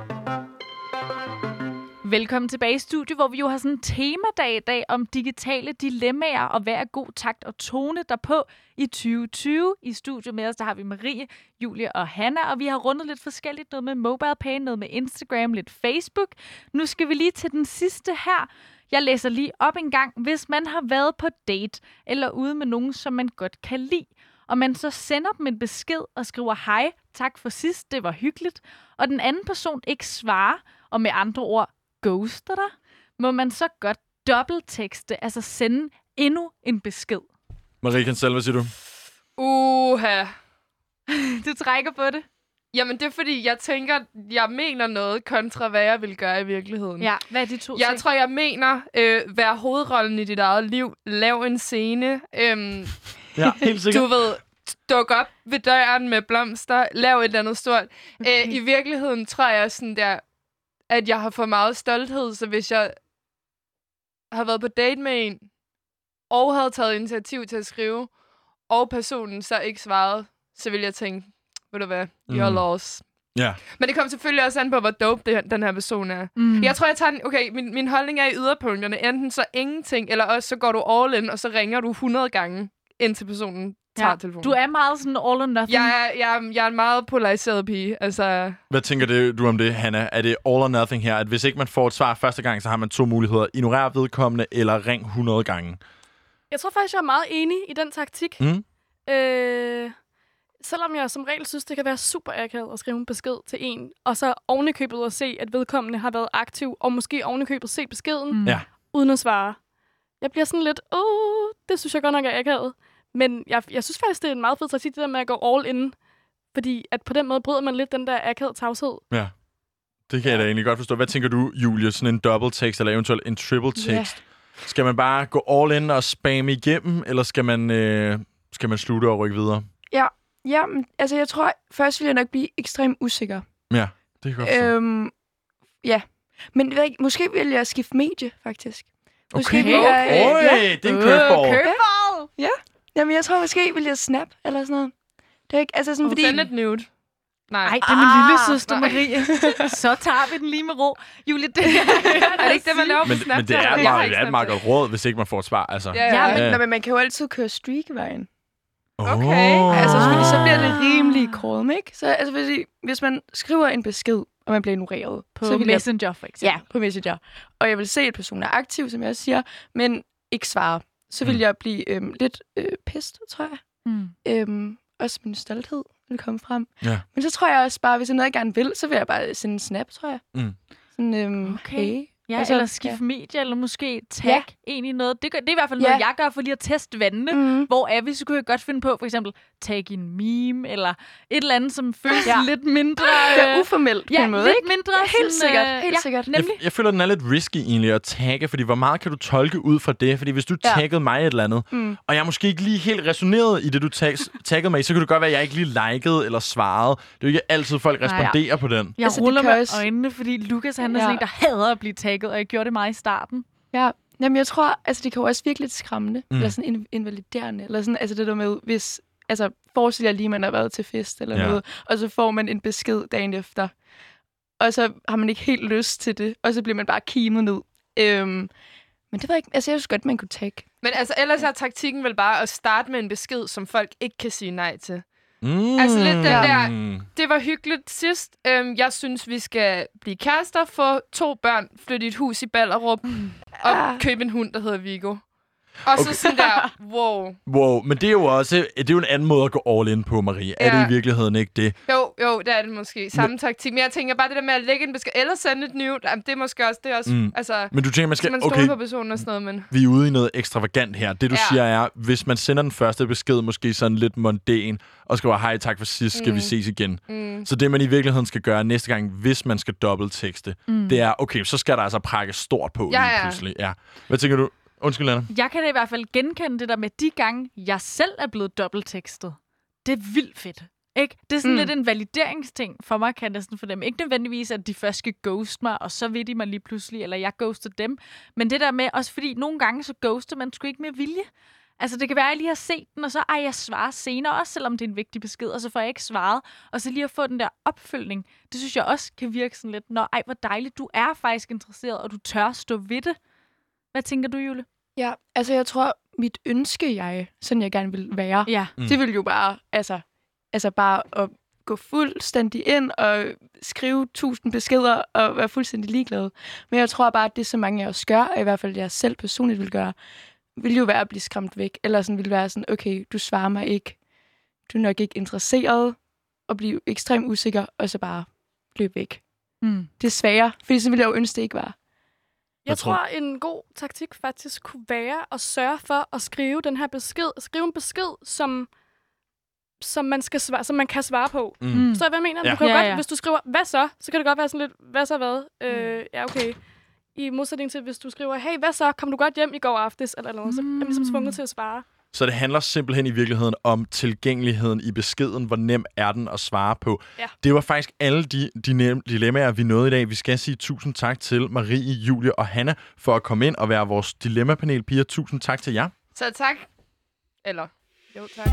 Velkommen tilbage i studiet, hvor vi jo har sådan en temadag i dag om digitale dilemmaer og hvad er god takt og tone derpå i tyve tyve. I studiet med os, der har vi Marie, Julie og Hanna, og vi har rundet lidt forskelligt. Noget med MobilePay, noget med Instagram, lidt Facebook. Nu skal vi lige til den sidste her. Jeg læser lige op en gang. Hvis man har været på date eller ude med nogen, som man godt kan lide, og man så sender dem en besked og skriver hej, tak for sidst, det var hyggeligt, og den anden person ikke svarer, og med andre ord ghoster dig, må man så godt dobbelttekste, altså sende endnu en besked. Marie Kansel, hvad siger du? Uha. Du trækker på det? Jamen, det er fordi, jeg tænker, jeg mener noget kontra, hvad jeg vil gøre i virkeligheden. Ja, hvad er de to Jeg ting? tror, jeg mener, øh, være hovedrollen i dit eget liv. Lav en scene. Øhm, Ja, helt sikkert. Du ved, duk op ved døren med blomster. Lav et eller andet stort. Okay. Øh, I virkeligheden tror jeg sådan der, at jeg har for meget stolthed, så hvis jeg har været på date med en, og havde taget initiativ til at skrive, og personen så ikke svarede, så vil jeg tænke, ved du hvad, you're Mm. lost. Ja. Men det kommer selvfølgelig også an på, hvor dope det, den her person er. Mm. Jeg tror, jeg tager den, okay, min, min holdning er i yderpunkterne. Enten så ingenting, eller også så går du all in, og så ringer du hundrede gange, indtil personen tager Ja. telefonen. Du er meget sådan all or nothing. Jeg er, jeg, er, jeg er en meget polariseret pige. Altså, Hvad tænker det, du om det, Hanna? Er det all or nothing her, at hvis ikke man får et svar første gang, så har man to muligheder. Ignorer vedkommende, eller ring hundrede gange? Jeg tror faktisk, jeg er meget enig i den taktik. Mm. Øh, selvom jeg som regel synes, det kan være super akavet at skrive en besked til en, og så ovenikøbet at se, at vedkommende har været aktiv, og måske ovenikøbet se beskeden, Mm. Ja. uden at svare. Jeg bliver sådan lidt, åh, det synes jeg godt nok er akavet. Men jeg, jeg synes faktisk, det er en meget fed taktik, det der med at gå all in. Fordi at på den måde bryder man lidt den der akavede tavshed. Ja, det kan jeg da egentlig godt forstå. Hvad tænker du, Julie? Sådan en double tekst, eller eventuelt en triple tekst? Yeah. Skal man bare gå all in og spamme igennem, eller skal man, øh, skal man slutte og rykke videre? Ja, ja men, altså jeg tror, først vil jeg nok blive ekstremt usikker. Ja, det kan jeg godt øhm, Ja, men ved ikke, måske vil jeg skifte medie, faktisk. Måske Okay, vil jeg, øh, Øj, ja. det er en curveball. Curveball! Ja, jamen jeg tror måske vil jeg snap, eller sådan noget. Det er ikke, altså sådan, fordi... Send et nude. Nej. Ej, det er min Ah, lille søster, Marie. Så tager vi den lige med ro. Julie, det Er det ikke det, man laver på Men, Snapchat? men det er Jeg har meget, ikke det er et meget godt råd, hvis ikke man får et svar. Altså. Ja, Ja, ja. men, Ja. nå, men man kan jo altid køre streakvejen. Okay. Oh. Altså, fordi så bliver det rimelig krum, ikke? Så altså, hvis, hvis man skriver en besked, og man bliver ignoreret... På så vil jeg, Messenger, for eksempel. Ja, på Messenger. Og jeg vil se, at personen er aktiv, som jeg også siger, men ikke svare. Så vil Mm. jeg blive øhm, lidt øh, pist, tror jeg. Mm. Øhm, også min stolthed vil komme frem. Ja. Men så tror jeg også bare, hvis jeg noget, jeg gerne vil, så vil jeg bare sende en snap, tror jeg. Mm. Sådan, øhm, Okay. hey. Ja, Og så- eller skifte ja. medie, eller måske tag Ja. en i noget. Det, gør, det er i hvert fald Ja. noget, jeg gør for lige at teste vandene. Mm. Hvor er vi, så kunne jeg godt finde på, for eksempel, tag en meme, eller et eller andet, som føles Ja. lidt mindre... Det er øh, uformelt på ja, en måde, lidt ikke? mindre. Helt sådan, sikkert, øh, helt ja, sikkert. Nemlig. Jeg, jeg føler, den er lidt risky egentlig at tagge, fordi hvor meget kan du tolke ud fra det? Fordi hvis du Ja. taggede mig et eller andet, Mm. og jeg måske ikke lige helt resoneret i det, du tag, taggede mig i, så kan det godt være, at jeg ikke lige likede eller svarede. Det er jo ikke altid, folk Nej, ja. responderer på den. Jeg Altså, det ruller kan med også- øjnene, fordi Lukas, han er Ja. sådan en, der hader at blive tagget, og jeg gjorde det meget i starten. Ja, jamen jeg tror, altså det kan jo også virke lidt skræmmende, Mm. mm. eller sådan inv- invaliderende, eller sådan, altså det der med, hvis, altså forestil jer lige, man har været til fest eller Ja. ja. noget, og så får man en besked dagen efter, og så har man ikke helt lyst til det, og så bliver man bare kimet ned. Øhm, men det var ikke, altså jeg synes godt, man kunne tagge. Men altså, ellers er taktikken vel bare at starte med en besked, som folk ikke kan sige nej til. Mm. Altså lidt den der, Mm. det var hyggeligt sidst. Øhm, jeg synes, vi skal blive kærester, få to børn, flytte i et hus i Ballerup, og Ah. købe en hund, der hedder Viggo. Og så Okay. sådan der, wow. Wow, men det er jo også det er jo en anden måde at gå all in på, Marie. Er Ja. det i virkeligheden ikke det? Jo, jo, det er det måske. Samme men, taktik. Men jeg tænker bare, det der med at lægge en besked, eller sende et nude, jamen, det er måske også, det er også, Mm. mm. altså, Men du tænker, man skal skal... man stole Okay, på personen og sådan noget, men... vi er ude i noget ekstravagant her. Det, du Ja. siger, er, hvis man sender den første besked, måske sådan lidt mondæn, og skriver, hej, tak for sidst, skal mm. vi ses igen. Mm. Så det, man i virkeligheden skal gøre næste gang, hvis man skal dobbelttekste, mm. det er, okay, så skal der altså prakke stort på Ja, lige ja. pludselig. Ja. Hvad tænker du? Undskyld, Anna. Jeg kan da i hvert fald genkende det der med de gange, jeg selv er blevet dobbelttekstet. Det er vildt fedt. Ikke? Det er sådan mm. lidt en valideringsting for mig, kan jeg næsten fornemme. Ikke nødvendigvis, at de først skal ghoste mig, og så vil de mig lige pludselig, eller jeg ghoster dem. Men det der med, også fordi nogle gange så ghoster man sgu ikke med vilje. Altså, det kan være, at jeg lige har set den, og så ej, jeg svarer senere, også selvom det er en vigtig besked, og så får jeg ikke svaret. Og så lige at få den der opfølgning, det synes jeg også kan virke sådan lidt, nå, ej, hvor dejligt, du er faktisk interesseret, og du tør stå ved det. Hvad tænker du, Julie? Ja, altså jeg tror, mit ønske jeg, sådan jeg gerne vil være, Ja. Mm. det vil jo bare, altså, altså bare at gå fuldstændig ind og skrive tusind beskeder og være fuldstændig ligeglad. Men jeg tror bare, at det, så mange af os gør, og i hvert fald jeg selv personligt vil gøre, vil jo være at blive skræmt væk. Eller sådan vil være sådan, okay, du svarer mig ikke. Du er nok ikke interesseret, og blive ekstremt usikker, og så bare løbe væk. Mm. Det er sværere, fordi så ville jeg jo ønske, det ikke var. Jeg tror- tror, en god taktik faktisk kunne være at sørge for at skrive den her besked. Skrive en besked, som, som, man, skal svare, som man kan svare på. Mm. Mm. Så hvad jeg mener? Ja. Du kan jo Ja, godt, ja. hvis du skriver, hvad så? Så kan det godt være sådan lidt, hvad så hvad? Øh, ja, okay. I modsætning til, hvis du skriver, hey, hvad så? Kom du godt hjem i går aftes? Eller noget, så er man ligesom tvunget til at svare. Så det handler simpelthen i virkeligheden om tilgængeligheden i beskeden. Hvor nem er den at svare på? Ja. Det var faktisk alle de, de nem- dilemmaer, vi nåede i dag. Vi skal sige tusind tak til Marie, Julie og Hanna for at komme ind og være vores dilemmapanel. Piger, tusind tak til jer. Så tak. Eller, jo tak.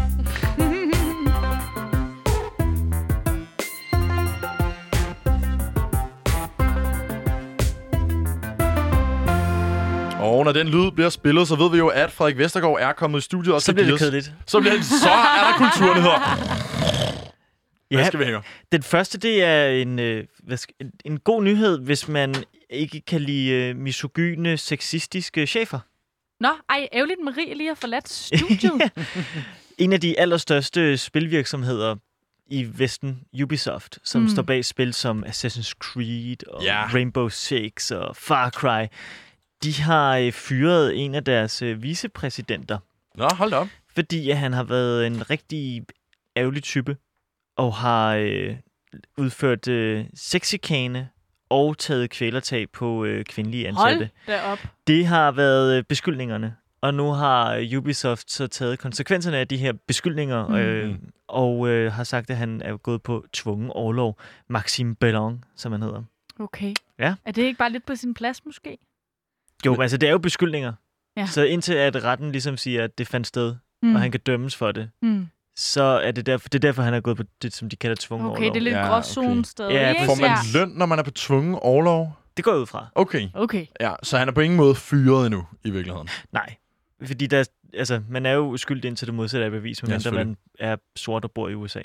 Og når den lyd bliver spillet, så ved vi jo, at Frederik Vestergaard er kommet i studiet. Og Så skal bliver give det os- kedeligt. Så, bliver det, så er der kulturnyheder. Hvad Ja, skal vi hænge? den første, det er en, øh, hvad skal, en, en god nyhed, hvis man ikke kan lide øh, misogyne, sexistiske chefer. Nå, ej, ærgerligt, Marie lige har forladt studiet. En af de allerstørste spilvirksomheder i Vesten, Ubisoft, som Mm. mm. står bag spil som Assassin's Creed og Ja. Rainbow Six og Far Cry, de har øh, fyret en af deres øh, vicepræsidenter, Nå, hold da op. fordi at han har været en rigtig ærgerlig type. og har øh, udført øh, sexikane og taget kvælertag på øh, kvindelige ansatte. Hold da op. Det har været øh, beskyldningerne, og nu har Ubisoft så taget konsekvenserne af de her beskyldninger, Mm. øh, og øh, har sagt, at han er gået på tvungen orlov. Maxime Bellon, som han hedder. Okay. Ja. Er det ikke bare lidt på sin plads, måske? Jo, men altså, det er jo beskyldninger. Ja. Så indtil at retten ligesom siger, at det fandt sted, Mm. og han kan dømmes for det, Mm. så er det derfor, det er derfor, han er gået på det, som de kalder tvungen Okay, orlov. det er lidt Ja, gråzone okay. stadig, Ja, ikke? Får man Ja. løn, når man er på tvungen orlov? Det går jeg ud fra. Okay. Okay. Ja, så han er på ingen måde fyret endnu, i virkeligheden. Nej, fordi der, altså, man er jo uskyldig indtil det modsatte er bevis, Ja, medmindre selvfølgelig. man er sort og bor i U S A.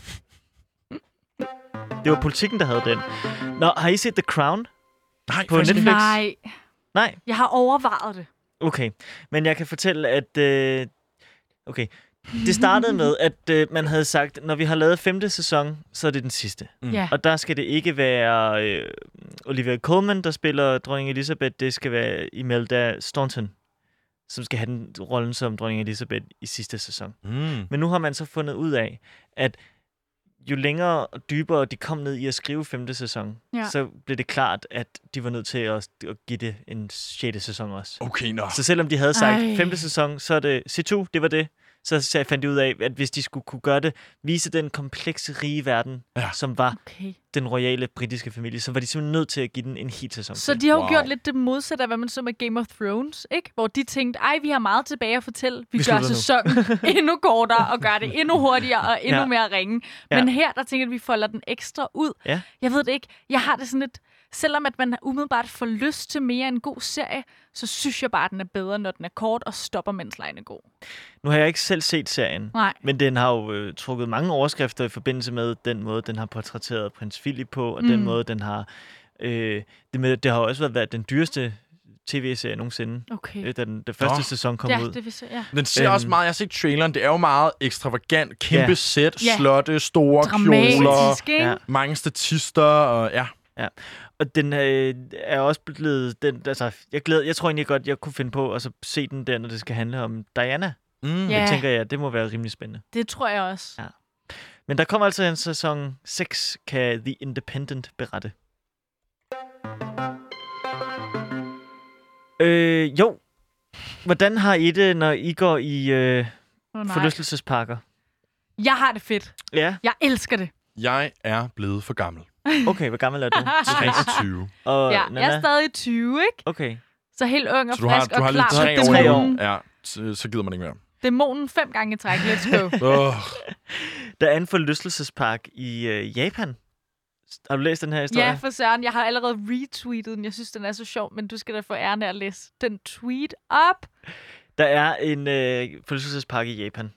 Det var politikken, der havde den. Nå, har I set The Crown? Nej, på faktisk Netflix? Nej. Nej? Jeg har overvejet det. Okay, men jeg kan fortælle, at... Øh, okay, det startede med, at øh, man havde sagt, når vi har lavet femte sæson, så er det den sidste. Mm. Ja. Og der skal det ikke være øh, Olivia Colman, der spiller dronning Elizabeth. Det skal være Imelda Staunton, som skal have den rollen som dronning Elizabeth i sidste sæson. Mm. Men nu har man så fundet ud af, at jo længere og dybere de kom ned i at skrive femte sæson, Ja. så blev det klart, at de var nødt til at, at give det en sjette sæson også. Okay, nå. Så selvom de havde sagt Ej. femte sæson, så er det C to, det var det. Så så fandt de ud af, at hvis de skulle kunne gøre det, vise den komplekse, rige verden, Ja. som var Okay. den royale britiske familie, så var de simpelthen nødt til at give den en hel sæson Så til. de har jo Wow. gjort lidt det modsatte af, hvad man så med Game of Thrones, ikke? Hvor de tænkte, ej, vi har meget tilbage at fortælle. Vi, Vi gør slutter nu." sæsonen endnu kortere og gør det endnu hurtigere og endnu Ja. mere ringe. Ja. Men her, der tænker jeg, at vi folder den ekstra ud. Ja. Jeg ved det ikke. Jeg har det sådan lidt... Selvom at man umiddelbart får lyst til mere en god serie, så synes jeg bare, at den er bedre, når den er kort og stopper, mens lejen er god. Nu har jeg ikke selv set serien, Nej. men den har jo øh, trukket mange overskrifter i forbindelse med den måde, den har portrætteret prins Philip på, og mm. den Mm. måde, den har... Øh, det, med, det har jo også været, været den dyreste tv-serie nogensinde, Okay. øh, da den, den første Nå. sæson kom Ja, ud. det vil se, ja. Den ser Øhm. også meget, jeg har set traileren, det er jo meget ekstravagant, kæmpe Ja. sæt, Ja. slotte, store kjoler, Dramatisk, ikke? Ja. mange statister, og ja. Og den øh, er også blevet... Den, altså, jeg, glæder, jeg tror egentlig godt, jeg kunne finde på at så se den der, når det skal handle om Diana. Mm. Ja. Det tænker jeg, det må være rimelig spændende. Det tror jeg også. Ja. Men der kommer altså en sæson seks, kan The Independent berette. Øh, jo. Hvordan har I det, når I går i øh, Oh, nej. forlystelsesparker? Jeg har det fedt. Ja. Jeg elsker det. Jeg er blevet for gammel. Okay, hvor gammel er du? treogtyve. Og Ja, Nana? jeg er stadig tyve, ikke? Okay. Så helt ung og Så du har, frisk du har og lige klar tre på år. i dæmonen. den. Ja, så, så gider man ikke mere. Dæmonen fem gange i træk. Let's go. Oh. Der er en forlystelsespark i øh, Japan. Har du læst den her historie? Ja, for søren. Jeg har allerede retweetet den. Jeg synes, den er så sjov, men du skal da få æren af at læse den tweet op. Der er en øh, forlystelsespark i Japan,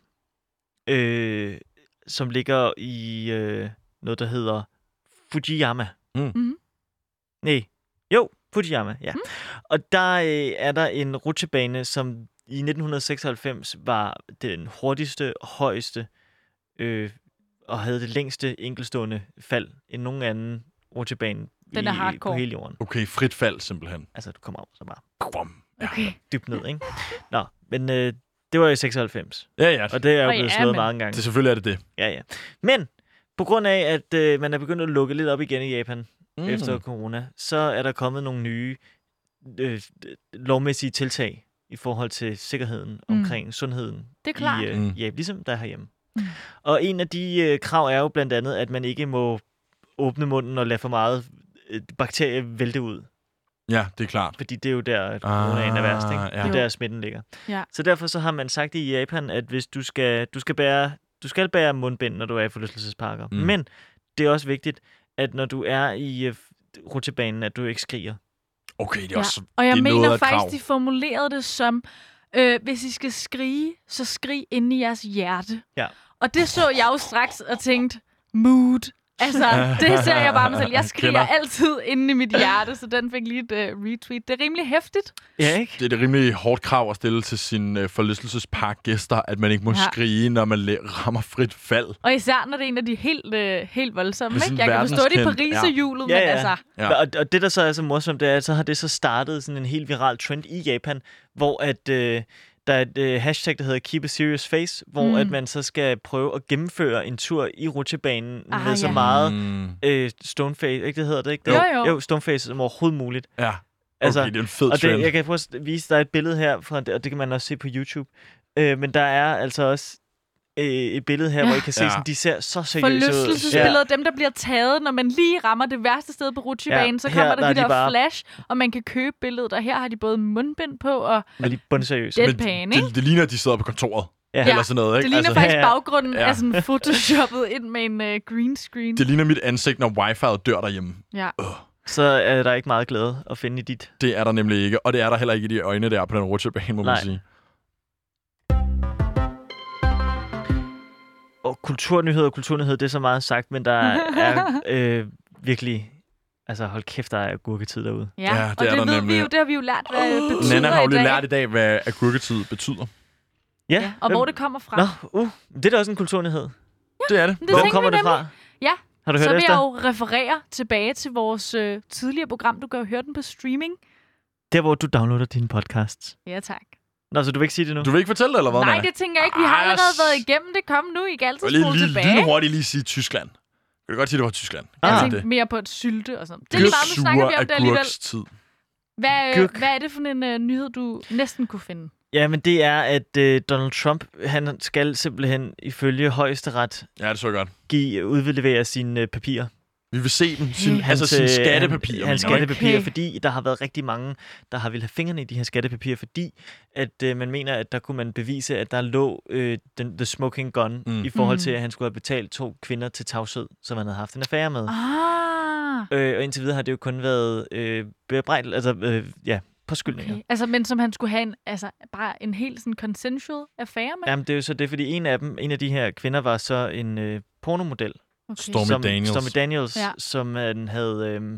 øh, som ligger i øh, noget, der hedder Fujiyama. Mm. Mhm. Nej, jo, Fujiyama, ja. Mm. Og der øh, er der en rutsjebane, som i nitten seksoghalvfems var den hurtigste, højeste øh, og havde det længste enkeltstående fald end nogen anden rutsjebane Den i, er hardcore. på hele jorden. Okay, frit fald simpelthen. Altså, du kommer op så bare Brum. Ja. Okay. dybt ned, ikke? Nå, men øh, det var i seksoghalvfems, Ja, ja. og det er jo Nå blevet ja, slået men- mange gange. Det, selvfølgelig er det det. Ja, ja. Men på grund af, at øh, man er begyndt at lukke lidt op igen i Japan Mm. mm. efter corona, så er der kommet nogle nye øh, lovmæssige tiltag i forhold til sikkerheden Mm. omkring sundheden Det er klart. i øh, Mm. Japan, ligesom der er herhjemme. Mm. Og en af de øh, krav er jo blandt andet, at man ikke må åbne munden og lade for meget øh, bakterier vælte ud. Ja, det er klart. Fordi det er jo der, at coronaen er værst, ikke? Ah, Det ja. er Jo. der, smitten ligger. Ja. Så derfor så har man sagt i Japan, at hvis du skal, du skal bære, du skal bære mundbind, når du er i forlystelsesparker. Mm. Mm. Men det er også vigtigt, at når du er i uh, rutsjebanen, at du ikke skriger. Okay, det er Ja. også Og jeg det er noget af mener et faktisk, krav. de formulerede det som, øh, hvis I skal skrige, så skrig inde i jeres hjerte. Ja. Og det så jeg jo straks og tænkte, mood. Altså, det ser jeg bare mig selv. Jeg skriger Kender. altid inde i mit hjerte, så den fik lige et uh, retweet. Det er rimelig hæftigt. Ja, ikke? Det er et rimelig hårdt krav at stille til sine øh, forlystelsesparkgæster, at man ikke må Ja. skrige, når man læ- rammer frit fald. Og især, når det er en af de helt, øh, helt voldsomme. Med Ikke? sådan Jeg kan forstå det i verdenskendt- Paris-hjulet, Ja, men ja. altså... Ja. Og, og det, der så er så morsomt, det er, at så har det så startet sådan en helt viral trend i Japan, hvor at øh, Der er et øh, hashtag, der hedder Keep a Serious Face, hvor Mm. at man så skal prøve at gennemføre en tur i rutsjebanen Ah, med så ja. meget Mm. øh, stoneface, ikke det hedder det, ikke? Jo, jo. Jo, stoneface som overhovedet muligt. Ja, okay, Altså, det er en fed Og trend. det, jeg kan prøve at vise dig et billede her, fra, og det kan man også se på YouTube. Øh, men der er altså også øh, et billede her, Ja. hvor I kan se, Ja. sådan, de ser så seriøse ud. Forlystelsesbilleder, dem der bliver taget, når man lige rammer det værste sted på rutsjebanen, Ja, så her, kommer der, der er de de der bare- flash, og man kan købe billedet, og her har de både mundbind på, og Og de er bundseriøse. det er Men pæne, ikke? det, det ligner, at de sidder på kontoret. Ja. Eller sådan noget, Det ikke? ligner altså, faktisk Ja, ja. baggrunden Ja. er sådan photoshoppet ind med en uh, green screen. det ligner mit ansigt, når wifi'et dør derhjemme. Ja. Så er der ikke meget glæde at finde i dit. Det er der nemlig ikke, og det er der heller ikke i de øjne der på den rutsjebane, må Nej. man sige. Og kulturnyhed og kulturnyhed, det er så meget sagt, men der er øh, virkelig... Altså, hold kæft, der er agurketid derude. Ja, Ja, og det det, er der ved vi nemlig. jo, det har vi jo lært, hvad det betyder Nana har jo i lige dag. lært i dag, hvad agurketid betyder. Ja, Ja, og hvem- hvor det kommer fra. Nå, uh, det er da også en kulturnyhed. Det er det. Det Hvor tænker kommer vi det fra? nemlig. Ja, Har du så hørt vil efter? jeg jo referere tilbage til vores øh, tidligere program. Du kan jo høre den på streaming. Der, hvor du downloader dine podcasts. Ja, tak. Nå, så du vil ikke sige det nu? Du vil ikke fortælle det, eller hvad, Nej, Nana? det tænker jeg ikke. Vi har Ah, allerede s- været igennem det. Kom nu, I kan altid Og lige, spole lige, tilbage. lige hurtigt lige sige Tyskland. Kan du godt sige, det var Tyskland? Ah. Jeg Ja, tænkte det. mere på et sylte og sådan. Det er lige meget, nu Sure snakker vi om det alligevel. agurkstid. Hvad, øh, Gurk. hvad er det for en øh, nyhed, du næsten kunne finde? Ja, men det er, at øh, Donald Trump, han skal simpelthen ifølge højesteret Ja, det så jeg godt. give, udlevere sine øh, papirer. Vi vil se dem. Sin, Okay. altså sine øh, skattepapirer. Han, hans mener du, ikke? skattepapirer, Okay. fordi der har været rigtig mange, der har ville have fingrene i de her skattepapirer, fordi at øh, man mener, at der kunne man bevise, at der lå øh, den, the smoking gun Mm. mm. i forhold Mm. til, at han skulle have betalt to kvinder til tavshed, som han havde haft en affære med. Ah, Øh, og indtil videre har det jo kun været øh, bebrejdet, altså øh, ja, påskyldninger. okay. Altså, men som han skulle have en, altså, bare en helt sådan consensual affære med? Jamen, det er jo så det, fordi en af dem, en af de her kvinder, var så en øh, pornomodel. Okay. Stormy som, Daniels. Stormy Daniels, Ja. ja. som man havde øhm,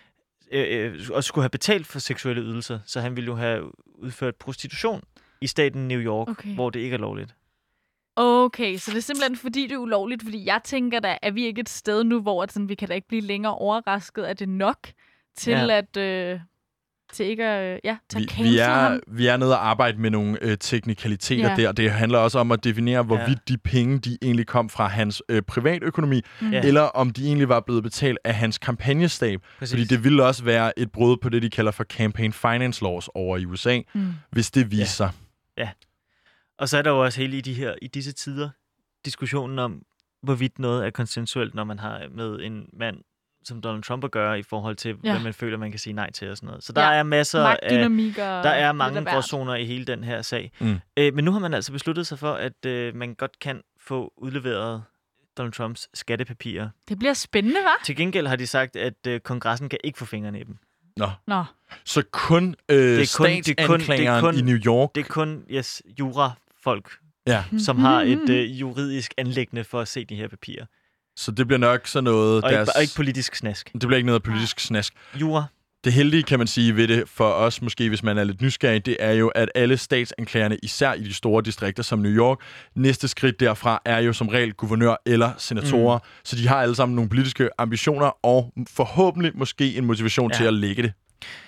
øh, øh, også skulle have betalt for seksuelle ydelser, så han ville jo have udført prostitution i staten New York, Okay. hvor det ikke er lovligt. Okay, så det er simpelthen fordi, det er ulovligt, fordi jeg tænker da, er vi ikke et sted nu, hvor at sådan, vi kan da ikke blive længere overrasket, at det er nok til Ja. at øh, til ikke at øh, ja, tage Vi, cancel vi, er, ham. vi er nede og arbejde med nogle øh, teknikaliteter Ja. der. Det handler også om at definere, hvorvidt Ja. de penge, de egentlig kom fra hans øh, privatøkonomi, Mm. Ja. eller om de egentlig var blevet betalt af hans kampagnestab. Præcis. Fordi det ville også være et brud på det, de kalder for campaign finance laws over i U S A, Mm. hvis det viser sig. Og så er der jo også hele i, de her, i disse tider diskussionen om, hvorvidt noget er konsensuelt, når man har med en mand som Donald Trump at gøre, i forhold til, Ja. hvad man føler, man kan sige nej til og sådan noget. Så der Ja. er masser af... Magtdynamik og Der er lidt mange af hvert. gråzoner i hele den her sag. Mm. Øh, men nu har man altså besluttet sig for, at øh, man godt kan få udleveret Donald Trumps skattepapirer. Det bliver spændende, hva'? Til gengæld har de sagt, at øh, kongressen kan ikke få fingrene i dem. Nå. Nå. Så kun, øh, Det er kun- det er kun- det er statsanklageren kun- i New York, Det er kun yes, jura-folk, ja. som har et øh, juridisk anliggende for at se de her papirer. Så det bliver nok sådan noget... Og, deres, ikke, og ikke politisk snask. det bliver ikke noget politisk snask. Jura. Det heldige, kan man sige, ved det for os, måske hvis man er lidt nysgerrig, det er jo, at alle statsanklagerne, især i de store distrikter som New York, næste skridt derfra er jo som regel guvernør eller senatorer. Mm. Så de har alle sammen nogle politiske ambitioner, og forhåbentlig måske en motivation Ja. til at lægge det.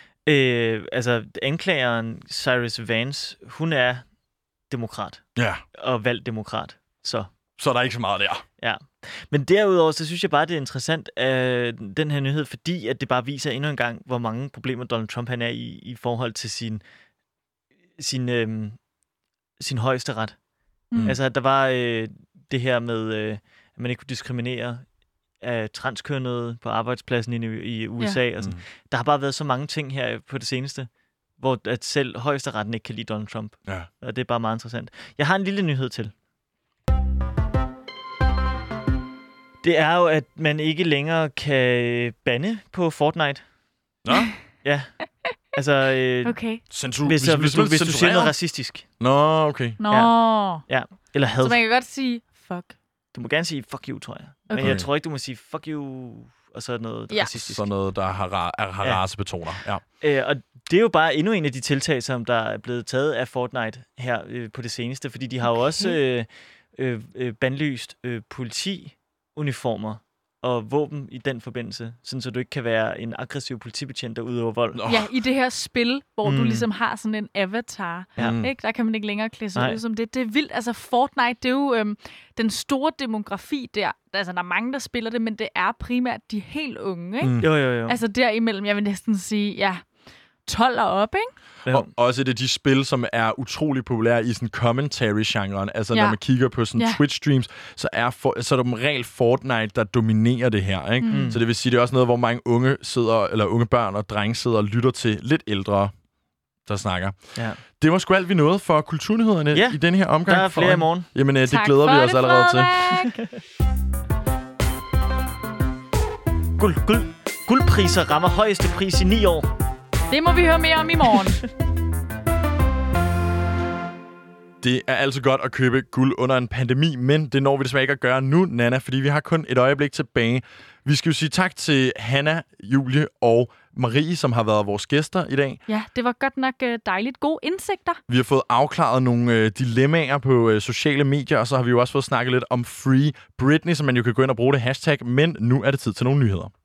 Øh, altså, anklageren Cyrus Vance, hun er demokrat. Ja, Og valgt demokrat. Så... så er der ikke så meget der. Ja, men derudover, så synes jeg bare, det er interessant, øh, den her nyhed, fordi at det bare viser endnu en gang, hvor mange problemer Donald Trump han er i, i forhold til sin, sin, øh, sin højeste ret. Mm. Altså, der var øh, det her med, øh, at man ikke kunne diskriminere af transkønnede på arbejdspladsen i, i U S A. Ja. Og sådan. Mm. Der har bare været så mange ting her på det seneste, hvor at selv højesteretten ikke kan lide Donald Trump. Ja. Og det er bare meget interessant. Jeg har en lille nyhed til. Det er jo, at man ikke længere kan bande på Fortnite. Nå? Ja. Altså, øh, Okay. Censur, hvis, hvis, hvis, du, hvis du siger censureret? noget racistisk. Nå, okay. Nå. Ja. Eller had. Så man kan godt sige, fuck. Du må gerne sige fuck you, tror jeg. Okay. Men jeg tror ikke, du må sige fuck you, og så noget Ja. racistisk. Sådan noget, der har, ra- er, har Ja. racebetoner. Ja. Øh, og det er jo bare endnu en af de tiltag, som der er blevet taget af Fortnite her øh, på det seneste, fordi de har jo Okay. også øh, øh, øh, bandlyst øh, politiuniformer og våben i den forbindelse, sådan så du ikke kan være en aggressiv politibetjent, der udøver vold. Ja, i det her spil, hvor Mm. du ligesom har sådan en avatar. Ja. Ikke? Der kan man ikke længere klæde sig Nej. ud som det. Det er vildt. Altså Fortnite, det er jo øhm, den store demografi der. Altså, der er mange, der spiller det, men det er primært de helt unge. Ikke? Mm. Jo, jo, jo. Altså derimellem, jeg vil næsten sige, ja, tolv og op, ikke? Og også det er de spil, som er utrolig populære i sådan commentary-genren. Altså, ja. Ja. når man kigger på sådan Ja. Twitch-streams, så er, for, så er det regel Fortnite, der dominerer det her. Ikke? Mm. Så det vil sige, det er også noget, hvor mange unge sidder, eller unge børn og drenge sidder og lytter til lidt ældre, der snakker. Ja. Det var sgu alt, vi nåede for kulturnyhederne Ja. i denne her omgang. Der er flere for, i morgen. Jamen, øh, det Tak glæder for vi os det, allerede til. Frederik. Guld, guld, guldpriser rammer højeste pris i ni år. Det må vi høre mere om i morgen. Det er altid godt at købe guld under en pandemi, men det når vi desværre ikke at gøre nu, Nana, fordi vi har kun et øjeblik tilbage. Vi skal jo sige tak til Hanna, Julie og Marie, som har været vores gæster i dag. Ja, det var godt nok øh, dejligt gode indsigter. Vi har fået afklaret nogle øh, dilemmaer på øh, sociale medier, og så har vi jo også fået snakket lidt om Free Britney, så man jo kan gå ind og bruge det hashtag, men nu er det tid til nogle nyheder.